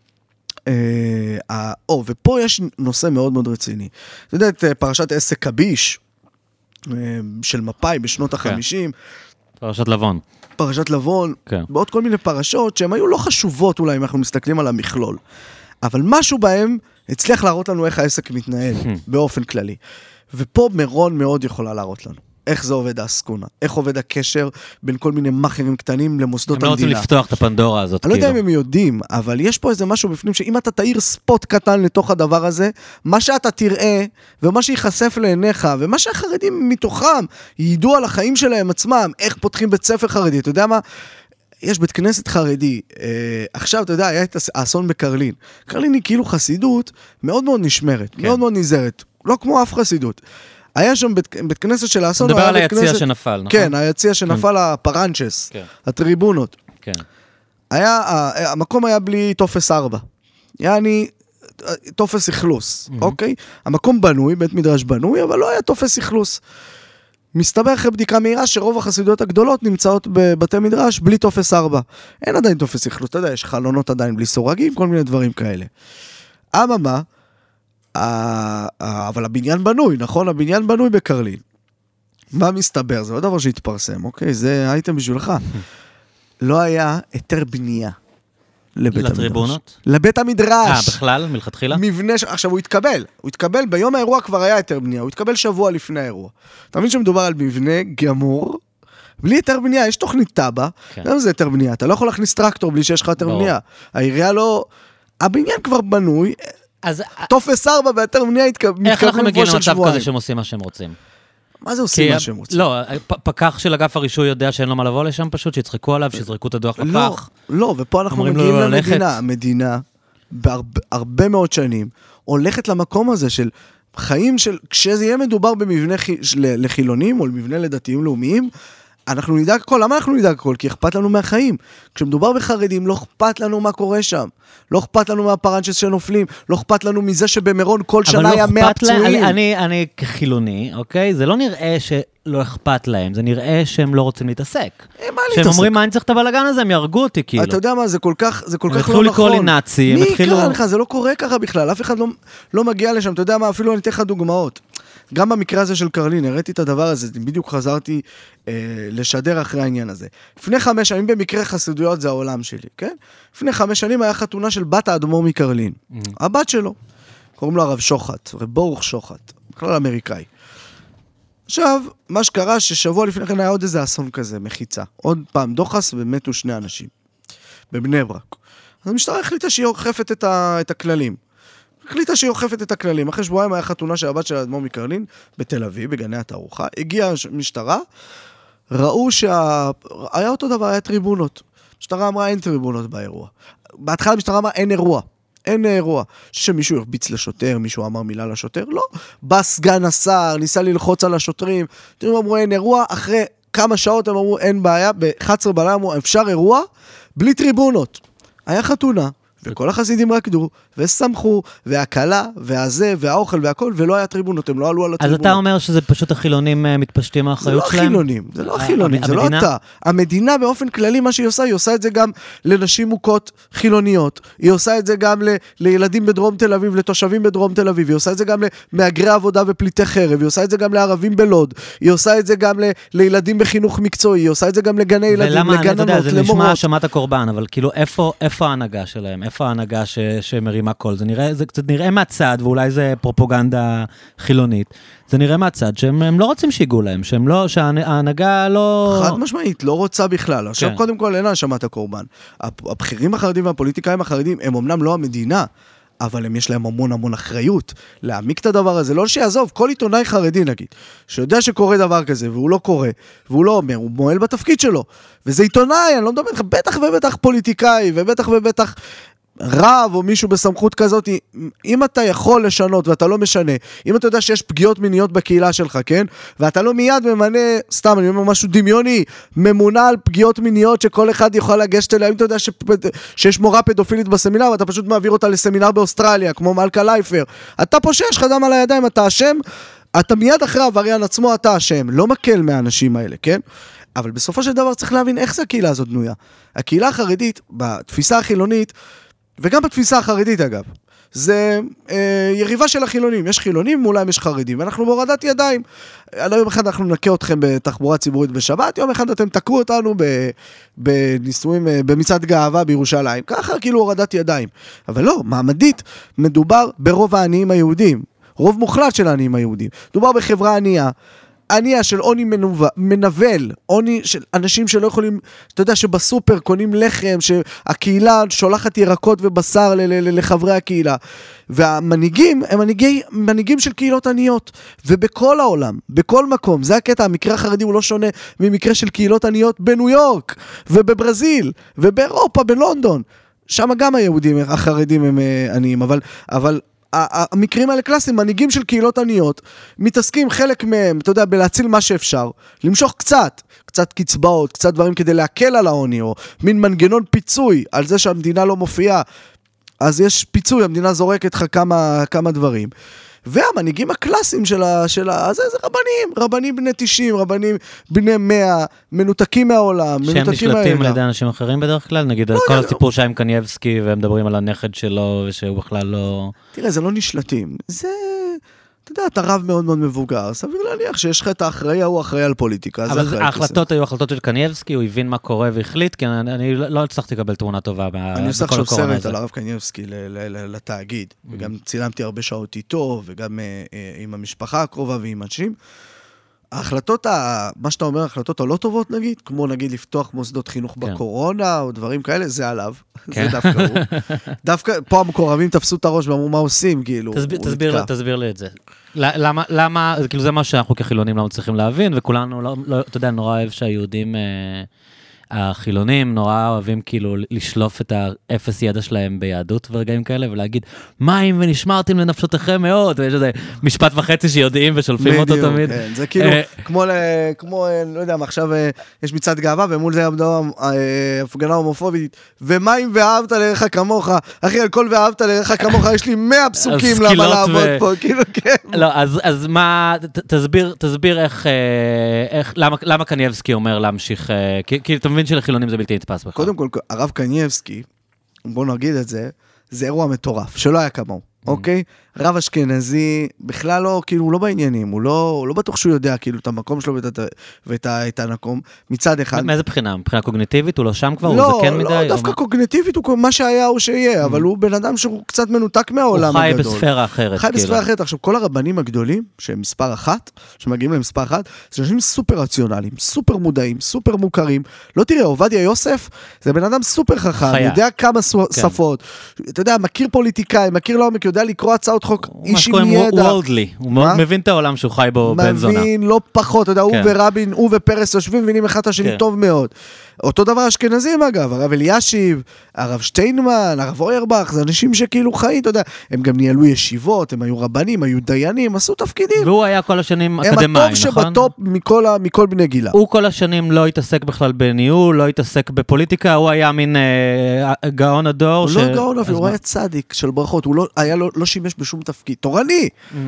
ופה יש נושא מאוד מאוד רציני. אתה יודע, את פרשת עסק קביש, של מפאי בשנות ה-50. פרשת לבון. פרשת לבון, בעוד כל מיני פרשות שהן היו לא חשובות אולי אם אנחנו מסתכלים על המכלול. אבל משהו בהם הצליח להראות לנו איך העסק מתנהל באופן כללי. ופה מירון מאוד יכולה להראות לנו. איך זה עובד האסקונה, איך עובד הקשר בין כל מיני מאכערים קטנים למוסדות המדינה. הם לא רוצים לפתוח את הפנדורה הזאת. אני לא יודע אם הם יודעים, אבל יש פה איזה משהו בפנים, שאם אתה תאיר ספוט קטן לתוך הדבר הזה, מה שאתה תראה, ומה שיחשף לעיניך, ומה שהחרדים מתוכם ידעו על החיים שלהם עצמם, איך פותחים בית ספר חרדי, אתה יודע מה? יש בית כנסת חרדי, עכשיו אתה יודע, היה את האסון בקרלין. קרלין היא כאילו חסידות מאוד מאוד נשמרת, מאוד מאוד נזהרת, לא כמו אף חסידות. היה שם בית כנסת של האסון. נדבר על היציע שנפל, נכון? כן, היציע שנפל הפרנצ'ס, הטריבונות. כן. המקום היה בלי טופס 4. יעני, טופס אכלוס, אוקיי? המקום בנוי, בית מדרש בנוי, אבל לא היה טופס אכלוס. מסתבר אחרי בדיקה מהירה שרוב החסידויות הגדולות נמצאות בבתי מדרש בלי טופס 4. אין עדיין טופס אכלוס, אתה יודע, יש חלונות עדיין בלי סורגים, כל מיני דברים כאלה. אממה, אבל הבניין בנוי, נכון? הבניין בנוי בקרלין. מה מסתבר? זה לא דבר שהתפרסם, אוקיי? זה הייתם בשבילך. לא היה היתר בנייה לבית המדרש. לטריבונות? לבית המדרש. בכלל? מלכתחילה? מבנה, עכשיו הוא התקבל, ביום האירוע כבר היה היתר בנייה, הוא התקבל שבוע לפני האירוע. אתה מבין שמדובר על מבנה גמור, בלי היתר בנייה, יש תוכנית טאבה, גם זה היתר בנייה, אתה לא יכול להכניס טרקטור בלי שיש לך היתר בנייה. העירייה לא, הבניין כבר בנוי, טופס 4 והיתר בנייה מתקבלים איך אנחנו מגיעים למצב כזה שהם עושים מה שהם רוצים? מה זה עושים מה שהם רוצים? לא, פקח של אגף הרישוי יודע שאין לו מה לבוא לשם פשוט, שיצחקו עליו, שיזרקו את הדוח לפח. לא, ופה אנחנו מגיעים למדינה. המדינה, בהרבה מאוד שנים, הולכת למקום הזה של חיים של, כשזה יהיה מדובר במבנה לחילונים, או למבנה לדתיים לאומיים, אנחנו נדאג הכל. למה אנחנו נדאג הכל? כי אכפת לנו מהחיים. כשמדובר בחרדים, לא אכפת לנו מה קורה שם. לא אכפת לנו מהפרנצ'ס שנופלים, לא אכפת לנו מזה שבמירון כל שנה היה 100 פצועים. אני כחילוני, אוקיי? זה לא נראה שלא אכפת להם, זה נראה שהם לא רוצים להתעסק. שהם אומרים, מה אני צריך את הבלגן הזה? הם ירגו אותי, כאילו. אתה יודע מה, זה כל כך לא נכון. התחילו לקרוא לי נאצי, מי יקרא לך? זה לא קורה ככה בכלל. אף אחד לא מגיע לשם. אתה יודע מה, אפילו אני אתן לך דוגמאות. גם במקרה הזה של קרלין, הראיתי את הדבר הזה, בדיוק חזרתי לשדר אחרי העניין הזה. לפני 5 שנים, במקרה חסידויות זה העולם שלי, כן? לפני 5 שנים היה חתונה של בת האדמו"ר מקרלין. הבת שלו, קוראים לו הרב שוחט, רב ברוך שוחט, בכלל אמריקאי. עכשיו, מה שקרה ששבוע לפני כן היה עוד איזה אסון כזה, מחיצה. עוד פעם דוחס ומתו 2 אנשים. בבני ברק. אז המשטרה החליטה שהיא אוכפת את הכללים. החליטה שהיא אוכפת את הכללים. אחרי שבועיים היה חתונה של הבת של האדמו"ר מקרלין, בתל אביב, בגני התערוכה. הגיעה משטרה, ראו היה אותו דבר, היה טריבונות. המשטרה אמרה, אין טריבונות באירוע. בהתחלה המשטרה אמרה, אין אירוע. אין אירוע. שמישהו הרביץ לשוטר, מישהו אמר מילה לשוטר, לא. בא סגן השר, ניסה ללחוץ על השוטרים, תראו, אמרו, אין אירוע. אחרי כמה שעות הם אמרו, אין בעיה. ב-11 בלילה אמרו, אפשר אירוע, בלי טריבונות. היה חתונה. וכל החסידים רקדו, ושמחו, והקלה, והזה, והאוכל, והכל, ולא היה טריבונות, הם לא עלו על הטריבונות. אז אתה אומר שזה פשוט החילונים מתפשטים האחריות שלהם? זה לא החילונים, זה לא אתה. המדינה באופן כללי, מה שהיא עושה, היא עושה את זה גם לנשים מוכות חילוניות, היא עושה את זה גם לילדים בדרום תל אביב, לתושבים בדרום תל אביב, היא עושה את זה גם למהגרי עבודה ופליטי חרב, היא עושה את זה גם לערבים בלוד, היא עושה את זה גם לילדים בחינוך מקצועי, היא עושה את זה גם לגני ילדים, לגננות, זה נשמע האשמת הקורבן, אבל כאילו איפה ההנהגה שלהם? איפה ההנהגה שמרימה קול? זה קצת נראה מהצד, ואולי זה פרופוגנדה חילונית. זה נראה מהצד שהם לא רוצים שיגעו להם, שההנהגה לא... חד משמעית, לא רוצה בכלל. עכשיו קודם כל אין האשמת הקורבן. הבכירים החרדים והפוליטיקאים החרדים הם אמנם לא המדינה, אבל הם יש להם המון אחריות להעמיק את הדבר הזה. לא שיעזוב, כל עיתונאי חרדי נגיד, שיודע שקורה דבר כזה, והוא לא קורא, והוא לא אומר, הוא מועל בתפקיד שלו. וזה עיתונאי, אני לא מדבר, בטח ובטח פוליטיקאי, ובטח ובטח רב או מישהו בסמכות כזאת, אם אתה יכול לשנות ואתה לא משנה, אם אתה יודע שיש פגיעות מיניות בקהילה שלך, כן? ואתה לא מיד ממנה, סתם, אני אומר משהו דמיוני, ממונה על פגיעות מיניות שכל אחד יכול לגשת אליה, אם אתה יודע שיש מורה פדופילית בסמינר, ואתה פשוט מעביר אותה לסמינר באוסטרליה, כמו מלכה לייפר, אתה פושע, יש לך דם על הידיים, אתה אשם, אתה מיד אחרי העבריין עצמו, אתה אשם, לא מקל מהאנשים האלה, כן? אבל בסופו של דבר צריך להבין איך זה הקהילה הזאת בנויה. הקהילה החרדית, בתפיסה החילונית, וגם בתפיסה החרדית אגב, זה יריבה של החילונים. יש חילונים, מולם יש חרדים, ואנחנו בהורדת ידיים. יום אחד אנחנו נקה אתכם בתחבורה ציבורית בשבת, יום אחד אתם תקרו אותנו בניסויים, במצעד גאווה בירושלים. ככה כאילו הורדת ידיים. אבל לא, מעמדית, מדובר ברוב העניים היהודים. רוב מוחלט של העניים היהודים. מדובר בחברה ענייה. ענייה של עוני מנבל, עוני של אנשים שלא יכולים, אתה יודע שבסופר קונים לחם, שהקהילה שולחת ירקות ובשר לחברי הקהילה, והמנהיגים הם מנהיגים של קהילות עניות, ובכל העולם, בכל מקום, זה הקטע, המקרה החרדי הוא לא שונה ממקרה של קהילות עניות בניו יורק, ובברזיל, ובאירופה, בלונדון, שם גם היהודים, החרדים הם עניים, אבל המקרים האלה קלאסיים, מנהיגים של קהילות עניות, מתעסקים חלק מהם, אתה יודע, בלהציל מה שאפשר, למשוך קצת קצבאות, קצת דברים כדי להקל על העוני, או מין מנגנון פיצוי על זה שהמדינה לא מופיעה, אז יש פיצוי, המדינה זורקת לך כמה דברים. והמנהיגים הקלאסיים זה רבנים בני 90, רבנים בני 100, מנותקים מהעולם, שהם נשלטים על ידי אנשים אחרים בדרך כלל? נגיד כל הסיפור שיים קנייבסקי, והם מדברים על הנכד שלו, ושהוא בכלל לא... תראה, זה לא נשלטים. זה, אתה יודע, אתה רב מאוד מאוד מבוגר, סביר להניח שיש לך את האחראי, הוא אחראי על פוליטיקה. אבל ההחלטות היו החלטות של קנייבסקי, הוא הבין מה קורה והחליט, כי אני לא הצלחתי לקבל תמונה טובה בכל הקורונה הזה. אני עושה עכשיו סרט על הרב קנייבסקי לתאגיד, וגם צילמתי הרבה שעות איתו, וגם עם המשפחה הקרובה ועם אנשים. ההחלטות, מה שאתה אומר, ההחלטות הלא טובות נגיד, כמו נגיד לפתוח מוסדות חינוך בקורונה, או דברים כאלה, זה עליו. זה דווקא הוא. דווקא פה המקורבים תפסו את הראש ואמרו מה עושים, כאילו. תסביר לי את זה. למה, כאילו זה מה שאנחנו כחילונים לא מצליחים להבין, וכולנו, אתה יודע, נורא אוהב שהיהודים, החילונים נורא אוהבים כאילו לשלוף את האפס ידע שלהם ביהדות ורגעים כאלה, ולהגיד, מים ונשמרתם לנפשותיכם מאוד, ויש איזה משפט וחצי שיודעים ושולפים אותו תמיד. זה כאילו, כמו, לא יודע, עכשיו יש מצעד גאווה, ומול זה עמדה הפגנה הומופובית, ומים ואהבת לרעך כמוך, אחי, על כל ואהבת לרעך כמוך, יש לי 100 פסוקים למה לעבוד פה, כאילו, כן. לא, אז מה, תסביר למה קנייבסקי אומר להמשיך, כי אתה מבין שלחילונים זה בלתי נתפס בכלל. קודם כל, הרב קנייבסקי, בוא נגיד את זה, זה אירוע מטורף, שלא היה כמוהו, אוקיי? רב אשכנזי, בכלל לא, כאילו, הוא לא בעניינים, הוא לא בטוח שהוא יודע, כאילו, את המקום שלו ואת המקום, מצד אחד. מאיזה בחינה? מבחינה קוגניטיבית? הוא לא שם כבר? הוא זקן מדי? לא, דווקא קוגניטיבית, מה שהיה הוא שיהיה, אבל הוא בן אדם שהוא קצת מנותק מהעולם הגדול. הוא חי בספירה אחרת. חי בספירה אחרת. עכשיו, כל הרבנים הגדולים, שהם מספר אחת, שמגיעים למספר אחת, זה אנשים סופר רציונליים, סופר מודעים, סופר מוכרים. לא תראה, עובדיה יוסף, זה בן אדם סופר חכם, יודע כמה שפות, אתה יודע, מכיר פוליטיקאי, מכיר לעומק, יודע לקרוא הצעות חוק, איש עם ידע. הוא מבין את העולם שהוא חי בו בן זונה. מבין, לא פחות, אתה יודע, הוא ורבין, הוא ופרס יושבים, מבינים אחד השני טוב מאוד. אותו דבר אשכנזים אגב, הרב אלישיב, הרב שטיינמן, הרב אוירבך, זה אנשים שכאילו חיים, אתה יודע, הם גם ניהלו ישיבות, הם היו רבנים, היו דיינים, עשו תפקידים. והוא היה כל השנים אקדמאי, נכון? הם הטוב שבטופ מכל בני גילה. הוא כל השנים לא התעסק בכלל בניהול, לא התעסק בפוליטיקה, הוא היה מין גאון הדור. הוא לא גאון אפילו, הוא היה צדיק של ברכות, הוא לא שימש בשום תפקיד, תורני,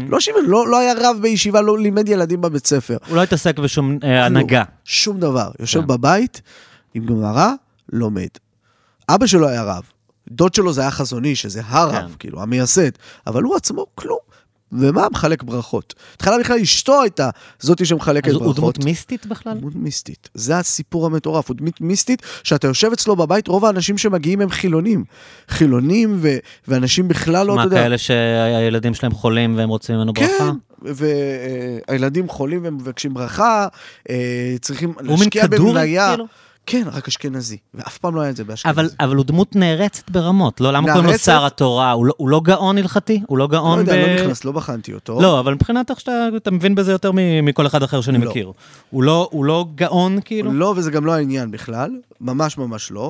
לא היה רב בישיבה, לא לימד ילדים בבית ספר. הוא לא התעסק בשום הנהגה. שום דבר, יושב בבית, עם גמרא, לומד. אבא שלו היה רב, דוד שלו זה היה חזוני, שזה הרב, כאילו, המייסד, אבל הוא עצמו כלום. ומה? מחלק ברכות. התחלה בכלל אשתו הייתה זאתי שמחלקת ברכות. אז הוא דמות מיסטית בכלל? דמות מיסטית. זה הסיפור המטורף. הוא דמות מיסטית, שאתה יושב אצלו בבית, רוב האנשים שמגיעים הם חילונים. חילונים ואנשים בכלל לא, אתה יודע. מה, כאלה שהילדים שלהם חולים והם רוצים ממנו ברכה? כן, והילדים חולים והם מבקשים ברכה, צריכים להשקיע במניה. כן, רק אשכנזי, ואף פעם לא היה את זה באשכנזי. אבל הוא דמות נערצת ברמות, לא? למה קוראים לו שר התורה? הוא לא גאון הלכתי? הוא לא גאון לא יודע, לא נכנס, לא בחנתי אותו. לא, אבל מבחינתך שאתה מבין בזה יותר מכל אחד אחר שאני מכיר. הוא לא גאון כאילו? לא, וזה גם לא העניין בכלל, ממש ממש לא.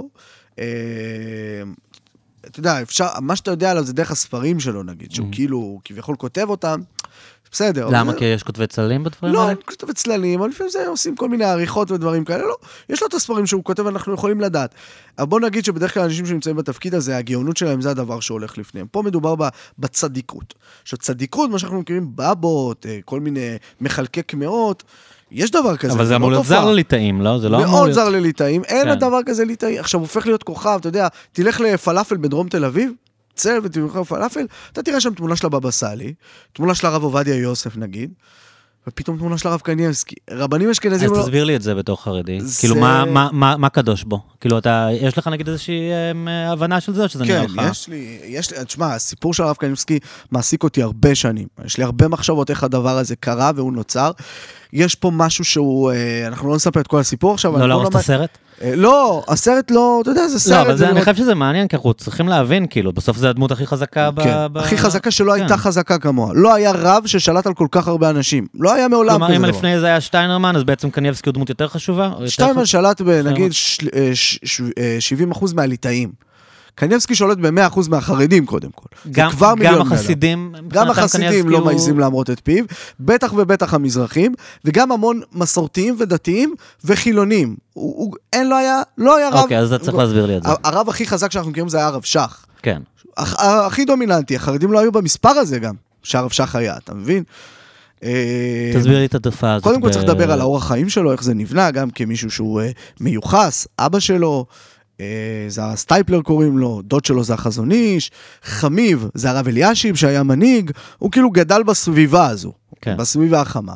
אתה יודע, מה שאתה יודע עליו זה דרך הספרים שלו נגיד, שהוא כאילו כביכול כותב אותם, בסדר. למה? כי יש כותבי צללים בדברים האלה? לא, אין כותבי צללים, אבל לפעמים זה עושים כל מיני עריכות ודברים כאלה, לא. יש לו את הספרים שהוא כותב, אנחנו יכולים לדעת. אבל בוא נגיד שבדרך כלל אנשים שנמצאים בתפקיד הזה, הגאונות שלהם זה הדבר שהולך לפניהם. פה מדובר בצדיקות. עכשיו, צדיקות, מה שאנחנו מכירים, בבות, כל מיני מחלקי קמעות, יש דבר כזה. אבל זה אמור להיות זר לליטאים, לא? זה לא אמור להיות. מאוד זר לליטאים, אין הדבר כזה ליטאי. עכשיו, הופך להיות כוכב, אתה יודע, תלך לפלאפל בדרום תל אביב, צל ותבחר פלאפל, אתה תראה שם תמונה של הבבא סאלי, תמונה של הרב עובדיה יוסף נגיד, ופתאום תמונה של הרב קניבסקי. רבנים אשכנזים... אז תסביר לי את זה בתור חרדי. כאילו, מה קדוש בו? כאילו, יש לך נגיד איזושהי הבנה של זה, או שזה נראה לך? כן, יש לי, תשמע, הסיפור של הרב קניבסקי מעסיק אותי הרבה שנים. יש לי הרבה מחשבות איך הדבר הזה קרה והוא נוצר. יש פה משהו שהוא, אנחנו לא נספר את כל הסיפור עכשיו. לא להרוס את הסרט? לא, הסרט לא, אתה יודע, זה סרט. לא, אבל אני חושב שזה מעניין, כי אנחנו צריכים להבין, כאילו, בסוף זה הדמות הכי חזקה הכי חזקה שלא הייתה חזקה כמוה. לא היה רב ששלט על כל כך הרבה אנשים. לא היה מעולם כזה דבר. כלומר, אם לפני זה היה שטיינרמן, אז בעצם קניבסקי הוא דמות יותר חשובה? שטיינרמן שלט בנגיד 70% מהליטאים. קניבסקי שולט ב100% מהחרדים קודם כל. גם החסידים... גם החסידים לא מעיזים להמרות את פיו, בטח ובטח המזרחים, וגם המון מסורתיים ודתיים וחילונים. לא היה רב... אוקיי, אז אתה צריך להסביר לי את זה. הרב הכי חזק שאנחנו מכירים זה היה הרב שח. כן. הכי דומיננטי, החרדים לא היו במספר הזה גם, שהרב שח היה, אתה מבין? תסביר לי את התופעה הזאת. קודם כל צריך לדבר על האורח חיים שלו, איך זה נבנה, גם כמישהו שהוא מיוחס, אבא שלו, זה הסטייפלר קוראים לו, דוד שלו זה החזון איש, חמיב זה הרב אלישיב שהיה מנהיג, הוא כאילו גדל בסביבה הזו, כן. בסביבה החמה.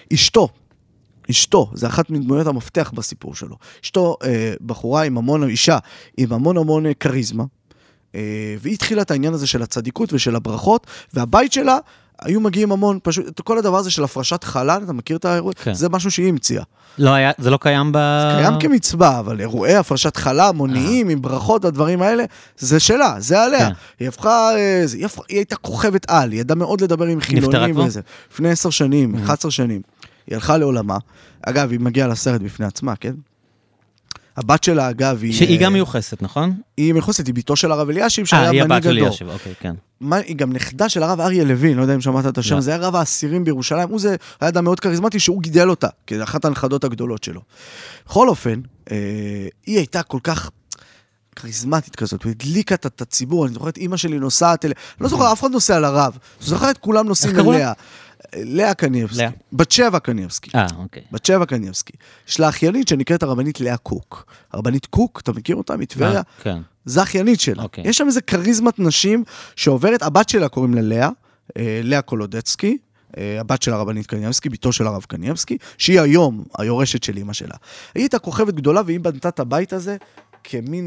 אשתו, זה אחת מדמויות המפתח בסיפור שלו. אשתו בחורה עם המון, אישה עם המון קריזמה, והיא התחילה את העניין הזה של הצדיקות ושל הברכות, והבית שלה היו מגיעים המון, פשוט, כל הדבר הזה של הפרשת חלל, אתה מכיר את האירוע? כן. זה משהו שהיא המציאה. לא היה, זה לא קיים זה קיים כמצווה, אבל אירועי הפרשת חלל, מוניים, עם ברכות, הדברים האלה, זה שלה, זה עליה. כן. היא הייתה כוכבת על, היא ידעה מאוד לדבר עם חילונים וזה. לפני 10 שנים, 11 שנים. היא הלכה לעולמה. אגב, היא מגיעה לסרט בפני עצמה, כן? הבת שלה, אגב, שהיא גם מיוחסת, נכון? היא מיוחסת, היא ביתו של הרב אלישיב, שהיה מנהיג הדור. אוקיי, כן. היא גם נכדה של הרב אריה לוין, לא יודע אם שמעת את השם, זה היה רב האסירים בירושלים, הוא היה אדם מאוד כריזמטי שהוא גידל אותה, כאחת הנכדות הגדולות שלו. בכל אופן, היא הייתה כל כך כריזמטית כזאת, והדליקה את הציבור, אני זוכרת, אמא שלי נוסעת אליה, לא זוכר, אף אחד נוסע לרב, זוכרת, כולם נוסעים אליה. לאה קניבסקי, בת שבע קניבסקי. אוקיי. בת שבע קניבסקי. יש לה אחיינית שנקראת הרבנית לאה קוק. הרבנית קוק, אתה מכיר אותה? מטבריה? כן. זה אחיינית שלה. יש שם איזה קריזמת נשים שעוברת, הבת שלה קוראים לה לאה, לאה קולודצקי, הבת של הרבנית קניבסקי, ביתו של הרב קניבסקי, שהיא היום היורשת של אמא שלה. היא הייתה כוכבת גדולה, והיא בנתה את הבית הזה כמין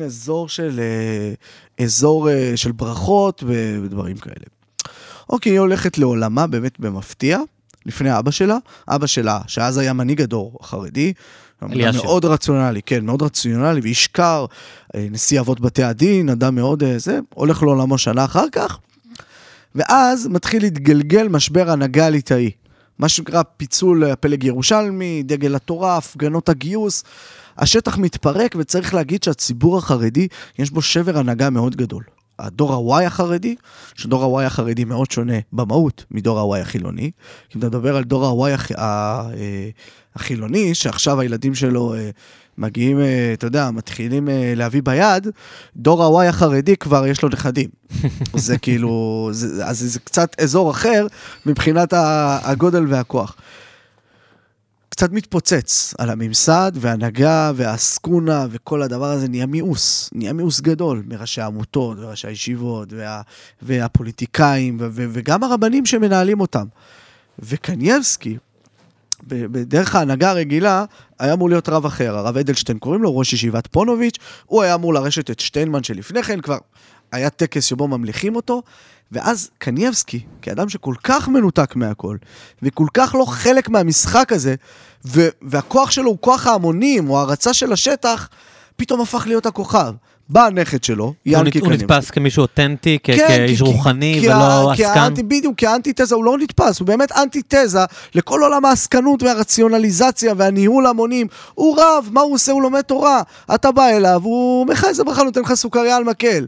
אזור של ברכות ודברים כאלה. אוקיי, היא הולכת לעולמה באמת במפתיע, לפני אבא שלה, שאז היה מנהיג הדור החרדי, מאוד רציונלי, כן, מאוד רציונלי, ואיש קר, נשיא אבות בתי הדין, אדם מאוד הולך לעולמו שנה אחר כך, ואז מתחיל להתגלגל משבר הנהגה הליטאי, מה שנקרא פיצול הפלג ירושלמי, דגל התורה, הפגנות הגיוס, השטח מתפרק, וצריך להגיד שהציבור החרדי, יש בו שבר הנהגה מאוד גדול. הדור הוואי החרדי, שדור הוואי החרדי מאוד שונה במהות מדור הוואי החילוני, כי אתה מדבר על דור הוואי החילוני, שעכשיו הילדים שלו מגיעים, אתה יודע, מתחילים להביא ביד, דור הוואי החרדי כבר יש לו נכדים. זה כאילו, אז זה קצת אזור אחר מבחינת הגודל והכוח. קצת מתפוצץ על הממסד והנהגה והסקונה וכל הדבר הזה נהיה מיאוס גדול מראשי העמותות וראשי הישיבות והפוליטיקאים וגם הרבנים שמנהלים אותם. וקניבסקי, בדרך ההנהגה הרגילה, היה אמור להיות רב אחר, הרב אדלשטיין קוראים לו, ראש ישיבת פונוביץ', הוא היה אמור לרשת את שטיינמן שלפני כן, כבר היה טקס שבו ממליכים אותו, ואז קניבסקי, כאדם שכל כך מנותק מהכל, וכל כך לא חלק מהמשחק הזה, והכוח שלו הוא כוח ההמונים, או הרצה של השטח, פתאום הפך להיות הכוכב. בא הנכד שלו, ינקי קניבסקי. הוא נתפס כמישהו אותנטי, כאיש רוחני ולא עסקן. בדיוק, כאנטיתזה, הוא לא נתפס, הוא באמת אנטיתזה לכל עולם העסקנות והרציונליזציה והניהול המונים. הוא רב, מה הוא עושה? הוא לומד תורה. אתה בא אליו, הוא מחי איזה ברכה, נותן לך סוכריה על מקל.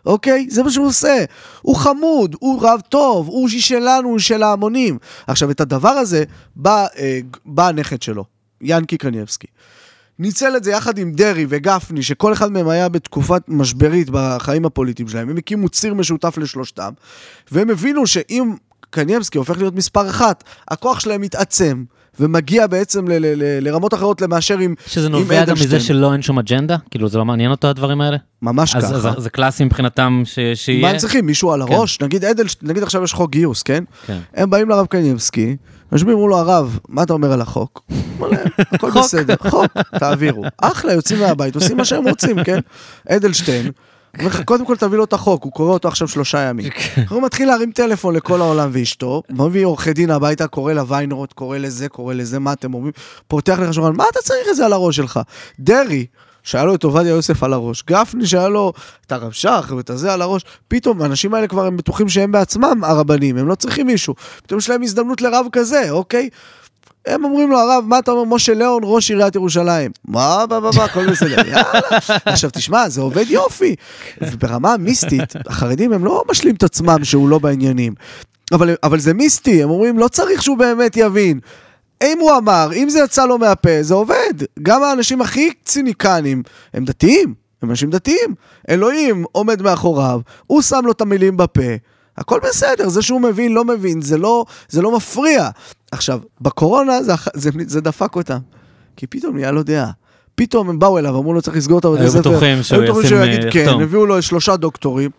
אוקיי? זה מה שהוא עושה. הוא חמוד, הוא רב טוב, הוא שלנו, הוא של ההמונים. עכשיו, את הדבר הזה בא הנכד שלו, ינקי קניבסקי. ניצל את זה יחד עם דרי וגפני, שכל אחד מהם היה בתקופת משברית בחיים הפוליטיים שלהם. הם הקימו ציר משותף לשלושתם, והם הבינו שאם קניבסקי הופך להיות מספר אחת, הכוח שלהם מתעצם. ומגיע בעצם לרמות אחרות למאשר עם אדלשטיין. שזה נובע גם מזה שלא אין שום אג'נדה? כאילו זה לא מעניין אותו הדברים האלה? ממש ככה. אז זה קלאסי מבחינתם שיהיה? מה הם צריכים? מישהו על הראש? נגיד עכשיו יש חוק גיוס, כן? הם באים לרב קניבסקי, משמיעים לו הרב, מה אתה אומר על החוק? הכל בסדר, חוק, תעבירו. אחלה, יוצאים מהבית, עושים מה שהם רוצים, כן? אדלשטיין, קודם כל תביא לו את החוק, הוא קורא אותו עכשיו 3 ימים. הוא מתחיל להרים טלפון לכל העולם ואשתו, מביא עורכי דין הביתה, קורא לוויינרוט, קורא לזה, מה אתם אומרים? פותח לך שולחן, מה אתה צריך את זה על הראש שלך? דרי, שהיה לו את עובדיה יוסף על הראש, גפני שהיה לו את הרב שך ואת הזה על הראש, פתאום האנשים האלה כבר הם בטוחים שהם בעצמם הרבנים, הם לא צריכים מישהו, פתאום יש להם הזדמנות לרב כזה, אוקיי? הם אומרים לו, הרב, מה אתה אומר, משה ליאון, ראש עיריית ירושלים? מה, הכל בסדר, יאללה. עכשיו תשמע, זה עובד יופי. וברמה המיסטית, החרדים הם לא משלים את עצמם שהוא לא בעניינים. אבל זה מיסטי, הם אומרים, לא צריך שהוא באמת יבין. אם הוא אמר, אם זה יצא לו מהפה, זה עובד. גם האנשים הכי ציניקנים, הם דתיים, הם אנשים דתיים. אלוהים עומד מאחוריו, הוא שם לו את המילים בפה. הכל בסדר, זה שהוא מבין, לא מבין, זה לא מפריע. עכשיו, בקורונה זה דפק אותם, כי פתאום נהיה לו דעה. פתאום הם באו אליו, אמרו לו צריך לסגור את הבתי ספר. היו בטוחים שהוא ישים כן, הביאו לו 3 דוקטורים.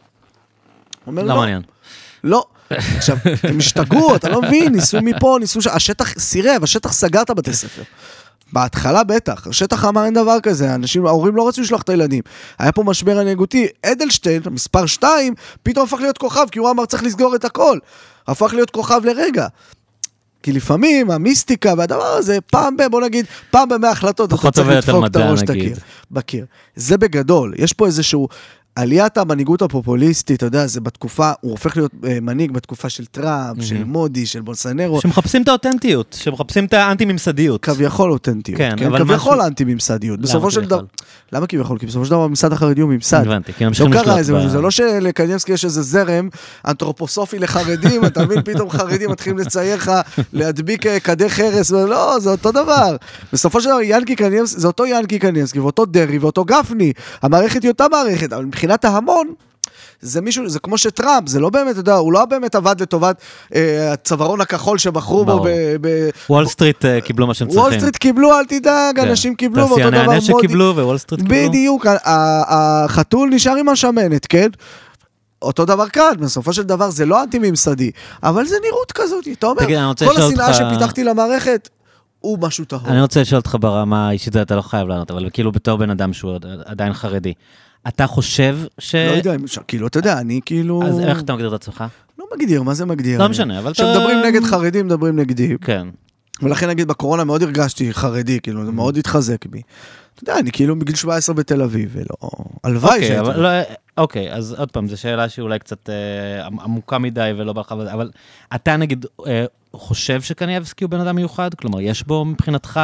לא מעניין. לא. עכשיו, הם השתגעו, אתה לא מבין, ניסו מפה, השטח סירב, השטח סגר את הבתי ספר. בהתחלה בטח, השטח אמר אין דבר כזה, ההורים לא רצו לשלוח את הילדים. היה פה משבר הנהגותי, אדלשטיין, מספר 2, פתאום הפך להיות כוכב, כי הוא אמר צריך לסגור את הכל. הפך להיות כוכב לרגע. כי לפעמים המיסטיקה והדבר הזה, בוא נגיד, פעם ב100 החלטות, אתה צריך לדפוק את הראש בקיר. זה בגדול, יש פה איזשהו עליית המנהיגות הפופוליסטית, אתה יודע, זה בתקופה, הוא הופך להיות מנהיג בתקופה של טראמפ, של מודי, של בולסנרו. שמחפשים את האותנטיות, שמחפשים את האנטי-ממסדיות. כביכול אותנטיות, כן, כביכול האנטי-ממסדיות. בסופו של דבר, למה כביכול? כי בסופו של דבר הממסד החרדי הוא ממסד. הבנתי, כי ממשיכים לשלוט. זה לא שלקניבסקי יש איזה זרם אנתרופוסופי לחרדים, אתה מבין, פתאום חרדים מתחילים לצייר לך, להדביק כדי חרס, לא, זה אותו דבר. בסופו של דבר, ינקי קניבסקי, זה אותו ינקי קניבסקי, ואותו דרי, ואותו גפני. המערכת היא אותה מערכת, אבל מבחינת ההמון, זה מישהו, זה כמו שטראמפ, זה לא באמת, אתה יודע, הוא לא באמת עבד לטובת הצווארון הכחול שבחרו בו וול סטריט קיבלו מה שהם צריכים. וול סטריט קיבלו, אל תדאג, אנשים קיבלו, ואותו דבר מודי. תעשייני קיבלו ווול סטריט קיבלו. בדיוק, החתול נשאר עם השמנת, כן? אותו דבר כאן, בסופו של דבר זה לא אנטי-ממסדי, אבל זה נראות כזאת, אתה אומר, כל השנאה שפיתחתי למערכת, הוא משהו טהור. אני רוצה לשאול אותך ברמה האישית, אתה לא חייב לענות, אבל כאילו בתור בן אדם שהוא עדיין חרדי, אתה חושב ש... לא יודע, כאילו, אתה יודע, אני כאילו... אז איך אתה מגדיר את עצמך? לא מגדיר, מה זה מגדיר? לא משנה, אבל... כשמדברים נגד חרדים, מדברים נגדי. כן. ולכן נגיד בקורונה מאוד הרגשתי חרדי, כאילו, זה מאוד התחזק בי. אתה יודע, אני כאילו מגיל 17 בתל אביב, ולא... הלוואי שהייתי. אוקיי, אז עוד פעם, זו שאלה שאולי קצת עמוקה מדי ולא ברחב, אבל אתה נגיד חושב שקניבסקי הוא בן אדם מיוחד? כלומר, יש בו מבחינתך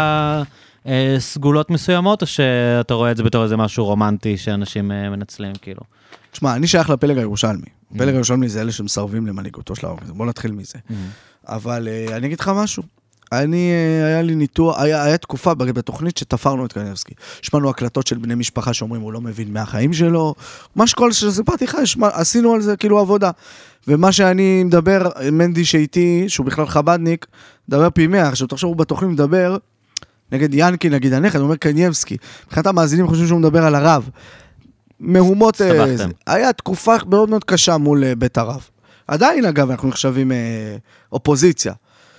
סגולות מסוימות, או שאתה רואה את זה בתור איזה משהו רומנטי שאנשים מנצלים, כאילו? תשמע, אני שייך לפלג הירושלמי. פלג הירושלמי זה אלה שמסרבים למנהיגותו של העולם. בוא נתחיל מזה. אבל אני אגיד לך משהו. היה לי ניתוח, היה תקופה בתוכנית שתפרנו את קניבסקי. שמענו הקלטות של בני משפחה שאומרים, הוא לא מבין מהחיים שלו. מה שכל שסיפרתי לך, עשינו על זה כאילו עבודה. ומה שאני מדבר, מנדי שאיתי, שהוא בכלל חבדניק, מדבר פי 100, עכשיו תחשוב, הוא בתוכנית מדבר, נגד ינקי, נגיד הנכד, הוא אומר קניבסקי. מבחינת המאזינים חושבים שהוא מדבר על הרב. מהומות, היה תקופה מאוד מאוד קשה מול בית הרב. עדיין, אגב, אנחנו נחשבים אופוזיציה.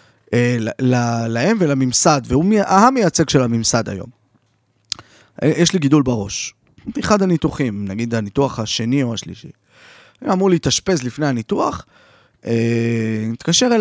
להם ולממסד, והוא המייצג של הממסד היום. יש לי גידול בראש. אחד הניתוחים, נגיד הניתוח השני או השלישי. אני אמור להתאשפז לפני הניתוח, התקשר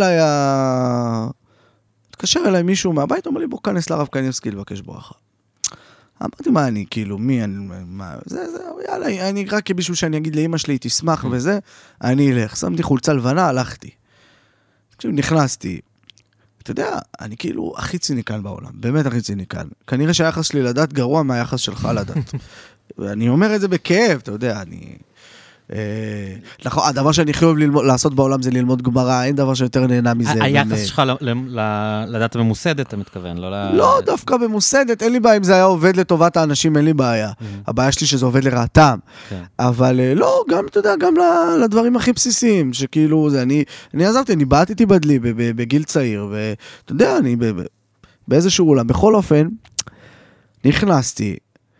אליי מישהו מהבית, אומר לי, בוא כנס לרב קניבסקי לבקש ברכה. אמרתי, מה אני, כאילו, מי, יאללה, אני רק כבישהו שאני אגיד לאמא שלי, תשמח וזה, אני אלך. שמתי חולצה לבנה, הלכתי. כשאני נכנסתי, אתה יודע, אני כאילו הכי ציניקן בעולם, באמת הכי ציניקן. כנראה שהיחס שלי לדת גרוע מהיחס שלך לדת. ואני אומר את זה בכאב, אתה יודע, נכון, הדבר שאני חייב לעשות בעולם זה ללמוד גמרא, אין דבר שיותר נהנה מזה. היחס שלך לדת הממוסדת, אתה מתכוון, לא לא, דווקא ממוסדת, אין לי בעיה אם זה היה עובד לטובת האנשים, אין לי בעיה. הבעיה שלי שזה עובד לרעתם. אבל לא, גם, אתה יודע, גם לדברים הכי בסיסיים, שכאילו, אני עזרתי, אני בעטתי בדלי בגיל צעיר, ואתה יודע, אני באיזשהו עולם, בכל אופן, נכנסתי,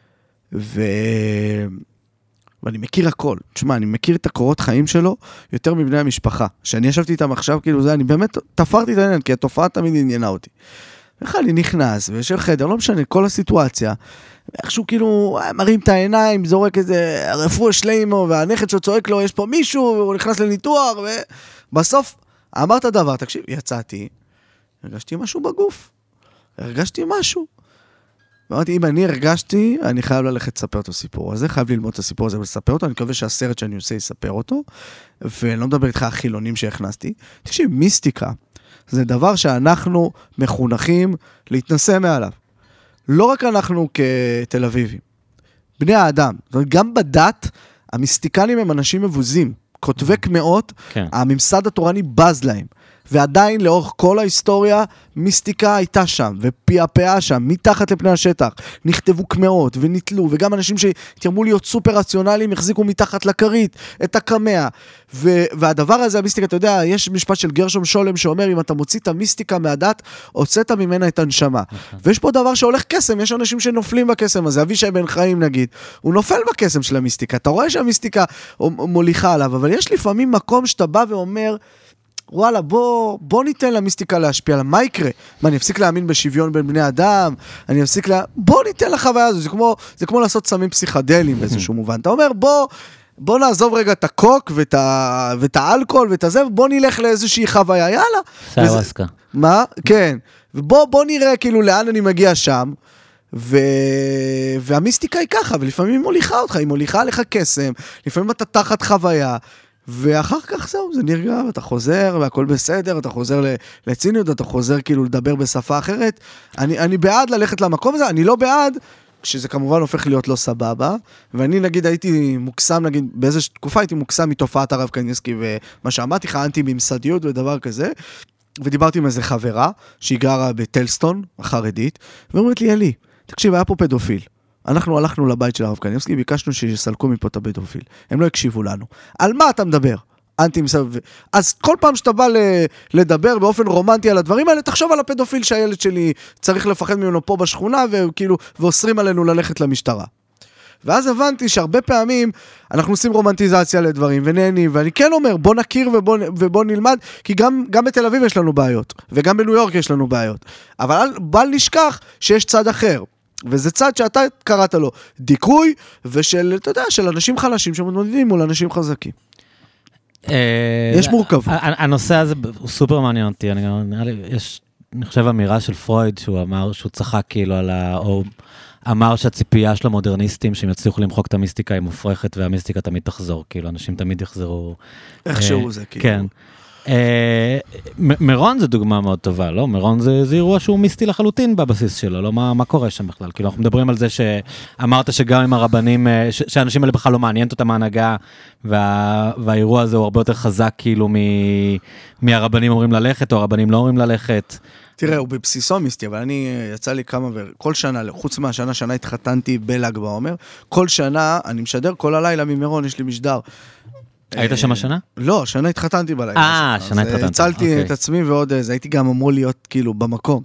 ואני מכיר הכל. תשמע, אני מכיר את הקורות חיים שלו יותר מבני המשפחה. שאני ישבתי איתם עכשיו, כאילו זה, אני באמת תפרתי את העניין, כי התופעה תמיד עניינה אותי. ואיך אני נכנס, ויושב חדר, לא משנה, כל הסיטואציה, ואיכשהו כאילו מרים את העיניים, זורק איזה רפואה שלימו, והנכד שצועק לו, יש פה מישהו, והוא נכנס לניתוח, ובסוף אמרת דבר, תקשיב, יצאתי, הרגשתי משהו בגוף. הרגשתי משהו. ואמרתי, אם אני הרגשתי, אני חייב ללכת לספר את הסיפור הזה, חייב ללמוד את הסיפור הזה ולספר אותו, אני מקווה שהסרט שאני עושה יספר אותו, ואני לא מדבר איתך החילונים שהכנסתי. תקשיב, מיסטיקה, זה דבר שאנחנו מחונכים להתנסה מעליו. לא רק אנחנו כתל אביבים, בני האדם, זאת אומרת, גם בדת, המיסטיקנים הם אנשים מבוזים, כותבי קמאות, הממסד התורני בז להם. ועדיין לאורך כל ההיסטוריה, מיסטיקה הייתה שם, ופעפעה שם, מתחת לפני השטח. נכתבו קמאות ונתלו, וגם אנשים שתרמו להיות סופר רציונליים, החזיקו מתחת לכרית את הקמאה. והדבר הזה, המיסטיקה, אתה יודע, יש משפט של גרשום שולם שאומר, אם אתה מוציא את המיסטיקה מהדת, הוצאת ממנה את הנשמה. ויש פה דבר שהולך קסם, יש אנשים שנופלים בקסם הזה, אבישי בן חיים נגיד, הוא נופל בקסם של המיסטיקה. אתה רואה שהמיסטיקה מוליכה עליו, אבל יש לפעמים מקום שאתה בא ואומר, וואלה, בוא ניתן למיסטיקה להשפיע לה, מה יקרה? מה, אני אפסיק להאמין בשוויון בין בני אדם? אני אפסיק בוא ניתן לחוויה הזו, זה כמו לעשות סמים פסיכדליים באיזשהו מובן. אתה אומר, בוא נעזוב רגע את הקוק ואת האלכוהול ואת הזה, ובוא נלך לאיזושהי חוויה, יאללה. סאיווסקה. מה? כן. ובוא נראה כאילו לאן אני מגיע שם, והמיסטיקה היא ככה, ולפעמים היא מוליכה אותך, היא מוליכה עליך קסם, לפעמים אתה תחת חוויה, ואחר כך זהו, זה נרגע, אתה חוזר, והכל בסדר, אתה חוזר לציניות, אתה חוזר כאילו לדבר בשפה אחרת. אני בעד ללכת למקום הזה, אני לא בעד, שזה כמובן הופך להיות לא סבבה, ואני נגיד הייתי מוקסם, נגיד באיזו תקופה הייתי מוקסם מתופעת הרב קניבסקי, ומה שאמרתי לך, אנטי ממסדיות ודבר כזה, ודיברתי עם איזה חברה, שהיא גרה בטלסטון, החרדית, ואומרת לי, אלי, תקשיב, היה פה פדופיל. אנחנו הלכנו לבית של הרב קניבסקי, ביקשנו שיסלקו מפה את הפדופיל. הם לא הקשיבו לנו. על מה אתה מדבר? אז כל פעם שאתה בא לדבר באופן רומנטי על הדברים האלה, תחשוב על הפדופיל שהילד שלי צריך לפחד ממנו פה בשכונה, ואוסרים עלינו ללכת למשטרה. ואז הבנתי שהרבה פעמים אנחנו עושים רומנטיזציה לדברים ונהנים, ואני כן אומר, בוא נכיר ובוא נלמד, כי גם בתל אביב יש לנו בעיות, וגם בניו יורק יש לנו בעיות. אבל בל נשכח שיש צד אחר. וזה צד שאתה קראת לו דיכוי, ושל, אתה יודע, של אנשים חלשים שמתמודדים מול אנשים חזקים. יש מורכבות. הנושא הזה הוא סופר מעניין אותי. יש, אני חושב, אמירה של פרויד, שהוא אמר, שהוא צחק כאילו או אמר שהציפייה של המודרניסטים, שהם יצליחו למחוק את המיסטיקה, היא מופרכת, והמיסטיקה תמיד תחזור, כאילו, אנשים תמיד יחזרו. איכשהו זה, כאילו. כן. מירון זה דוגמה מאוד טובה, לא? מירון זה אירוע שהוא מיסטי לחלוטין בבסיס שלו, לא? מה קורה שם בכלל? כאילו, אנחנו מדברים על זה שאמרת שגם עם הרבנים, שאנשים האלה בכלל לא מעניינת אותם ההנהגה, והאירוע הזה הוא הרבה יותר חזק, כאילו, מהרבנים אומרים ללכת, או הרבנים לא אומרים ללכת. תראה, הוא בבסיסו מיסטי, אבל אני יצא לי כמה, כל שנה, חוץ מהשנה התחתנתי בל"ג בעומר, כל שנה, אני משדר כל הלילה ממירון, יש לי משדר. היית שם השנה? לא, שנה התחתנתי בלילה. שנה התחתנתי. הצלתי את עצמי ועוד, הייתי גם אמור להיות כאילו במקום.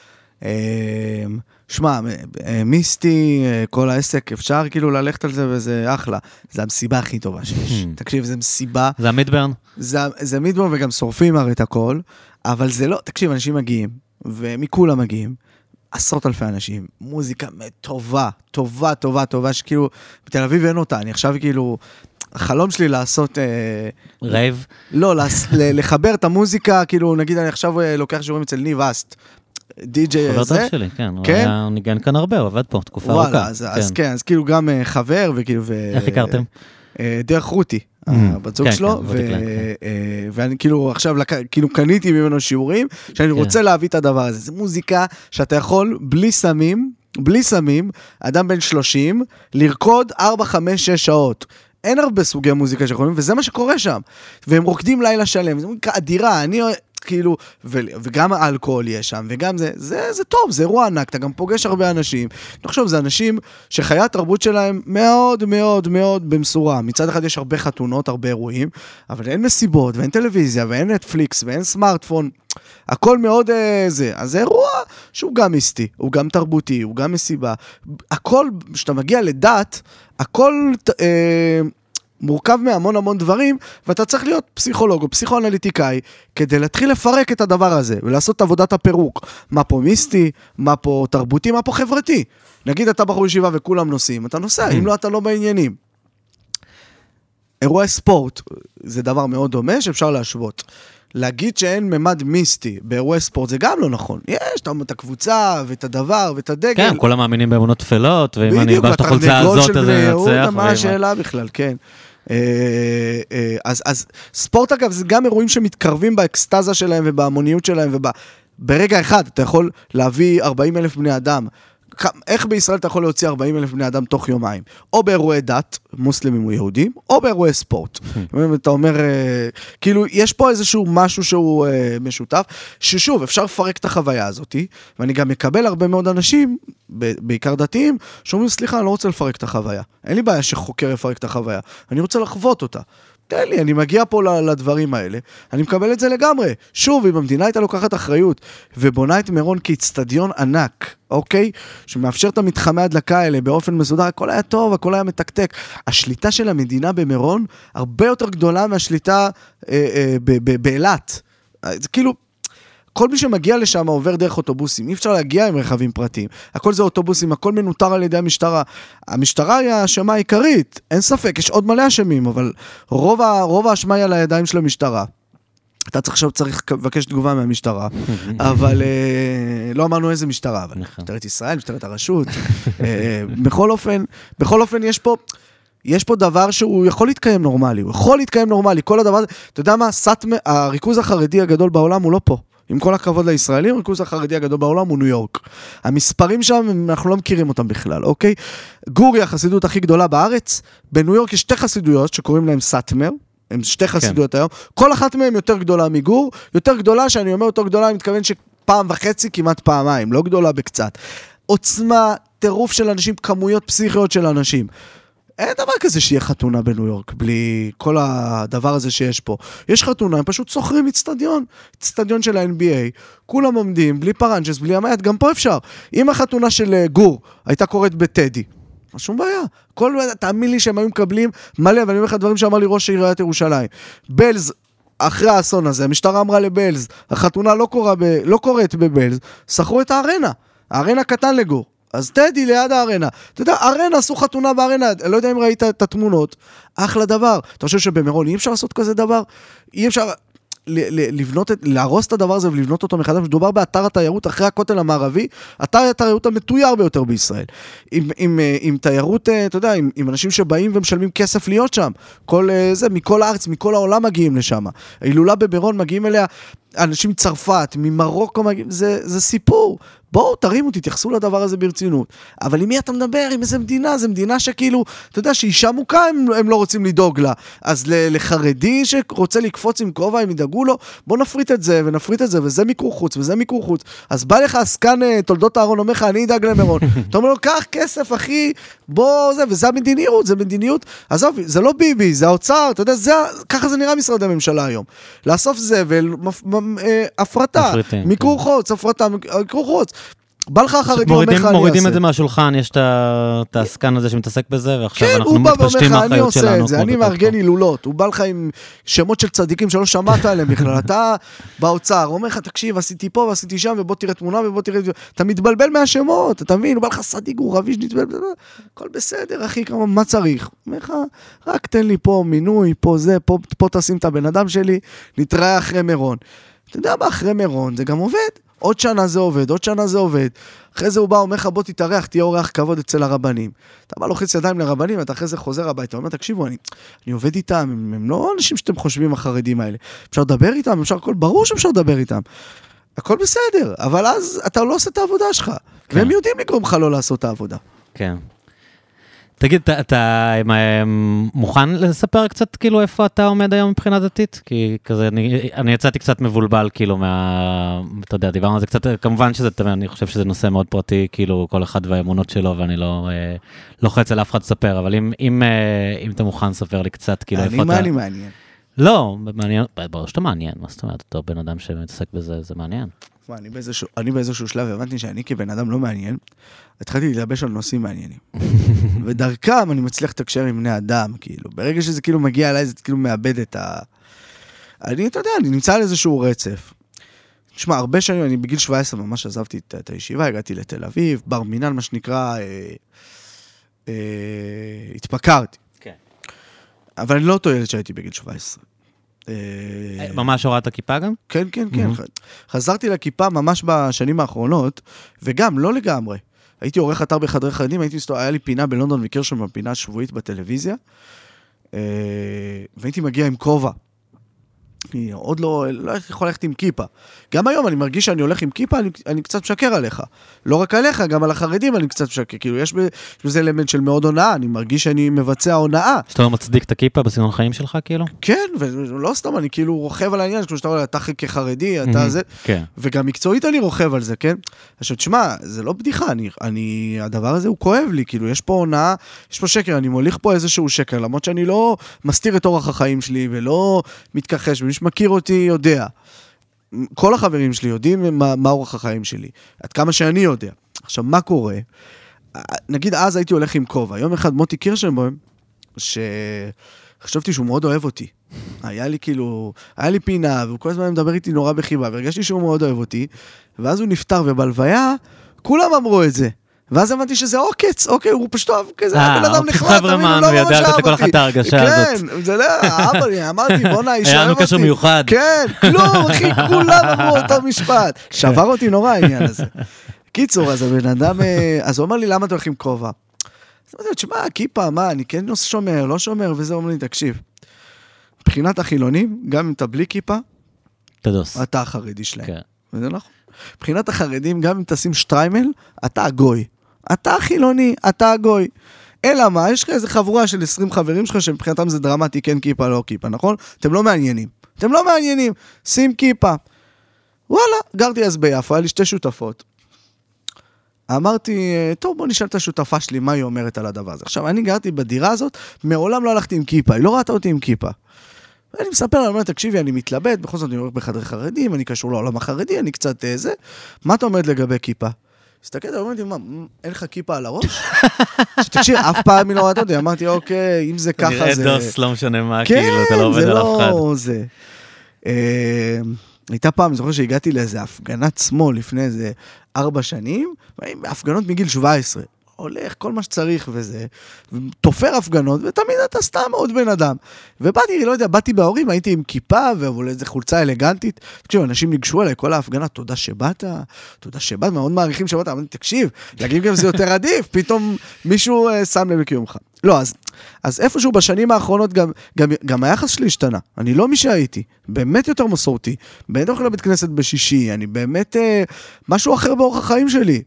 שמע, מיסטי, כל העסק, אפשר כאילו ללכת על זה וזה אחלה. זה המסיבה הכי טובה שיש. תקשיב, זה מסיבה. זה המידברן? זה מידברן וגם שורפים הרי את הכל, אבל זה לא, תקשיב, אנשים מגיעים, ומכולם מגיעים, עשרות אלפי אנשים, מוזיקה טובה, טובה, טובה, טובה, שכאילו, בתל אביב אין אותה, אני עכשיו כאילו, החלום שלי לעשות... רייב? לא, לחבר את המוזיקה, כאילו, נגיד, אני עכשיו לוקח שיעורים אצל ניב אסט, די-ג'יי הזה. חבר טוב שלי, כן. הוא ניגן כאן הרבה, הוא עבד פה תקופה ארוכה. וואלה, אז כן, אז כאילו גם חבר, וכאילו... איך הכרתם? דרך רותי, הבת זוג שלו, ואני כאילו עכשיו כאילו קניתי ממנו שיעורים, שאני רוצה להביא את הדבר הזה. זו מוזיקה שאתה יכול בלי סמים, אדם בן 30, לרקוד 4, 5, 6 שעות. אין הרבה סוגי מוזיקה שיכולים, וזה מה שקורה שם. והם רוקדים לילה שלם, זו מוזיקה אדירה, כאילו, וגם האלכוהול יש שם, וגם זה טוב, זה אירוע ענק, אתה גם פוגש הרבה אנשים. תחשוב, זה אנשים שחיי התרבות שלהם מאוד מאוד מאוד במשורה. מצד אחד יש הרבה חתונות, הרבה אירועים, אבל אין מסיבות, ואין טלוויזיה, ואין נטפליקס, ואין סמארטפון. הכל מאוד זה. אז זה אירוע שהוא גם מיסטי, הוא גם תרבותי, הוא גם מסיבה. הכל, כשאתה מגיע לדת, הכל מורכב מהמון המון דברים, ואתה צריך להיות פסיכולוג או פסיכואנליטיקאי, כדי להתחיל לפרק את הדבר הזה, ולעשות את עבודת הפירוק. מה פה מיסטי, מה פה תרבותי, מה פה חברתי. נגיד אתה בחור ישיבה וכולם נוסעים, אתה נוסע, אם לא אתה לא בעניינים. אירועי ספורט, זה דבר מאוד דומה שאפשר להשוות. להגיד שאין ממד מיסטי באירועי ספורט, זה גם לא נכון. יש, את הקבוצה ואת הדבר ואת הדגל. כן, כולם מאמינים באמונות תפלות, ואם אני אלבש את החולצה הזאת, אז אני אנצח. מה השאלה בכלל, כן. אז ספורט אגב, זה גם אירועים שמתקרבים באקסטאזה שלהם ובהמוניות שלהם, וברגע אחד אתה יכול להביא 40,000 בני אדם. איך בישראל אתה יכול להוציא 40,000 בני אדם תוך יומיים? או באירועי דת, מוסלמים או יהודים, או באירועי ספורט. אתה אומר, כאילו, יש פה איזשהו משהו שהוא משותף, ששוב, אפשר לפרק את החוויה הזאת, ואני גם מקבל הרבה מאוד אנשים, בעיקר דתיים, שאומרים, סליחה, אני לא רוצה לפרק את החוויה. אין לי בעיה שחוקר יפרק את החוויה. אני רוצה לחוות אותה. תן לי, אני מגיע פה לדברים האלה, אני מקבל את זה לגמרי. שוב, אם המדינה הייתה לוקחת אחריות, ובונה את מירון כאצטדיון ענק, אוקיי? שמאפשר את המתחמי הדלקה האלה באופן מסודר, הכל היה טוב, הכל היה מתקתק. השליטה של המדינה במירון, הרבה יותר גדולה מהשליטה באילת. זה כאילו, כל מי שמגיע לשם עובר דרך אוטובוסים, אי אפשר להגיע עם רכבים פרטיים, הכל זה אוטובוסים, הכל מנותר על ידי המשטרה. המשטרה היא האשמה העיקרית, אין ספק, יש עוד מלא אשמים, אבל רוב האשמה היא על הידיים של המשטרה. אתה צריך לבקש תגובה מהמשטרה, אבל לא אמרנו איזה משטרה, אבל משטרת ישראל, משטרת הרשות. בכל אופן יש פה דבר שהוא יכול להתקיים נורמלי, הוא יכול להתקיים נורמלי, כל הדבר, אתה יודע מה, הריכוז החרדי הגדול בעולם הוא לא פה. עם כל הכבוד לישראלים, הריכוז החרדי הגדול בעולם הוא ניו יורק. המספרים שם, אנחנו לא מכירים אותם בכלל, אוקיי? גורי, החסידות הכי גדולה בארץ, בניו יורק יש 2 חסידויות שקוראים להם סאטמר, הם 2 חסידויות היום, כל אחת מהן יותר גדולה מגור, יותר גדולה, שאני אומר יותר גדולה, אני מתכוון שפעם וחצי, כמעט פעמיים, לא גדולה בקצת. עוצמה, טירוף של אנשים, כמויות פסיכיות של אנשים. אין דבר כזה שיהיה חתונה בניו יורק, בלי כל הדבר הזה שיש פה. יש חתונה, הם פשוט סוחרים אצטדיון של ה-NBA, כולם עומדים, בלי פרנצ'ס, בלי המייט, גם פה אפשר. אם החתונה של גור הייתה קורית בטדי, אז שום בעיה. תאמין לי שהם היו מקבלים מלא, ואני אומר לך דברים שאמר לי ראש עיריית ירושלים. בלז, אחרי האסון הזה, המשטרה אמרה לבלז, החתונה לא קורית בבלז, סחרו את הארנה קטן לגור. אז טדי ליד הארנה. אתה יודע, ארנה, עשו חתונה בארנה, אני לא יודע אם ראית את התמונות. אחלה דבר. אתה חושב שבמירון אי אפשר לעשות כזה דבר? אי אפשר להרוס את הדבר הזה ולבנות אותו מחדש. מדובר באתר התיירות אחרי הכותל המערבי, אתר התיירות המתויר ביותר בישראל. עם תיירות, אתה יודע, עם אנשים שבאים ומשלמים כסף להיות שם. מכל הארץ, מכל העולם מגיעים לשם. ההילולה במירון מגיעים אליה אנשים מצרפת, ממרוקו מגיעים, זה סיפור. בואו, תרימו, תתייחסו לדבר הזה ברצינות. אבל עם מי אתה מדבר? עם איזה מדינה? זו מדינה שכאילו, אתה יודע, שאישה מוכה הם לא רוצים לדאוג לה. אז לחרדי שרוצה לקפוץ עם כובע, הם ידאגו לו, בוא נפריט את זה ונפריט את זה, וזה מיקור חוץ, וזה מיקור חוץ. אז בא לך עסקן תולדות הארון, אומר לך, אני אדאג למירון. אתה אומר לו, קח כסף, אחי, בוא, וזה המדיניות, זה מדיניות. עזוב, זה לא ביבי, זה האוצר, אתה יודע, ככה זה נראה משרדי הממשלה היום. לאסוף זבל, הפרטה, מיקור חוץ, הפרטה, מיקור חוץ. בא לך החרדי אומר לך, מורידים את זה מהשולחן, יש את העסקן הזה שמתעסק בזה, ועכשיו אנחנו מתפשטים מהחיות שלנו. אני מארגן הילולות, הוא בא לך עם שמות של צדיקים שלא שמעת עליהם בכלל, אתה באוצר, אומר לך, תקשיב, עשיתי פה ועשיתי שם, ובוא תראה תמונה, ובוא תראה, אתה מתבלבל מהשמות, אתה מבין, הוא בא לך סדיק, הוא רביש, נתבלבל, הכל בסדר, אחי, מה צריך? אומר לך, רק תן לי פה מינוי, פה זה, פה תשים את הבן אדם שלי, נתראה אחרי מירון. אתה יודע מה, אחרי מירון, זה גם עובד. עוד שנה זה עובד, עוד שנה זה עובד. אחרי זה הוא בא, אומר לך, בוא תתארח, תהיה אורח כבוד אצל הרבנים. אתה בא לוחץ ידיים לרבנים, אתה אחרי זה חוזר הביתה. אתה אומר, תקשיבו, אני עובד איתם, הם לא אנשים שאתם חושבים החרדים האלה. אפשר לדבר איתם, ברור שאפשר לדבר איתם. הכל בסדר, אבל אז אתה לא עושה את העבודה שלך. והם יודעים לגרום לך לא לעשות את העבודה. כן. תגיד, אתה מוכן לספר קצת כאילו איפה אתה עומד היום מבחינה דתית? כי כזה, אני יצאתי קצת מבולבל כאילו אתה יודע, דיברנו על זה קצת, כמובן אני חושב שזה נושא מאוד פרטי, כאילו כל אחד והאמונות שלו, ואני לא לוחץ על אף אחד לספר, אבל אם אתה מוכן לספר לי קצת, כאילו איפה אתה... אני מעניין. לא, מעניין, ברור שאתה מעניין, מה זאת אומרת, אותו בן אדם שמתעסק בזה, זה מעניין. אני באיזשהו שלב הבנתי שאני כבן אדם לא מעניין, התחלתי להתלבש על נושאים מעניינים. ודרכם אני מצליח לתקשר עם בני אדם, כאילו. ברגע שזה כאילו מגיע אליי, זה כאילו מאבד את אתה יודע, אני נמצא על איזשהו רצף. תשמע, הרבה שנים, אני בגיל 17 ממש עזבתי את הישיבה, הגעתי לתל אביב, בר מינן, מה שנקרא, התפקרתי. כן. אבל אני לא אותו ילד שהייתי בגיל 17. ממש הורדת הכיפה גם? כן, כן, כן. חזרתי לכיפה ממש בשנים האחרונות, וגם, לא לגמרי. הייתי עורך אתר בחדרי חרדים, היה לי פינה בלונדון וקירשון, פינה שבועית בטלוויזיה, והייתי מגיע עם כובע. אני עוד לא יכול ללכת עם כיפה. גם היום אני מרגיש שאני הולך עם כיפה, אני קצת משקר עליך. לא רק עליך, גם על החרדים אני קצת משקר. כאילו, יש בזה אלמנט של מאוד הונאה, אני מרגיש שאני מבצע הונאה. שאתה לא מצדיק את הכיפה בסגנון חיים שלך, כאילו? כן, ולא סתם, אני כאילו רוכב על העניין, כמו שאתה אומר, אתה כחרדי, אתה זה, וגם מקצועית אני רוכב על זה, כן? עכשיו, תשמע, זה לא בדיחה, הדבר הזה הוא כואב לי, כאילו, יש פה הונאה, יש פה שקר, אני מוליך פה איזשהו שקר, למרות שאני לא מסתיר את אורח החיים שלי, ולא מתכחש, ומי שמכיר אותי יודע. כל החברים שלי יודעים מה אורח החיים שלי, עד כמה שאני יודע. עכשיו, מה קורה? נגיד, אז הייתי הולך עם כובע. יום אחד מוטי קירשנבוים, שחשבתי שהוא מאוד אוהב אותי. היה לי פינה, והוא כל הזמן מדבר איתי נורא בחיבה, והרגשתי שהוא מאוד אוהב אותי, ואז הוא נפטר, ובלוויה, כולם אמרו את זה. ואז אמרתי שזה עוקץ, אוקיי, הוא פשוט אוהב כזה, בן אדם נחמד, חבר'ה מן, הוא ידע לתת לכל אחד את ההרגשה הזאת. כן, זה לא, אמרתי, בוא נאיש היה לנו קשר מיוחד. כן, כלום, אחי, כולם אמרו אותו משפט. שבר אותי נורא העניין הזה. קיצור, אז הבן אדם, אז הוא אמר לי, למה אתה הולך עם כובע? אז אמרתי, תשמע, כיפה, מה, אני כן שומר, לא שומר, וזה אומר לי, תקשיב, מבחינת החילונים, גם אם אתה בלי כיפה, תדוס. אתה החרדי שלהם. וזה נכון. מבחינת החרדים, גם אם תשים שטריימל, אתה הגוי. אתה החילוני, אתה הגוי. אלא מה? יש לך איזו חבורה של 20 חברים שלך, שמבחינתם זה דרמטי, כן כיפה, לא כיפה, נכון? אתם לא מעניינים. אתם לא מעניינים. שים כיפה. וואלה, גרתי אז ביפו, היה לי 2 שותפות. אמרתי, טוב, בוא נשאל את השותפה שלי, מה היא אומרת על הדבר הזה. עכשיו, אני גרתי בדירה הזאת, מעולם לא הלכתי עם כיפה, היא לא ראתה אותי עם כיפה. ואני מספר לה, תקשיבי, אני מתלבט, בכל זאת אני הולך בחדרי חרדים, אני קשור לעולם החרדי, אני קצת זה. מה אתה אומרת לגבי כיפה? הסתכלת, אמרתי, מה, אין לך כיפה על הראש? שתקשיב, אף פעם לא ראתה אותי, אמרתי, אוקיי, אם זה ככה זה... נראה דוס, לא משנה מה, כאילו, אתה לא עובד על אף אחד. כן, זה לא זה. הייתה פעם, אני זוכר שהגעתי לאיזה הפגנת שמאל לפני איזה 4 שנים, הפגנות מגיל 17. הולך כל מה שצריך וזה, תופר הפגנות, ותמיד אתה סתם עוד בן אדם. ובאתי, לא יודע, באתי בהורים, הייתי עם כיפה, ואיזו חולצה אלגנטית. תקשיב, אנשים ניגשו אליי, כל ההפגנה, תודה שבאת, מאוד מעריכים שבאת. אמרתי, תקשיב, להגיד גם זה יותר עדיף, פתאום מישהו שם לב לקיומך. לא, אז איפשהו בשנים האחרונות גם היחס שלי השתנה. אני לא מי שהייתי, באמת יותר מסורתי. באמת הולך לבית כנסת בשישי, אני באמת משהו אחר באורח החיים שלי.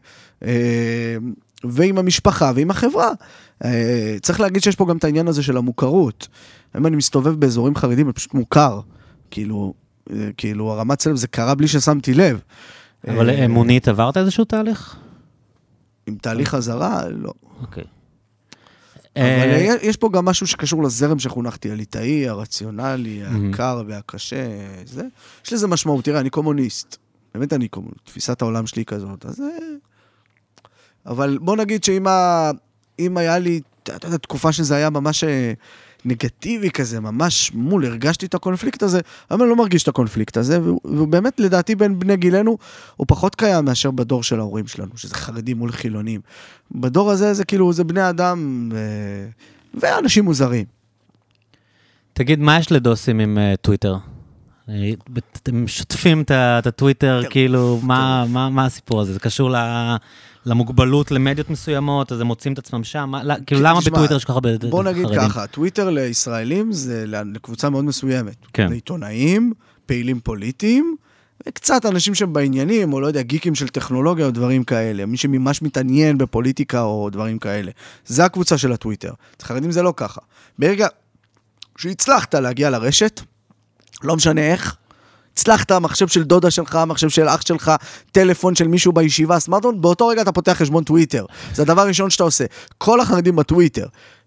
ועם המשפחה ועם החברה. צריך להגיד שיש פה גם את העניין הזה של המוכרות. אם אני מסתובב באזורים חרדים, זה פשוט מוכר. כאילו הרמת צלם זה קרה בלי ששמתי לב. אבל אמונית, עברת איזשהו תהליך? עם תהליך חזרה? לא. אוקיי. אבל יש פה גם משהו שקשור לזרם שחונכתי, הליטאי, הרציונלי, הקר והקשה. יש לזה משמעות. תראה, אני קומוניסט. באמת אני קומוניסט. תפיסת העולם שלי כזאת. אז אבל בוא נגיד שאם היה לי, אתה יודע, תקופה שזה היה ממש נגטיבי כזה, ממש מול, הרגשתי את הקונפליקט הזה, אבל לא מרגיש את הקונפליקט הזה, ובאמת לדעתי בין בני גילנו, הוא פחות קיים מאשר בדור של ההורים שלנו, שזה חרדים מול חילונים. בדור הזה זה כאילו, זה בני אדם ואנשים מוזרים. תגיד, מה יש לדוסים עם טוויטר? אתם שוטפים את הטוויטר, כאילו, מה הסיפור הזה? זה קשור למוגבלות, למדיות מסוימות, אז הם מוצאים את עצמם שם, כאילו למה בטוויטר יש ככה חרדים? בוא נגיד ככה, טוויטר לישראלים זה לקבוצה מאוד מסוימת. לעיתונאים, פעילים פוליטיים, וקצת אנשים שהם בעניינים, או לא יודע, גיקים של טכנולוגיה או דברים כאלה, מי שממש מתעניין בפוליטיקה או דברים כאלה. זה הקבוצה של הטוויטר. חרדים זה לא ככה. ברגע שהצלחת להגיע לרשת, לא משנה איך, הצלחת, מחשב של דודה שלך, מחשב של אח שלך, טלפון של מישהו בישיבה, סמארטפון, באותו רגע אתה פותח חשבון טוויטר. זה הדבר הראשון שאתה עושה. כל החרדים בטוויטר.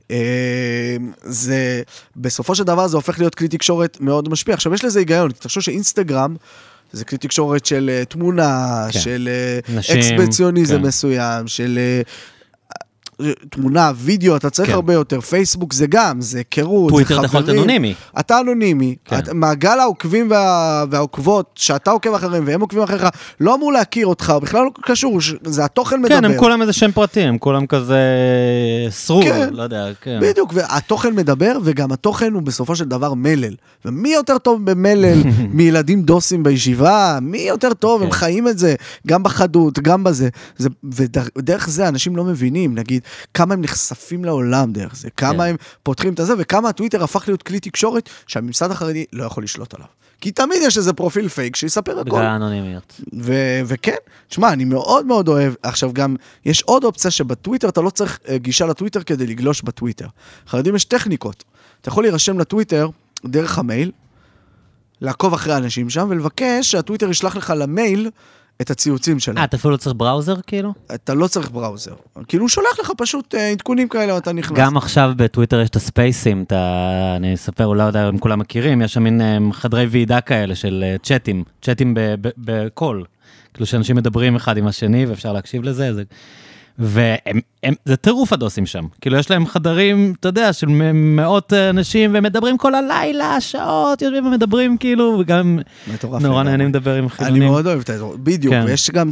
זה, בסופו של דבר זה הופך להיות כלי תקשורת מאוד משפיע. עכשיו יש לזה היגיון, תחשוב שאינסטגרם זה כלי תקשורת של תמונה, של אקספציוניזם מסוים, של תמונה, וידאו, אתה צריך הרבה יותר, פייסבוק זה גם, זה קירות, זה חברים. טוויטר אתה אנונימי. אתה אנונימי, מעגל העוקבים והעוקבות, שאתה עוקב אחריהם והם עוקבים אחריך, לא אמור להכיר אותך, בכלל לא קשור, זה התוכן מדבר. כן, הם כולם איזה שם פרטים, הם כולם כזה סרור, לא יודע, כן. בדיוק, והתוכן מדבר, וגם התוכן הוא בסופו של דבר מלל. ומי יותר טוב במלל מילדים דוסים בישיבה? מי יותר טוב, הם חיים את זה, גם בחדות, גם בזה. ודרך זה אנשים לא מבינים, נגיד, כמה הם נחשפים לעולם דרך זה, כמה הם פותחים את זה, וכמה הטוויטר הפך להיות כלי תקשורת שהממסד החרדי לא יכול לשלוט עליו. כי תמיד יש איזה פרופיל פייק שיספר הכל. בגלל האנונימיות. וכן, תשמע, אני מאוד מאוד אוהב, עכשיו גם, יש עוד אופציה שבטוויטר אתה לא צריך גישה לטוויטר כדי לגלוש בטוויטר. חרדים יש טכניקות. אתה יכול להירשם לטוויטר דרך המייל, לעקוב אחרי אנשים שם, ולבקש שהטוויטר ישלח לך למייל את הציוצים שלהם. אתה אפילו לא צריך בראוזר, כאילו? אתה לא צריך בראוזר. כאילו הוא שולח לך פשוט עדכונים כאלה, ואתה נכנס. גם עכשיו בטוויטר יש את הספייסים, אני אספר, אולי יודע אם כולם מכירים, יש שם מין חדרי ועידה כאלה של צ'אטים בקול. כאילו שאנשים מדברים אחד עם השני, ואפשר להקשיב לזה, וזה טירוף הדוסים שם. כאילו יש להם חדרים, אתה יודע, של מאות אנשים, ומדברים כל הלילה, שעות, יושבים ומדברים כאילו, וגם נורא נהנים לדבר עם חילונים. אני מאוד אוהב את זה, בדיוק, ויש גם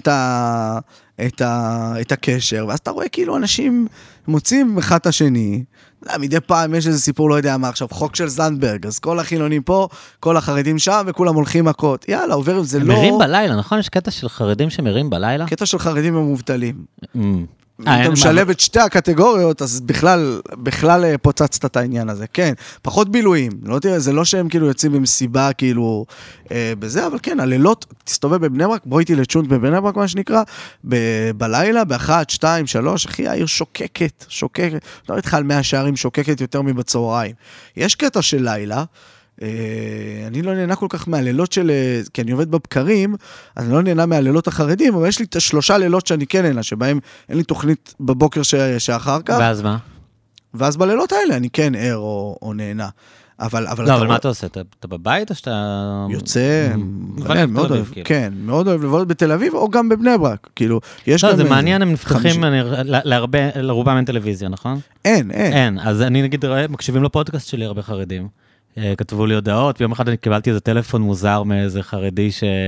את הקשר, ואז אתה רואה כאילו אנשים מוצאים אחד את השני, מדי פעם יש איזה סיפור, לא יודע מה, עכשיו חוק של זנדברג, אז כל החילונים פה, כל החרדים שם, וכולם הולכים מכות. יאללה, עובר, זה לא... מרים בלילה, נכון? יש קטע של חרדים שמרים בלילה? קטע של חרדים הם מובטלים. אם אתה משלב את שתי הקטגוריות, אז בכלל פוצצת את העניין הזה. כן, פחות בילויים. לא תראה, זה לא שהם כאילו יוצאים במסיבה כאילו בזה, אבל כן, הלילות, תסתובב בבני ברק, בוא איתי לצ'ונט בבני ברק, מה שנקרא, בלילה, באחת, שתיים, שלוש, אחי, העיר שוקקת. לא ראיתך על 100 שערים שוקקת יותר מבצהריים. יש קטע של לילה, אני לא נהנה כל כך מהלילות של, כי אני עובד בבקרים, אז אני לא נהנה מהלילות החרדים, אבל יש לי 3 לילות שאני כן נהנה, שבהם אין לי תוכנית בבוקר שאחר כך. ואז מה? ואז בלילות האלה אני כן ער או נהנה. אבל מה אתה עושה? אתה בבית או שאתה... יוצא, מאוד אוהב, כן, מאוד אוהב לבוא בתל אביב, או גם בבני ברק, כאילו, יש גם... זה מעניין, הם נפתחים, לרובם אין טלוויזיה, נכון? אין. אז אני נגיד, מקשיבים לפודקאסט שלי הרבה חרדים. כתבו לי הודעות, ביום אחד אני קיבלתי איזה טלפון מוזר מאיזה חרדי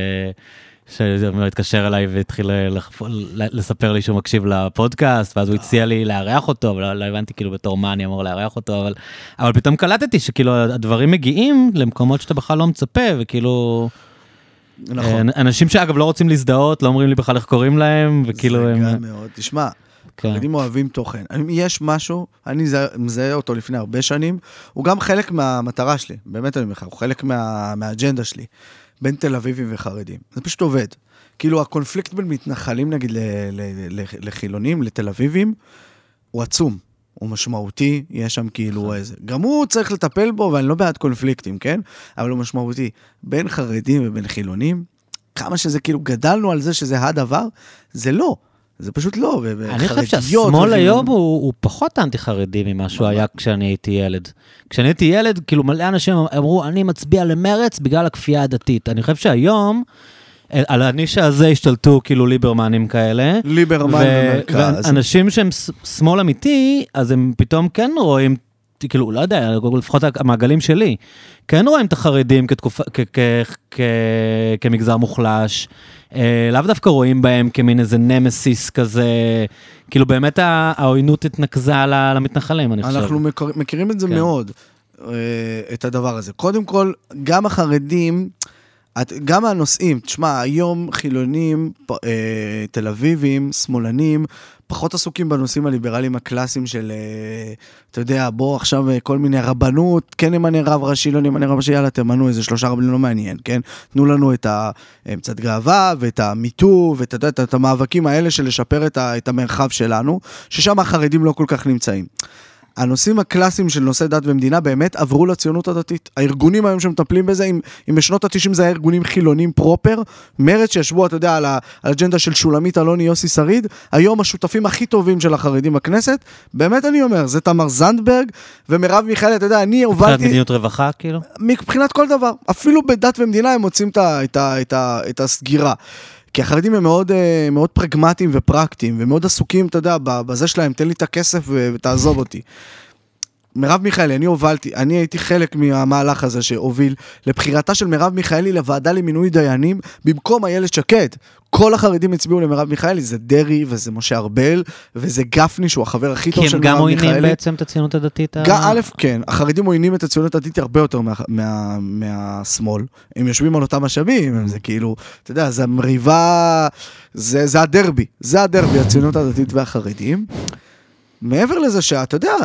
שהתקשר אליי והתחיל לספר לי שהוא מקשיב לפודקאסט, ואז הוא הציע לי לארח אותו, אבל לא הבנתי כאילו בתור מה אני אמור לארח אותו, אבל פתאום קלטתי שכאילו הדברים מגיעים למקומות שאתה בכלל לא מצפה, וכאילו... נכון. אנשים שאגב לא רוצים להזדהות, לא אומרים לי בכלל איך קוראים להם, וכאילו... זה גם מאוד, תשמע. חרדים אוהבים תוכן. יש משהו, אני מזהה אותו לפני הרבה שנים, הוא גם חלק מהמטרה שלי, באמת אני אומר לך, הוא חלק מהאג'נדה שלי, בין תל אביבים וחרדים. זה פשוט עובד. כאילו הקונפליקט בין מתנחלים, נגיד, לחילונים, לתל אביבים, הוא עצום, הוא משמעותי, יש שם כאילו איזה. גם הוא צריך לטפל בו, ואני לא בעד קונפליקטים, כן? אבל הוא משמעותי. בין חרדים ובין חילונים, כמה שזה כאילו גדלנו על זה שזה הדבר, זה לא. זה פשוט לא. אני חושב שהשמאל היום הוא פחות אנטי-חרדי ממה שהוא היה כשאני הייתי ילד. כשאני הייתי ילד, כאילו מלא אנשים אמרו, אני מצביע למרץ בגלל הכפייה הדתית. אני חושב שהיום, על הנישה הזה השתלטו כאילו ליברמנים כאלה. ליברמן ומרכז. ואנשים שהם שמאל אמיתי, אז הם פתאום כן רואים, כאילו, לא יודע, לפחות המעגלים שלי, כן רואים את החרדים כמגזר מוחלש, לאו דווקא רואים בהם כמין איזה נמסיס כזה, כאילו באמת העוינות התנקזה למתנחלים, אני חושב. אנחנו מכירים את זה מאוד, את הדבר הזה. קודם כל, גם החרדים, גם הנושאים, תשמע, היום חילונים, תל אביבים, שמאלנים, פחות עסוקים בנושאים הליברליים הקלאסיים של, אתה יודע, בוא עכשיו כל מיני רבנות, כן נמנה רב ראשי, לא נמנה רב ראשי, יאללה, תמנו איזה 3 רבנים, לא מעניין, כן? תנו לנו את מצד גאווה ואת המיטו, ואת המאבקים האלה של לשפר את המרחב שלנו, ששם החרדים לא כל כך נמצאים. הנושאים הקלאסיים של נושא דת ומדינה באמת עברו לציונות הדתית. הארגונים היום שמטפלים בזה, אם בשנות ה-90 זה היה ארגונים חילונים פרופר, מרץ שישבו, אתה יודע, על האג'נדה של שולמית אלוני, יוסי שריד, היום השותפים הכי טובים של החרדים בכנסת, באמת אני אומר, זה תמר זנדברג ומרב מיכאלי, אתה יודע, אני הובלתי... מבחינת מדיניות רווחה, כאילו? מבחינת כל דבר. אפילו בדת ומדינה הם מוצאים את הסגירה. כי החרדים הם מאוד, מאוד פרגמטיים ופרקטיים, ומאוד עסוקים, אתה יודע, בזה שלהם, תן לי את הכסף ותעזוב אותי. מרב מיכאלי, אני הייתי חלק מהמהלך הזה שהוביל לבחירתה של מרב מיכאלי לוועדה למינוי דיינים, במקום איילת שקד. כל החרדים הצביעו למרב מיכאלי, זה דרי וזה משה ארבל, וזה גפני שהוא החבר הכי טוב של מרב מיכאלי. כי הם גם עוינים בעצם את הציונות הדתית? א', כן, החרדים עוינים את הציונות הדתית הרבה יותר מהשמאל. הם יושבים על אותם משאבים, זה כאילו, אתה יודע, זה המריבה, זה הדרבי, הציונות הדתית והחרדים. מעבר לזה שאתה יודע,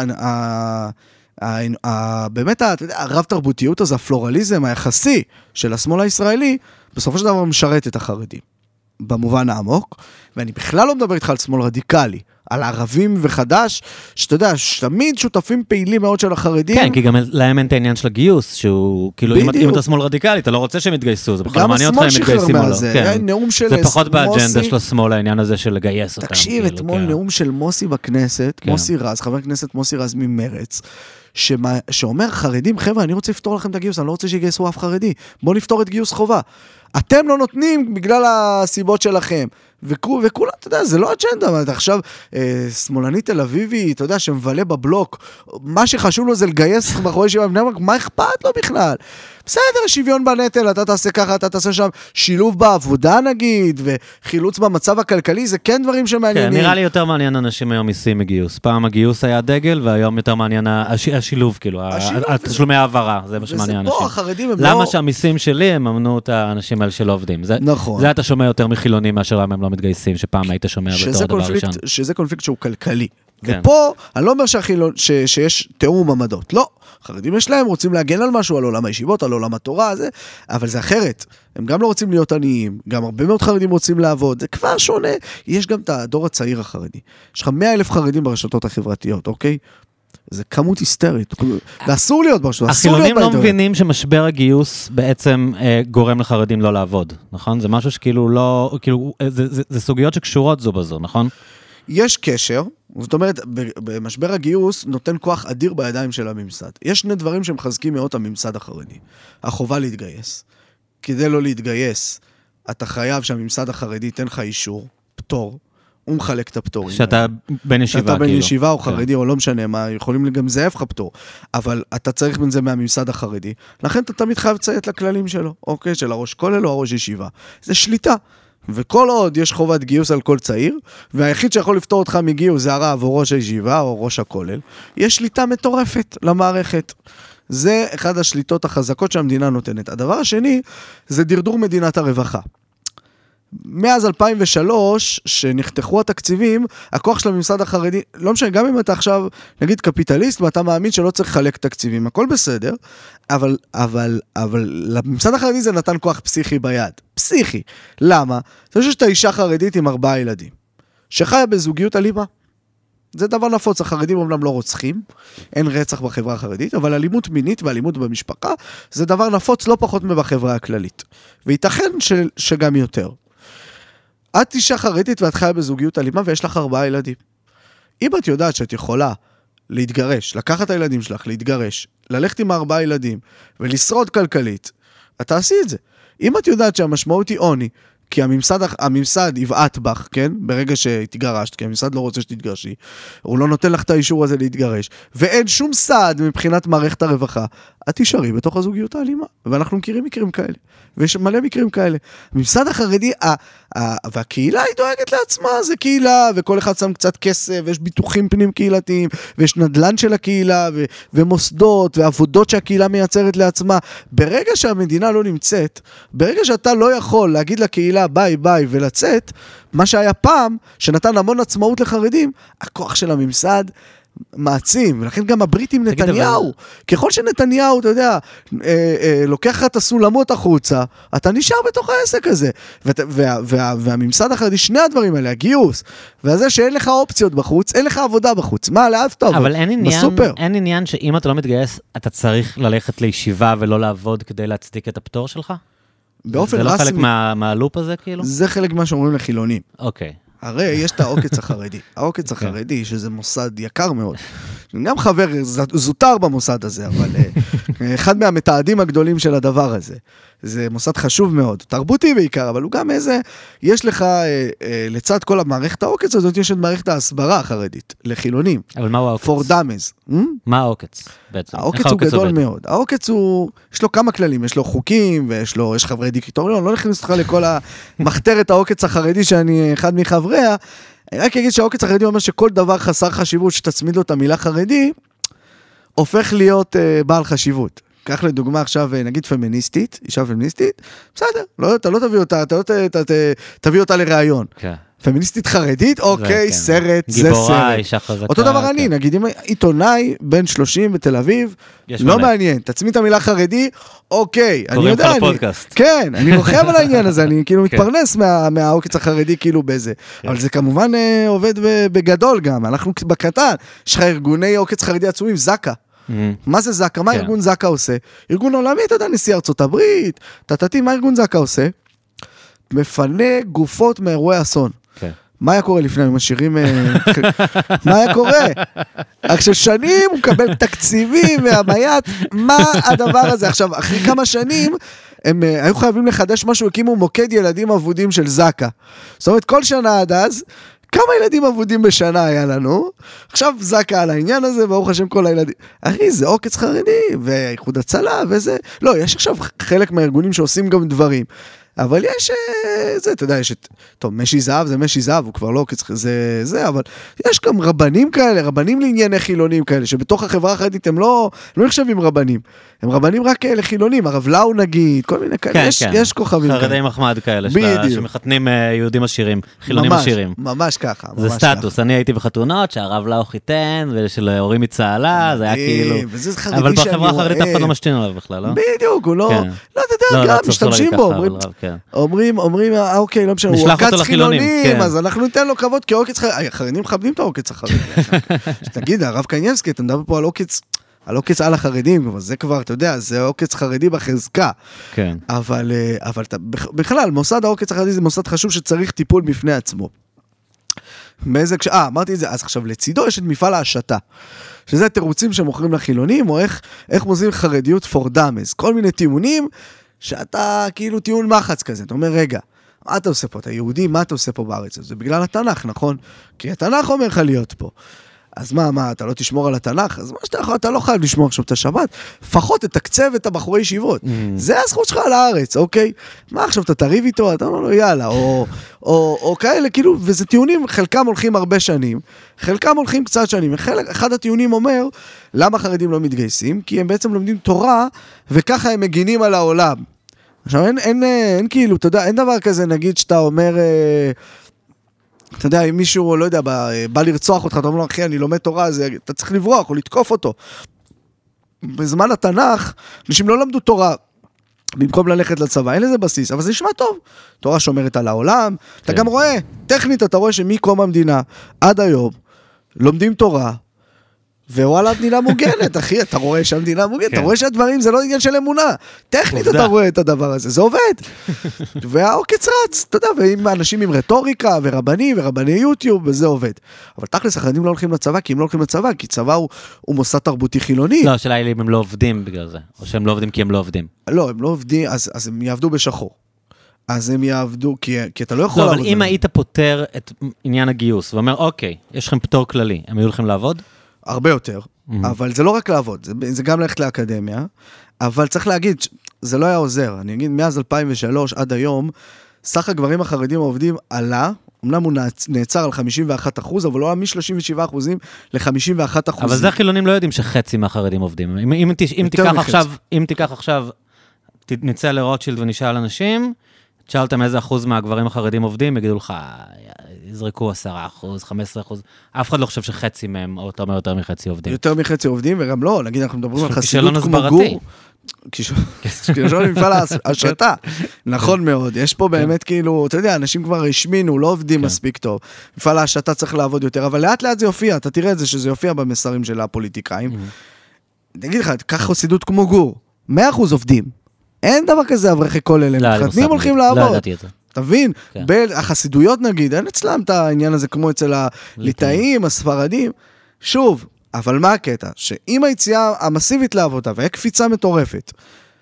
באמת, הרב תרבותיות הזה, הפלורליזם היחסי של השמאל הישראלי, בסופו של דבר משרת את החרדים, במובן העמוק, ואני בכלל לא מדבר איתך על שמאל רדיקלי, על ערבים וחדש, שאתה יודע, תמיד שותפים פעילים מאוד של החרדים. כן, כי גם להם אין את העניין של הגיוס, שהוא, כאילו, אם אתה שמאל רדיקלי, אתה לא רוצה שהם יתגייסו, זה בכלל מעניין אותך אם מתגייסים או לא. זה פחות באג'נדה של השמאל, העניין הזה של לגייס אותם. תקשיב, אתמול נאום של מוסי בכנסת, מוסי רז, חבר הכנסת מוסי רז ממרץ, שאומר, חרדים, חבר'ה, אני רוצה לפתור לכם את הגיוס, אני לא רוצה שיגייסו אף חרדי, בואו נפתור את גיוס חובה. אתם לא נותנים בגלל הסיבות שלכם. וכולם, אתה יודע, זה לא אג'נדה, אתה עכשיו שמאלני תל אביבי, אתה יודע, שמבלה בבלוק, מה שחשוב לו זה לגייס בחורי ישיבה בני ברק, מה אכפת לו בכלל? בסדר, שוויון בנטל, אתה תעשה ככה, אתה תעשה שם שילוב בעבודה נגיד, וחילוץ במצב הכלכלי, זה כן דברים שמעניינים. כן, נראה לי יותר מעניין אנשים היום מיסים מגיוס. פעם הגיוס היה דגל, והיום יותר מעניין השילוב, כאילו, התשלומי העברה, זה מה שמעניין אנשים. למה שהמיסים שלי הם ממנו את האנשים האלה שלא עובדים? נכון. זה אתה שומע יותר מחילונים מאשר הם לא מתגייסים, שפעם היית שומע בתור הדבר ראשון. שזה קונפליקט שהוא כלכלי. ופה, אני לא אומר שיש תיאום עמדות, לא. חרדים יש להם, רוצים להגן על משהו, על עולם הישיבות, על עולם התורה, אבל זה אחרת. הם גם לא רוצים להיות עניים, גם הרבה מאוד חרדים רוצים לעבוד, זה כבר שונה. יש גם את הדור הצעיר החרדי. יש לך 100,000 חרדים ברשתות החברתיות, אוקיי? זה כמות היסטרית, ואסור להיות ברשתות. החילונים לא מבינים שמשבר הגיוס בעצם גורם לחרדים לא לעבוד, נכון? זה משהו שכאילו לא, כאילו, זה סוגיות שקשורות זו בזו, נכון? יש קשר, זאת אומרת, במשבר הגיוס נותן כוח אדיר בידיים של הממסד. יש שני דברים שמחזקים מאוד הממסד החרדי. החובה להתגייס. כדי לא להתגייס, אתה חייב שהממסד החרדי ייתן לך אישור, פטור, הוא מחלק את הפטורים. שאתה בן ישיבה, שאתה בן ישיבה או חרדי או לא משנה מה, יכולים גם זהב לך פטור, אבל אתה צריך בין זה מהממסד החרדי, לכן אתה תמיד חייב לציית לכללים שלו, אוקיי, של הראש כולל או הראש ישיבה. זה שליטה. וכל עוד יש חובת גיוס על כל צעיר, והיחיד שיכול לפתור אותך מגיוס זה הרב או ראש הישיבה או ראש הכולל, יש שליטה מטורפת למערכת. זה אחד השליטות החזקות שהמדינה נותנת. הדבר השני זה דרדור מדינת הרווחה. מאז 2003, שנחתכו התקציבים, הכוח של הממסד החרדי, לא משנה, גם אם אתה עכשיו, נגיד קפיטליסט, ואתה מאמין שלא צריך לחלק תקציבים, הכל בסדר, אבל לממסד החרדי זה נתן כוח פסיכי ביד. פסיכי. למה? זה חושב שאתה אישה חרדית עם 4 ילדים, שחיה בזוגיות אלימה. זה דבר נפוץ, החרדים אומנם לא רוצחים, אין רצח בחברה החרדית, אבל אלימות מינית ואלימות במשפחה, זה דבר נפוץ לא פחות מבחברה הכללית. וייתכן שגם יותר. את אישה חרדית ואת חיה בזוגיות אלימה ויש לך 4 ילדים. אם את יודעת שאת יכולה להתגרש, לקחת את הילדים שלך, להתגרש, ללכת עם 4 ילדים ולשרוד כלכלית, את תעשי את זה. אם את יודעת שהמשמעות היא עוני, כי הממסד יבעט בך, כן? ברגע שתתגרשת, כי הממסד לא רוצה שתתגרשי, הוא לא נותן לך את האישור הזה להתגרש, ואין שום סעד מבחינת מערכת הרווחה, את תישארי בתוך הזוגיות האלימה, ואנחנו מכירים מקרים כאלה, ויש מלא מקרים כאלה. הממסד החרדי, והקהילה היא דואגת לעצמה, זה קהילה, וכל אחד שם קצת כסף, ויש ביטוחים פנים קהילתיים, ויש נדל"ן של הקהילה, ומוסדות, ועבודות שהקהילה מייצרת לעצמה. ברגע שהמדינה לא נמצאת, ברגע שאתה לא יכול להגיד לקהילה ביי ביי ולצאת, מה שהיה פעם, שנתן המון עצמאות לחרדים, הכוח של הממסד מעצים, ולכן גם הברית עם נתניהו, ככל שנתניהו, אתה יודע, לוקח את הסולמות החוצה, אתה נשאר בתוך העסק הזה, והממסד החרדי, שני הדברים האלה, הגיוס, וזה שאין לך אופציות בחוץ, אין לך עבודה בחוץ, מה, לאף טוב, אבל אין עניין שאם אתה לא מתגייס, אתה צריך ללכת לישיבה ולא לעבוד כדי להצדיק את הפטור שלך? באופן רסמי. זה לא חלק מהלופ הזה, כאילו? זה חלק מה שאומרים לחילונים. אוקיי. הרי יש את העוקץ החרדי. העוקץ החרדי, שזה מוסד יקר מאוד. גם חבר זוטר במוסד הזה, אבל אחד מהמתעדים הגדולים של הדבר הזה. זה מוסד חשוב מאוד, תרבותי בעיקר, אבל הוא גם איזה, יש לך, לצד כל המערכת העוקץ הזאת, יש את מערכת ההסברה החרדית, לחילונים. אבל מה הוא העוקץ? For dummies. מה העוקץ בעצם? העוקץ הוא גדול מאוד. העוקץ הוא, יש לו כמה כללים, יש לו חוקים, יש חברי דירקטוריון, לא נכנס לך לכל המחתרת העוקץ החרדי, שאני אחד מחבריה, אני רק אגיד שהעוקץ החרדי אומר שכל דבר חסר חשיבות, שתצמיד לו את המילה חרדי, הופך להיות בעל חשיבות. כך לדוגמה עכשיו, נגיד פמיניסטית, אישה פמיניסטית, בסדר, אתה לא תביא אותה, אתה לא תביא אותה לראיון. פמיניסטית חרדית, אוקיי, סרט, זה סרט. גיבורה, אישה חזקה. אותו דבר אני, נגיד, אם עיתונאי בן 30 בתל אביב, לא מעניין, תצמיד את המילה חרדי, אוקיי, אני יודע, קוראים לך לפודקאסט. כן, אני רוכב על העניין הזה, אני כאילו מתפרנס מהעוקץ החרדי כאילו בזה, אבל זה כמובן עובד בגדול גם, אנחנו בקטן, יש לך ארגוני עוקץ חרדי עצומים, זקה. מה זה זקה? מה ארגון זקה עושה? ארגון עולמי, אתה יודע, נשיא ארצות הברית, מה ארגון זקה עושה? מפנה גופות מאירועי אסון. מה היה קורה לפני? הם משאירים... מה היה קורה? עכשיו שנים הוא מקבל תקציבים והמיית, מה הדבר הזה? עכשיו, אחרי כמה שנים, הם היו חייבים לחדש משהו, הקימו מוקד ילדים אבודים של זקה. זאת אומרת, כל שנה עד אז, כמה ילדים אבודים בשנה היה לנו? עכשיו זקה על העניין הזה, ברוך השם כל הילדים. אחי, זה עוקץ חרדי, ואיחוד הצלה, וזה... לא, יש עכשיו חלק מהארגונים שעושים גם דברים. אבל יש, זה, אתה יודע, יש את, טוב, משי זהב זה משי זהב, הוא כבר לא, זה, אבל יש גם רבנים כאלה, רבנים לענייני חילונים כאלה, שבתוך החברה החרדית הם לא נחשבים רבנים, הם רבנים רק כאלה חילונים, הרב לאו נגיד, כל מיני כאלה, יש כוכבים כאלה. חרדי מחמד כאלה, שמחתנים יהודים עשירים, חילונים עשירים. ממש ככה. זה סטטוס, אני הייתי בחתונות, שהרב לאו חיתן, ושלהורים מצהלה, זה היה כאילו, אבל בחברה החרדית אף אחד לא משתין עליו בכלל, לא? בדיוק, הוא לא, אתה יודע, גם משתמשים בו, אומרים, אוקיי, לא משנה, הוא עוקץ חילונים, אז אנחנו ניתן לו כבוד, כי החרדים מכבדים את העוקץ החרדי. תגיד, הרב קניאבסקי, אתה מדבר פה על עוקץ על החרדים, אבל זה כבר, אתה יודע, זה עוקץ חרדי בחזקה. כן. אבל בכלל, מוסד העוקץ החרדי זה מוסד חשוב שצריך טיפול בפני עצמו. אמרתי את זה, אז עכשיו לצידו יש את מפעל ההשתה, שזה תירוצים שמוכרים לחילונים, או איך מוזים חרדיות for dummies, כל מיני טיעונים, שאתה כאילו טיעון מחץ כזה, אתה אומר, רגע, מה אתה עושה פה? אתה יהודי, מה אתה עושה פה בארץ? זה בגלל התנ"ך, נכון? כי התנ"ך אומר לך להיות פה. אז מה, אתה לא תשמור על התנ"ך? אז מה שאתה יכול, אתה לא חייב לשמור עכשיו את השבת, לפחות תתקצב את הבחורי ישיבות. זה הזכות שלך על הארץ, אוקיי? מה עכשיו, אתה תריב איתו? אתה אומר לו, יאללה, או כאלה, כאילו, וזה טיעונים, חלקם הולכים הרבה שנים, חלקם הולכים קצת שנים. אחד הטיעונים אומר, למה חרדים לא מתגייסים? כי הם בעצם לומדים תורה, וככה הם מגינים על העולם. עכשיו, אין כאילו, אתה יודע, אין דבר כזה, נגיד שאתה אומר, אתה יודע, אם מישהו, לא יודע, בא לרצוח אותך, אתה אומר לו, אחי, אני לומד תורה, אתה צריך לברוח או לתקוף אותו. בזמן התנ"ך, אנשים לא למדו תורה, במקום ללכת לצבא, אין לזה בסיס, אבל זה נשמע טוב. תורה שומרת על העולם, אתה גם רואה, טכנית אתה רואה שמקום המדינה, עד היום, לומדים תורה, ווואלה, המדינה מוגנת, אחי, אתה רואה שהמדינה מוגנת, אתה רואה שהדברים זה לא עניין של אמונה, טכנית אתה רואה את הדבר הזה, זה עובד, והעוקץ רץ, אתה יודע, ועם אנשים עם רטוריקה, ורבנים, ורבני יוטיוב, וזה עובד. אבל תכלס, החרדים לא הולכים לצבא, כי הם לא הולכים לצבא, כי צבא הוא מוסד תרבותי חילוני. לא, השאלה היא אם הם לא עובדים בגלל זה, או שהם לא עובדים כי הם לא עובדים. לא, הם לא עובדים, אז הם יעבדו בשחור. אז הם יעבדו, כי אתה לא יכול לעבוד. אבל אם היית פותר את עניין הגיוס, ואומר, אוקיי, יש לכם פטור כללי, הם היו לכם לעבוד? הרבה יותר, אבל זה לא רק לעבוד, זה גם ללכת לאקדמיה, אבל צריך להגיד, זה לא היה עוזר. אני אגיד, מאז 2003 עד היום, סך הגברים החרדים העובדים עלה, אמנם הוא נעצר על 51%, אבל לא היה מ-37% ל-51%. אבל זה חילונים לא יודעים שחצי מהחרדים עובדים. אם תיקח עכשיו, נצא לרוטשילד ונשאל אנשים, תשאלתם איזה אחוז מהגברים החרדים עובדים, יגידו לך, יזרקו 10%, 15%, אף אחד לא חושב שחצי מהם, או אתה אומר יותר מחצי עובדים. יותר מחצי עובדים, וגם לא, נגיד אנחנו מדברים על חסידות כמו גור. כשלון מפעל השתה, נכון מאוד, יש פה באמת כאילו, אתה יודע, אנשים כבר השמינו, לא עובדים מספיק טוב, מפעל השתה צריך לעבוד יותר, אבל לאט לאט זה יופיע, אתה תראה את זה שזה יופיע במסרים של הפוליטיקאים. נגיד לך, קח חסידות כמו גור, 100% עובדים, אין דבר כזה אברכי כל אלה, מתחתנים הולכים לעבוד. תבין, החסידויות נגיד, אין אצלם את העניין הזה כמו אצל הליטאים, הספרדים, שוב, אבל מה הקטע? שאם היציאה המסיבית לעבודה, והיה קפיצה מטורפת,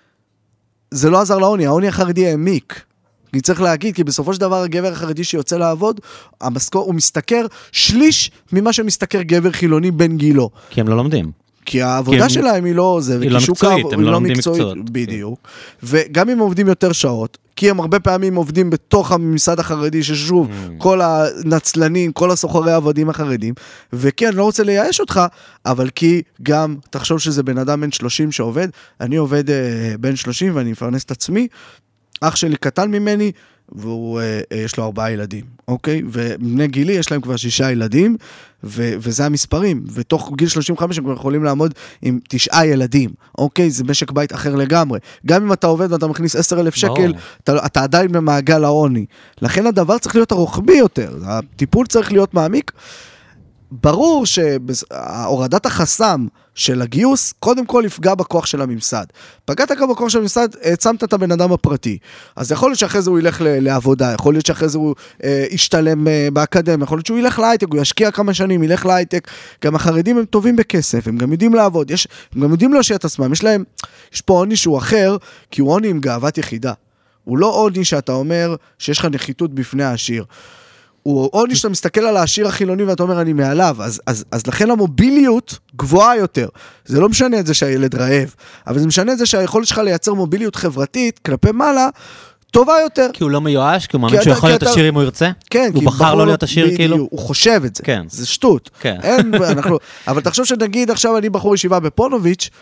זה לא עזר לעוני, העוני החרדי העמיק. אני צריך להגיד, כי בסופו של דבר הגבר החרדי שיוצא לעבוד, הוא מסתכר שליש ממה שמסתכר גבר חילוני בין גילו. כי הם לא לומדים. כי העבודה שלהם היא לא זה, היא לא מקצועית, הם לא לומדים מקצועות. בדיוק. וגם אם עובדים יותר שעות, כי הם הרבה פעמים עובדים בתוך הממסד החרדי, ששוב, כל הנצלנים, כל הסוחרי העבדים החרדים, וכי אני לא רוצה לייאש אותך, אבל כי גם, תחשוב שזה בן אדם בן 30 שעובד, אני עובד בן 30 ואני מפרנס את עצמי, אח שלי קטן ממני, והוא, יש לו 4 ילדים, אוקיי? ובני גילי יש להם כבר 6 ילדים, וזה המספרים, ותוך גיל 35 הם כבר יכולים לעמוד עם 9 ילדים, אוקיי? זה משק בית אחר לגמרי. גם אם אתה עובד ואתה מכניס 10,000 שקל, אתה עדיין במעגל העוני. לכן הדבר צריך להיות הרוחבי יותר, הטיפול צריך להיות מעמיק. ברור שהורדת החסם של הגיוס, קודם כל יפגע בכוח של הממסד. פגעת גם בכוח של הממסד, העצמת את הבן אדם הפרטי. אז יכול להיות שאחרי זה הוא ילך לעבודה, יכול להיות שאחרי זה הוא ישתלם באקדמיה, יכול להיות שהוא ילך להייטק, הוא ישקיע כמה שנים, ילך להייטק. גם החרדים הם טובים בכסף, הם גם יודעים לעבוד, הם גם יודעים להושיע את עצמם. יש פה עוני שהוא אחר, כי הוא עוני עם גאוות יחידה. הוא לא עוני שאתה אומר שיש לך נחיתות בפני העשיר. הוא עוני שאתה מסתכל על העשיר החילוני ואתה אומר אני מעליו, אז לכן המוביליות גבוהה יותר. זה לא משנה את זה שהילד רעב, אבל זה משנה את זה שהיכולת שלך לייצר מוביליות חברתית כלפי מעלה, טובה יותר. כי הוא לא מיואש, כי הוא מאמין שהוא יכול להיות עשיר אם הוא ירצה? כן. הוא בחר לא להיות עשיר כאילו? הוא חושב את זה. כן. זה שטות. כן. אבל תחשוב שנגיד עכשיו אני בחור ישיבה בפונוביץ',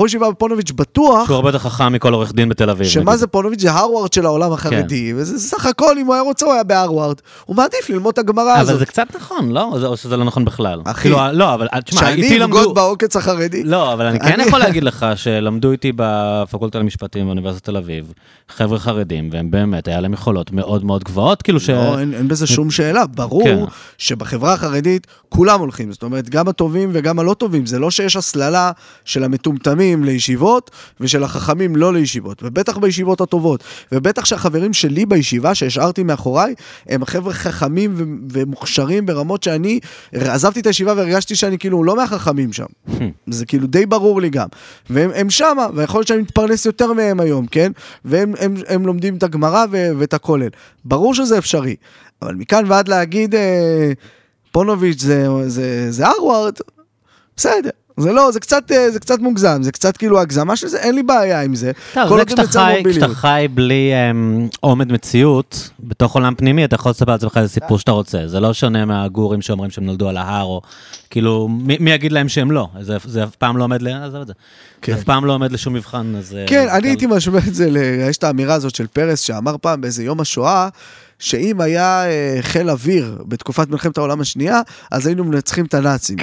בטוח... שהוא הרבה יותר חכם מכל עורך דין בתל אביב. שמה זה פונוביץ'? זה הרווארד של העולם החרדי, וזה סך הכל, אם הוא היה רוצה, הוא היה בהרווארד. הוא מעדיף ללמוד את הגמרא הזאת. אבל זה קצת נכון, לא? או שזה לא נכון בכלל? אחי, לא, אבל תשמע, שאני אבגוד בעוקץ החרדי? לא, אבל אני כן יכול להגיד לך שלמדו איתי בפקולטה למשפטים באוניברסיטת תל אביב, חבר'ה חרדים, והם באמת, היה להם יכולות מאוד מאוד גבוהות, כאילו לא, אין בזה שום שאלה. ברור שבחברה החרדית כולם הולכים, זאת אומרת, גם הטובים וגם הלא טובים. זה לא שיש הסללה של המטומטמים לישיבות, ושל החכמים לא לישיבות, ובטח בישיבות הטובות, ובטח שהחברים שלי בישיבה שהשארתי מאחוריי, הם חבר'ה חכמים ומוכשרים ברמות שאני עזבתי את הישיבה והרגשתי שאני כאילו לא מהחכמים שם. זה כאילו די ברור לי גם. והם שמה, ויכול להיות שאני מתפרנס יותר מהם היום, כן? והם לומדים את הגמרא ואת הכולל. ברור שזה אפשרי. אבל מכאן ועד להגיד, פונוביץ' זה הרווארד, בסדר. זה קצת מוגזם, זה קצת כאילו הגזמה של זה, אין לי בעיה עם זה. טוב, זה כשאתה חי בלי עומד מציאות, בתוך עולם פנימי, אתה יכול לספר על עצמך איזה סיפור שאתה רוצה. זה לא שונה מהגורים שאומרים שהם נולדו על ההר, או כאילו, מי יגיד להם שהם לא? זה אף פעם לא עומד זה אף פעם לא עומד לשום מבחן. כן, אני הייתי משמע את זה, יש את האמירה הזאת של פרס, שאמר פעם באיזה יום השואה, שאם היה חיל אוויר בתקופת מלחמת העולם השנייה, אז היינו מנצחים את הנאצים.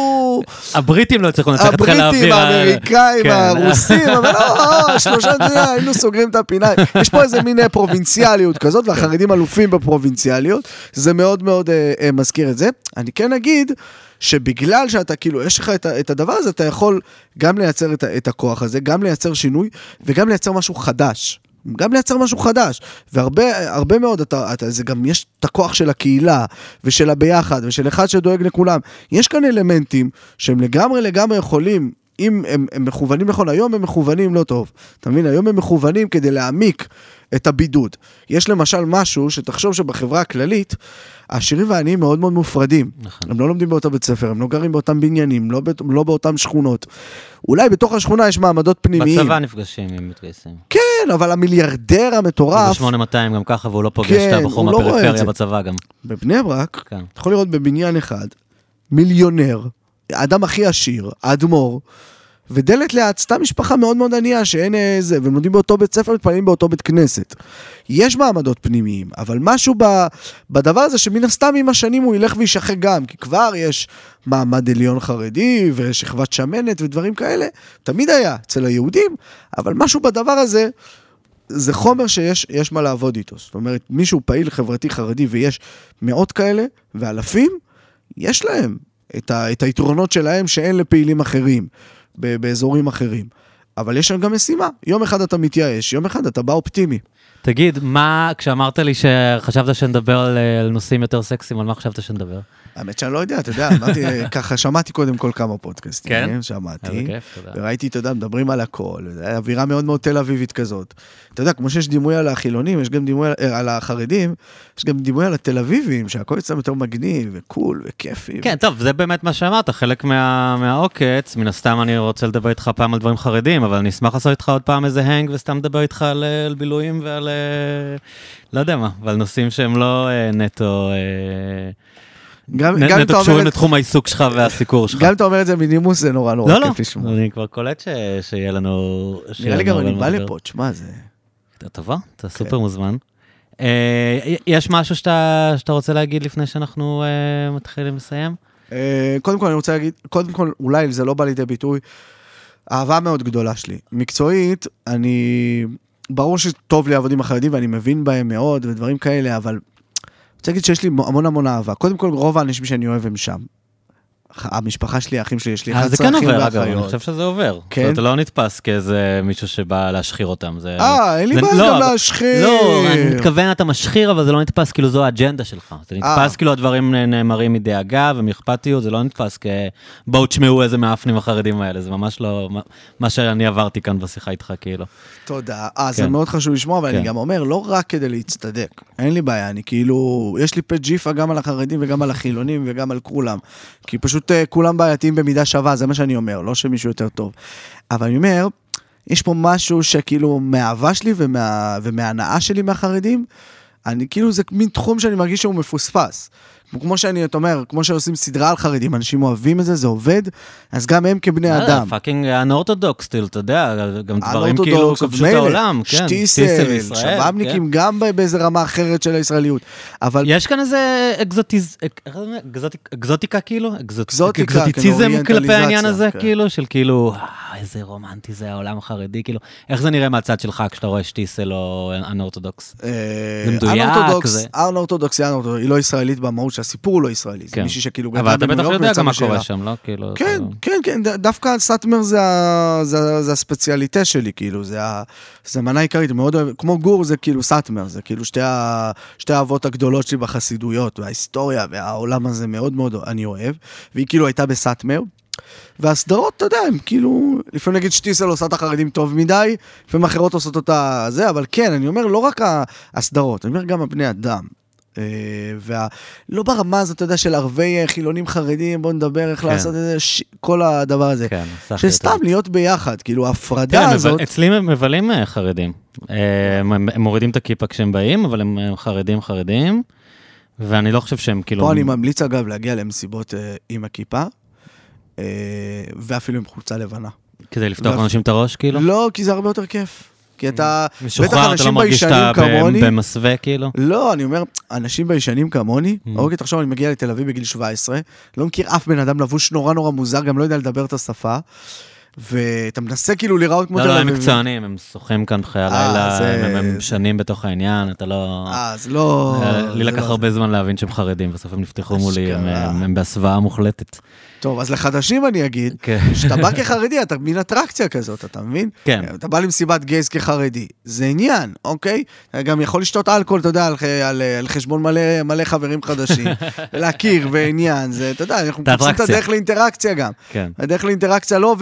הבריטים לא צריכו לנצח את חיל האוויר. הבריטים, האמריקאים, הרוסים, אבל לא, שלושה דברים, היינו סוגרים את הפינה. יש פה איזה מין פרובינציאליות כזאת, והחרדים אלופים בפרובינציאליות. זה מאוד מאוד מזכיר את זה. אני כן אגיד שבגלל שאתה כאילו, יש לך את הדבר הזה, אתה יכול גם לייצר את הכוח הזה, גם לייצר שינוי, וגם לייצר משהו חדש. והרבה מאוד, זה גם יש את הכוח של הקהילה, ושל הביחד, ושל אחד שדואג לכולם. יש כאן אלמנטים שהם לגמרי יכולים אם הם מכוונים נכון, היום הם מכוונים לא טוב. אתה מבין? היום הם מכוונים כדי להעמיק את הבידוד. יש למשל משהו שתחשוב שבחברה הכללית, העשירים והעניים מאוד מאוד מופרדים. נכון. הם לא לומדים באותה בית ספר, הם לא גרים באותם בניינים, לא באותם שכונות. אולי בתוך השכונה יש מעמדות פנימיים. בצבא נפגשים, הם מתגייסים. כן, אבל המיליארדר המטורף... ב-8200 גם ככה, והוא לא פוגש את הבחור מהפריפריה בצבא גם. בבני ברק, אתה יכול לראות בבניין אחד, מיליונר, האדם הכי עשיר, האדמו"ר, ודלת ליד, סתם משפחה מאוד מאוד ענייה, שאין זה, והם לומדים באותו בית ספר, מתפעלים באותו בית כנסת. יש מעמדות פנימיים, אבל משהו בדבר הזה, שמן הסתם עם השנים הוא ילך וישחק גם, כי כבר יש מעמד עליון חרדי, ושכבת שמנת ודברים כאלה, תמיד היה אצל היהודים, אבל משהו בדבר הזה, זה חומר שיש מה לעבוד איתו. זאת אומרת, מישהו פעיל חברתי חרדי, ויש מאות כאלה, ואלפים, יש להם את היתרונות שלהם, שאין לפעילים אחרים. באזורים אחרים. אבל יש שם גם משימה. יום אחד אתה מתייאש, יום אחד אתה בא אופטימי. תגיד, מה, כשאמרת לי שחשבת שנדבר על נושאים יותר סקסיים, על מה חשבת שנדבר? האמת שאני לא יודע, אתה יודע, אמרתי, ככה שמעתי קודם כל כמה פודקאסטים. כן? שמעתי. וראיתי, אתה יודע, מדברים על הכל. זו אווירה מאוד מאוד תל אביבית כזאת. אתה יודע, כמו שיש דימוי על החילונים, יש גם דימוי על החרדים, יש גם דימוי על התל אביבים, שהכל יצא יותר מגניב וקול וכיפי. כן, טוב, זה באמת מה שאמרת, חלק מהעוקץ, מן הסתם אני רוצה לדבר איתך פעם על דברים חרדים, אבל אני אשמח לעשות איתך עוד פעם איזה הנג, וסתם לדבר איתך על בילויים ועל, לא יודע מה, ועל נושאים שהם לא נטו... נטו קשורים לתחום העיסוק שלך והסיקור שלך. גם אתה אומר את זה מינימוס, זה נורא נורא כיף לשמוע. אני כבר קולט שיהיה לנו... נראה לי גם אני בא לפה, תשמע, זה... טובה, אתה סופר מוזמן. יש משהו שאתה רוצה להגיד לפני שאנחנו מתחילים לסיים? קודם כל אני רוצה להגיד, קודם כל אולי זה לא בא לידי ביטוי, אהבה מאוד גדולה שלי. מקצועית, ברור שטוב לי לעבוד עם החרדים ואני מבין בהם מאוד ודברים כאלה, אבל אני רוצה להגיד שיש לי המון המון אהבה. קודם כל, רוב האנשים שאני אוהב הם שם. המשפחה שלי, האחים שלי, יש לי 11 אחים ואחיות. זה כן עובר, אגב, אני חושב שזה עובר. כן? אתה לא נתפס כאיזה מישהו שבא להשחיר אותם. אין לי בעיה גם להשחיר. לא, אני מתכוון, אתה משחיר, אבל זה לא נתפס כאילו זו האג'נדה שלך. זה נתפס כאילו הדברים נאמרים מדאגה ומאכפתיות, זה לא נתפס בואו תשמעו איזה מאפנים החרדים האלה, זה ממש לא מה שאני עברתי כאן בשיחה איתך כאילו. תודה. זה מאוד חשוב לשמוע, אבל אני גם אומר, לא רק כדי להצטדק. אין לי בעיה, אני כאילו, יש לי פה ג'יפה גם על החרדים וגם על החילונים וגם על כולם. כי פשוט כולם בעייתיים במידה שווה, זה מה שאני אומר, לא שמישהו יותר טוב. אבל אני אומר, יש פה משהו שכאילו מהאהבה שלי ומההנאה שלי מהחרדים, אני כאילו זה מין תחום שאני מרגיש שהוא מפוספס. כמו שאני אומר, כמו שעושים סדרה על חרדים, אנשים אוהבים את זה, זה עובד, אז גם הם כבני אדם. פאקינג אנאורתודוקס, אתה יודע, גם דברים כאילו כבשו את העולם, כן. שטיסל, שבאבניקים, גם באיזה רמה אחרת של הישראליות. יש כאן איזה אקזוטיקה כאילו? אקזוטיציזם כלפי העניין הזה, כאילו, של כאילו, איזה רומנטי זה העולם החרדי, כאילו, איך זה נראה מהצד שלך כשאתה רואה שטיסל או אנאורתודוקס? זה מדויק, זה... אנאורתודוקס, היא לא ישראלית במהות שהסיפור הוא לא ישראלי, זה מישהי שכאילו אבל אתה בטח יודע גם מה קורה שם, לא? כן, דוווקא סאטמר זה הספציאליטה שלי, כאילו, זה מנה עיקרית, מאוד אוהב, כמו גור זה כאילו סאטמר, זה כאילו שתי האהבות הגדולות שלי בחסידויות, וההיסטוריה והעולם הזה מאוד מאוד אני אוהב, והיא כאילו הייתה בסאטמר, והסדרות, אתה יודע, הם כאילו, לפעמים נגיד שטיסל עושה את החרדים טוב מדי, לפעמים אחרות עושות אותה זה, אבל כן, אני אומר, לא רק הסדרות, אני אומר גם הבני אדם, ולא ברמה הזאת, אתה יודע, של ערבי חילונים חרדים, בוא נדבר איך לעשות את זה, כל הדבר הזה. שסתם להיות ביחד, כאילו ההפרדה הזאת. אצלי הם מבלים חרדים. הם מורידים את הכיפה כשהם באים, אבל הם חרדים, ואני לא חושב שהם כאילו... פה אני ממליץ אגב להגיע למסיבות עם הכיפה, ואפילו עם חולצה לבנה. כדי לפתוח לאנשים את הראש, כאילו? לא, כי זה הרבה יותר כיף. כי אתה... משוחרר, אתה לא מרגיש שאתה במסווה, כאילו? לא, אני אומר, אנשים בישנים כמוני, אוקיי, תחשוב, אני מגיע לתל אביב בגיל 17, לא מכיר אף בן אדם לבוש נורא נורא מוזר, גם לא יודע לדבר את השפה, ואתה מנסה כאילו לראות כמו תל אביב. לא, הם מקצוענים, הם שוחים כאן בחיי הלילה, הם שנים בתוך העניין, אתה לא... אז לא... לי לקח הרבה זמן להבין שהם חרדים, בסוף הם נפתחו מולי, הם בהסוואה מוחלטת. טוב, אז לחדשים אני אגיד, שאתה בא כחרדי, אתה מין אטרקציה כזאת, אתה מבין? כן. אתה בא למסיבת גייז כחרדי, זה עניין, אוקיי? אתה גם יכול לשתות אלכוהול, אתה יודע, על חשבון מלא חברים חדשים, ולהכיר ועניין, זה, אתה יודע, אנחנו מחפשים את הדרך לאינטראקציה גם. כן. הדרך לאינטראקציה לא עוברת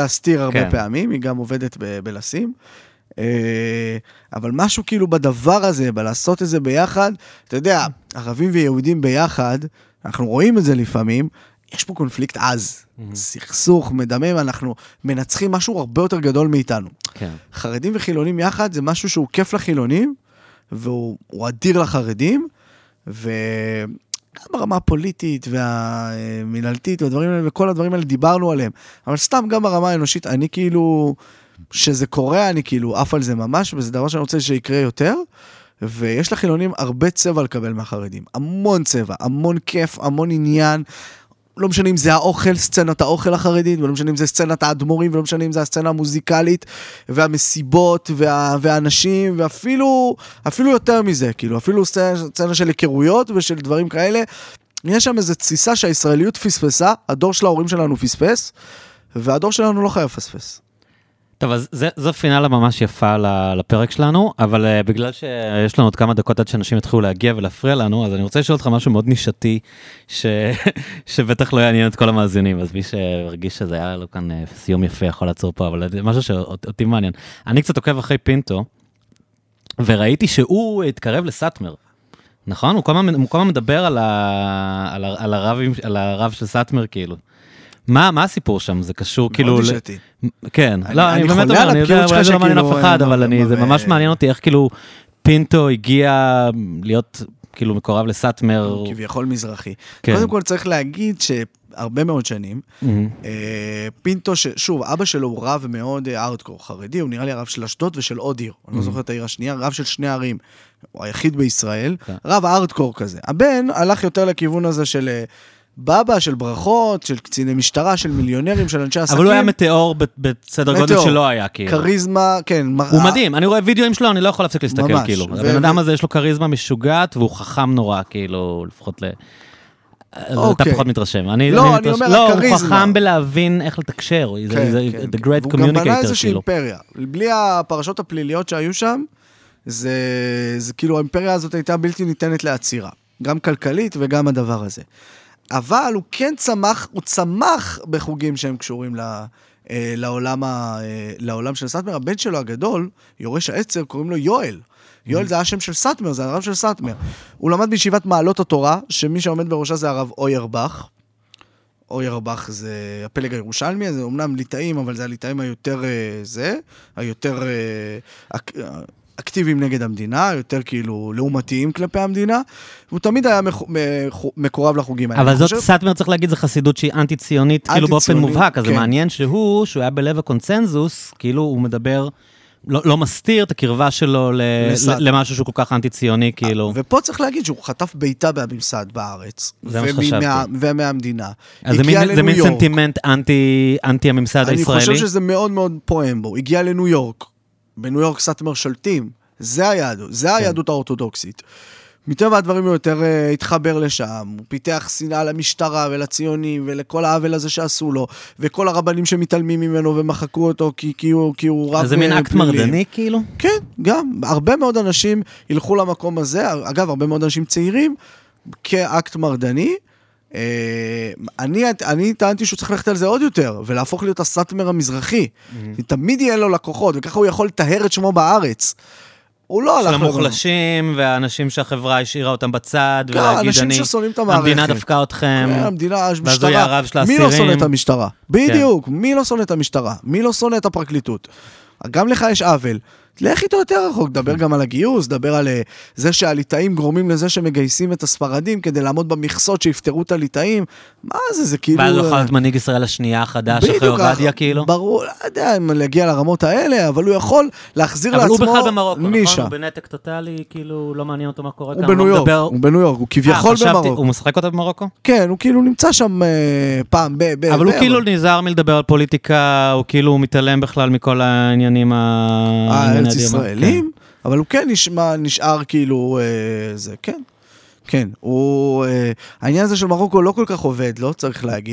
להסתיר הרבה פעמים, היא גם עובדת בלשים. אבל משהו כאילו בדבר הזה, בלעשות את זה ביחד, אתה יודע, ערבים ויהודים ביחד, אנחנו רואים את זה לפעמים, יש פה קונפליקט עז, סכסוך, מדמם, אנחנו מנצחים משהו הרבה יותר גדול מאיתנו. חרדים וחילונים יחד, זה משהו שהוא כיף לחילונים, והוא אדיר לחרדים, וגם ברמה הפוליטית והמנהלתית והדברים האלה, וכל הדברים האלה דיברנו עליהם, אבל סתם גם ברמה האנושית, אני כאילו, שזה קורה, אני כאילו אף על זה ממש, וזה דבר שאני רוצה שיקרה יותר, ויש לחילונים הרבה צבע לקבל מהחרדים, המון צבע, המון כיף, המון עניין, לא משנה אם זה האוכל, סצנת האוכל החרדית, ולא משנה אם זה סצנת האדמו"רים, ולא משנה אם זה הסצנה המוזיקלית, והמסיבות, והאנשים, ואפילו יותר מזה, כאילו, אפילו סצנה של היכרויות ושל דברים כאלה. יש שם איזו תסיסה שהישראליות פספסה, הדור של ההורים שלנו פספס, והדור שלנו לא חייב פספס. טוב, אז זו פינאלה ממש יפה לפרק שלנו, אבל בגלל שיש לנו עוד כמה דקות עד שאנשים יתחילו להגיע ולהפריע לנו, אז אני רוצה לשאול אותך משהו מאוד נישתי, שבטח לא יעניין את כל המאזינים, אז מי שהרגיש שזה היה לו כאן סיום יפה יכול לעצור פה, אבל זה משהו שאותי מעניין. אני קצת עוקב אחרי פינטו, וראיתי שהוא התקרב לסאטמר. נכון? הוא כל הזמן מדבר על הרב של סאטמר, כאילו. מה הסיפור שם? זה קשור כאילו... מאוד נשתי. כן. לא, אני באמת אומר, אני יודע, אולי זה לא מעניין אף אחד, אבל זה ממש מעניין אותי איך כאילו פינטו הגיע להיות כאילו מקורב לסאטמר. כביכול מזרחי. קודם כל צריך להגיד שהרבה מאוד שנים, פינטו, שוב, אבא שלו הוא רב מאוד ארדקור חרדי, הוא נראה לי הרב של אשדוד ושל עוד עיר. אני לא זוכר את העיר השנייה, רב של שני ערים. הוא היחיד בישראל, רב ארדקור כזה. הבן הלך יותר לכיוון הזה של... בבא, של ברכות, של קציני משטרה, של מיליונרים, של אנשי עסקים. אבל הוא היה מטאור בסדר גודל שלא היה, כאילו. קריזמה, כן. הוא מדהים, אני רואה וידאוים שלו, אני לא יכול להפסיק להסתכל, כאילו. הבן אדם הזה יש לו קריזמה משוגעת, והוא חכם נורא, כאילו, לפחות אתה פחות מתרשם. לא, אני אומר, הקריזמה. הוא חכם בלהבין איך לתקשר, the great communicator, כאילו. והוא גם בנה איזושהי אימפריה. בלי הפרשות הפליליות שהיו שם, זה כאילו, האימפריה הזאת הייתה בלתי ניתנת לעצירה. גם כלכלית וגם הדבר הזה. אבל הוא כן צמח בחוגים שהם קשורים לעולם של סאטמר. הבן שלו הגדול, יורש העצר, קוראים לו יואל. יואל זה השם של סאטמר, זה הרב של סאטמר. הוא למד בישיבת מעלות התורה, שמי שעומד בראשה זה הרב אוירבך. אוירבך זה הפלג הירושלמי, זה אומנם ליטאים, אבל זה הליטאים היותר אקטיביים נגד המדינה, יותר כאילו לעומתיים כלפי המדינה, והוא תמיד היה מקורב לחוגים האלה. אבל זאת סאטמר, צריך להגיד, זה חסידות שהיא אנטי-ציונית, כאילו באופן מובהק, אז זה מעניין שהוא היה בלב הקונצנזוס, כאילו הוא מדבר, לא מסתיר את הקרבה שלו למשהו שהוא כל כך אנטי-ציוני, כאילו. ופה צריך להגיד שהוא חטף ביתה בממסד בארץ, ומהמדינה. אז זה מין סנטימנט אנטי הממסד הישראלי? אני חושב שזה מאוד מאוד פועם בו. הגיע לניו יורק, בניו יורק סאטמר שולטים, זה היהדות האורתודוקסית. מטבע הדברים הוא יותר התחבר לשם, הוא פיתח שנאה למשטרה ולציונים ולכל העוול הזה שעשו לו, וכל הרבנים שמתעלמים ממנו ומחקו אותו כי הוא רב... אז זה מין אקט מרדני כאילו? כן, גם. הרבה מאוד אנשים ילכו למקום הזה, אגב, הרבה מאוד אנשים צעירים, כאקט מרדני. אני טענתי שהוא צריך ללכת על זה עוד יותר, ולהפוך להיות הסאטמר המזרחי. תמיד יהיה לו לקוחות, וככה הוא יכול לטהר את שמו בארץ. הוא לא הלך... של המוחלשים, והאנשים שהחברה השאירה אותם בצד, ולהגיד, המדינה דפקה אתכם, ואז הוא יערב של האסירים. מי לא שונא את המשטרה? בדיוק, מי לא שונא את המשטרה? מי לא שונא את הפרקליטות? גם לך יש עוול. לך איתו יותר רחוק, דבר גם על הגיוס, דבר על זה שהליטאים גורמים לזה שמגייסים את הספרדים כדי לעמוד במכסות שיפטרו את הליטאים. מה זה כאילו... ואז הוא יכול להיות מנהיג ישראל השנייה החדש, אחרי עובדיה כאילו? ברור, לא יודע אם להגיע לרמות האלה, אבל הוא יכול להחזיר לעצמו נישה. אבל הוא בכלל במרוקו, נכון? הוא בנתק טוטלי, כאילו לא מעניין אותו מה קורה כאן. הוא בניו יורק, הוא כביכול במרוקו. הוא משחק אותה במרוקו? כן, הוא כאילו נמצא שם פעם אבל הוא כאילו נזהר מלדבר על פוליטיקה, הוא כאילו מתעלם בכלל מכל העניינים ישראלים, אבל הוא כן נשאר כאילו זה, כן. כן, העניין הזה של מרוקו לא כל כך עובד, לא צריך להגיד.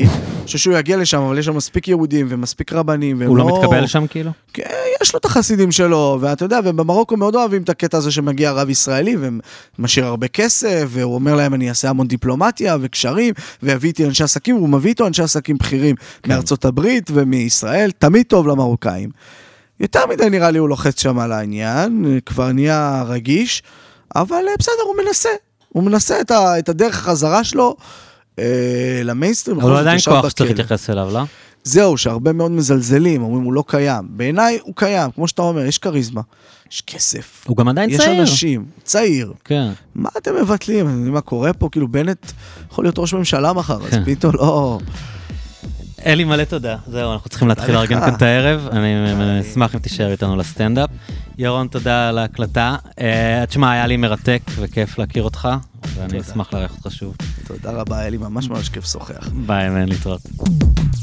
חושב שהוא יגיע לשם, אבל יש שם מספיק יהודים ומספיק רבנים. הוא לא מתקבל שם כאילו? כן, יש לו את החסידים שלו, ואתה יודע, ובמרוקו מאוד אוהבים את הקטע הזה שמגיע רב ישראלי, ומשאיר הרבה כסף, והוא אומר להם, אני אעשה המון דיפלומטיה וקשרים, ויביא איתי אנשי עסקים, והוא מביא איתו אנשי עסקים בכירים מארצות הברית ומישראל, תמיד טוב למרוקאים. יותר מדי נראה לי הוא לוחץ שם על העניין, כבר נהיה רגיש, אבל בסדר, הוא מנסה את הדרך החזרה שלו למיינסטרים. אבל הוא עדיין כוח שצריך להתייחס אליו, לא? זהו, שהרבה מאוד מזלזלים, אומרים, הוא לא קיים. בעיניי הוא קיים, כמו שאתה אומר, יש קריזמה, יש כסף. הוא גם עדיין צעיר. יש אנשים, צעיר. כן. מה אתם מבטלים? אני יודע מה קורה פה, כאילו בנט יכול להיות ראש ממשלה מחר, אז פתאום לא... אלי, מלא תודה. זהו, אנחנו צריכים להתחיל לארגן כאן את הערב. אני אשמח אם תישאר איתנו לסטנדאפ. ירון, תודה על ההקלטה. תשמע, היה לי מרתק וכיף להכיר אותך, ואני אשמח לארח אותך שוב. תודה רבה, אלי, ממש כיף שוחח. ביי, אין להתראות.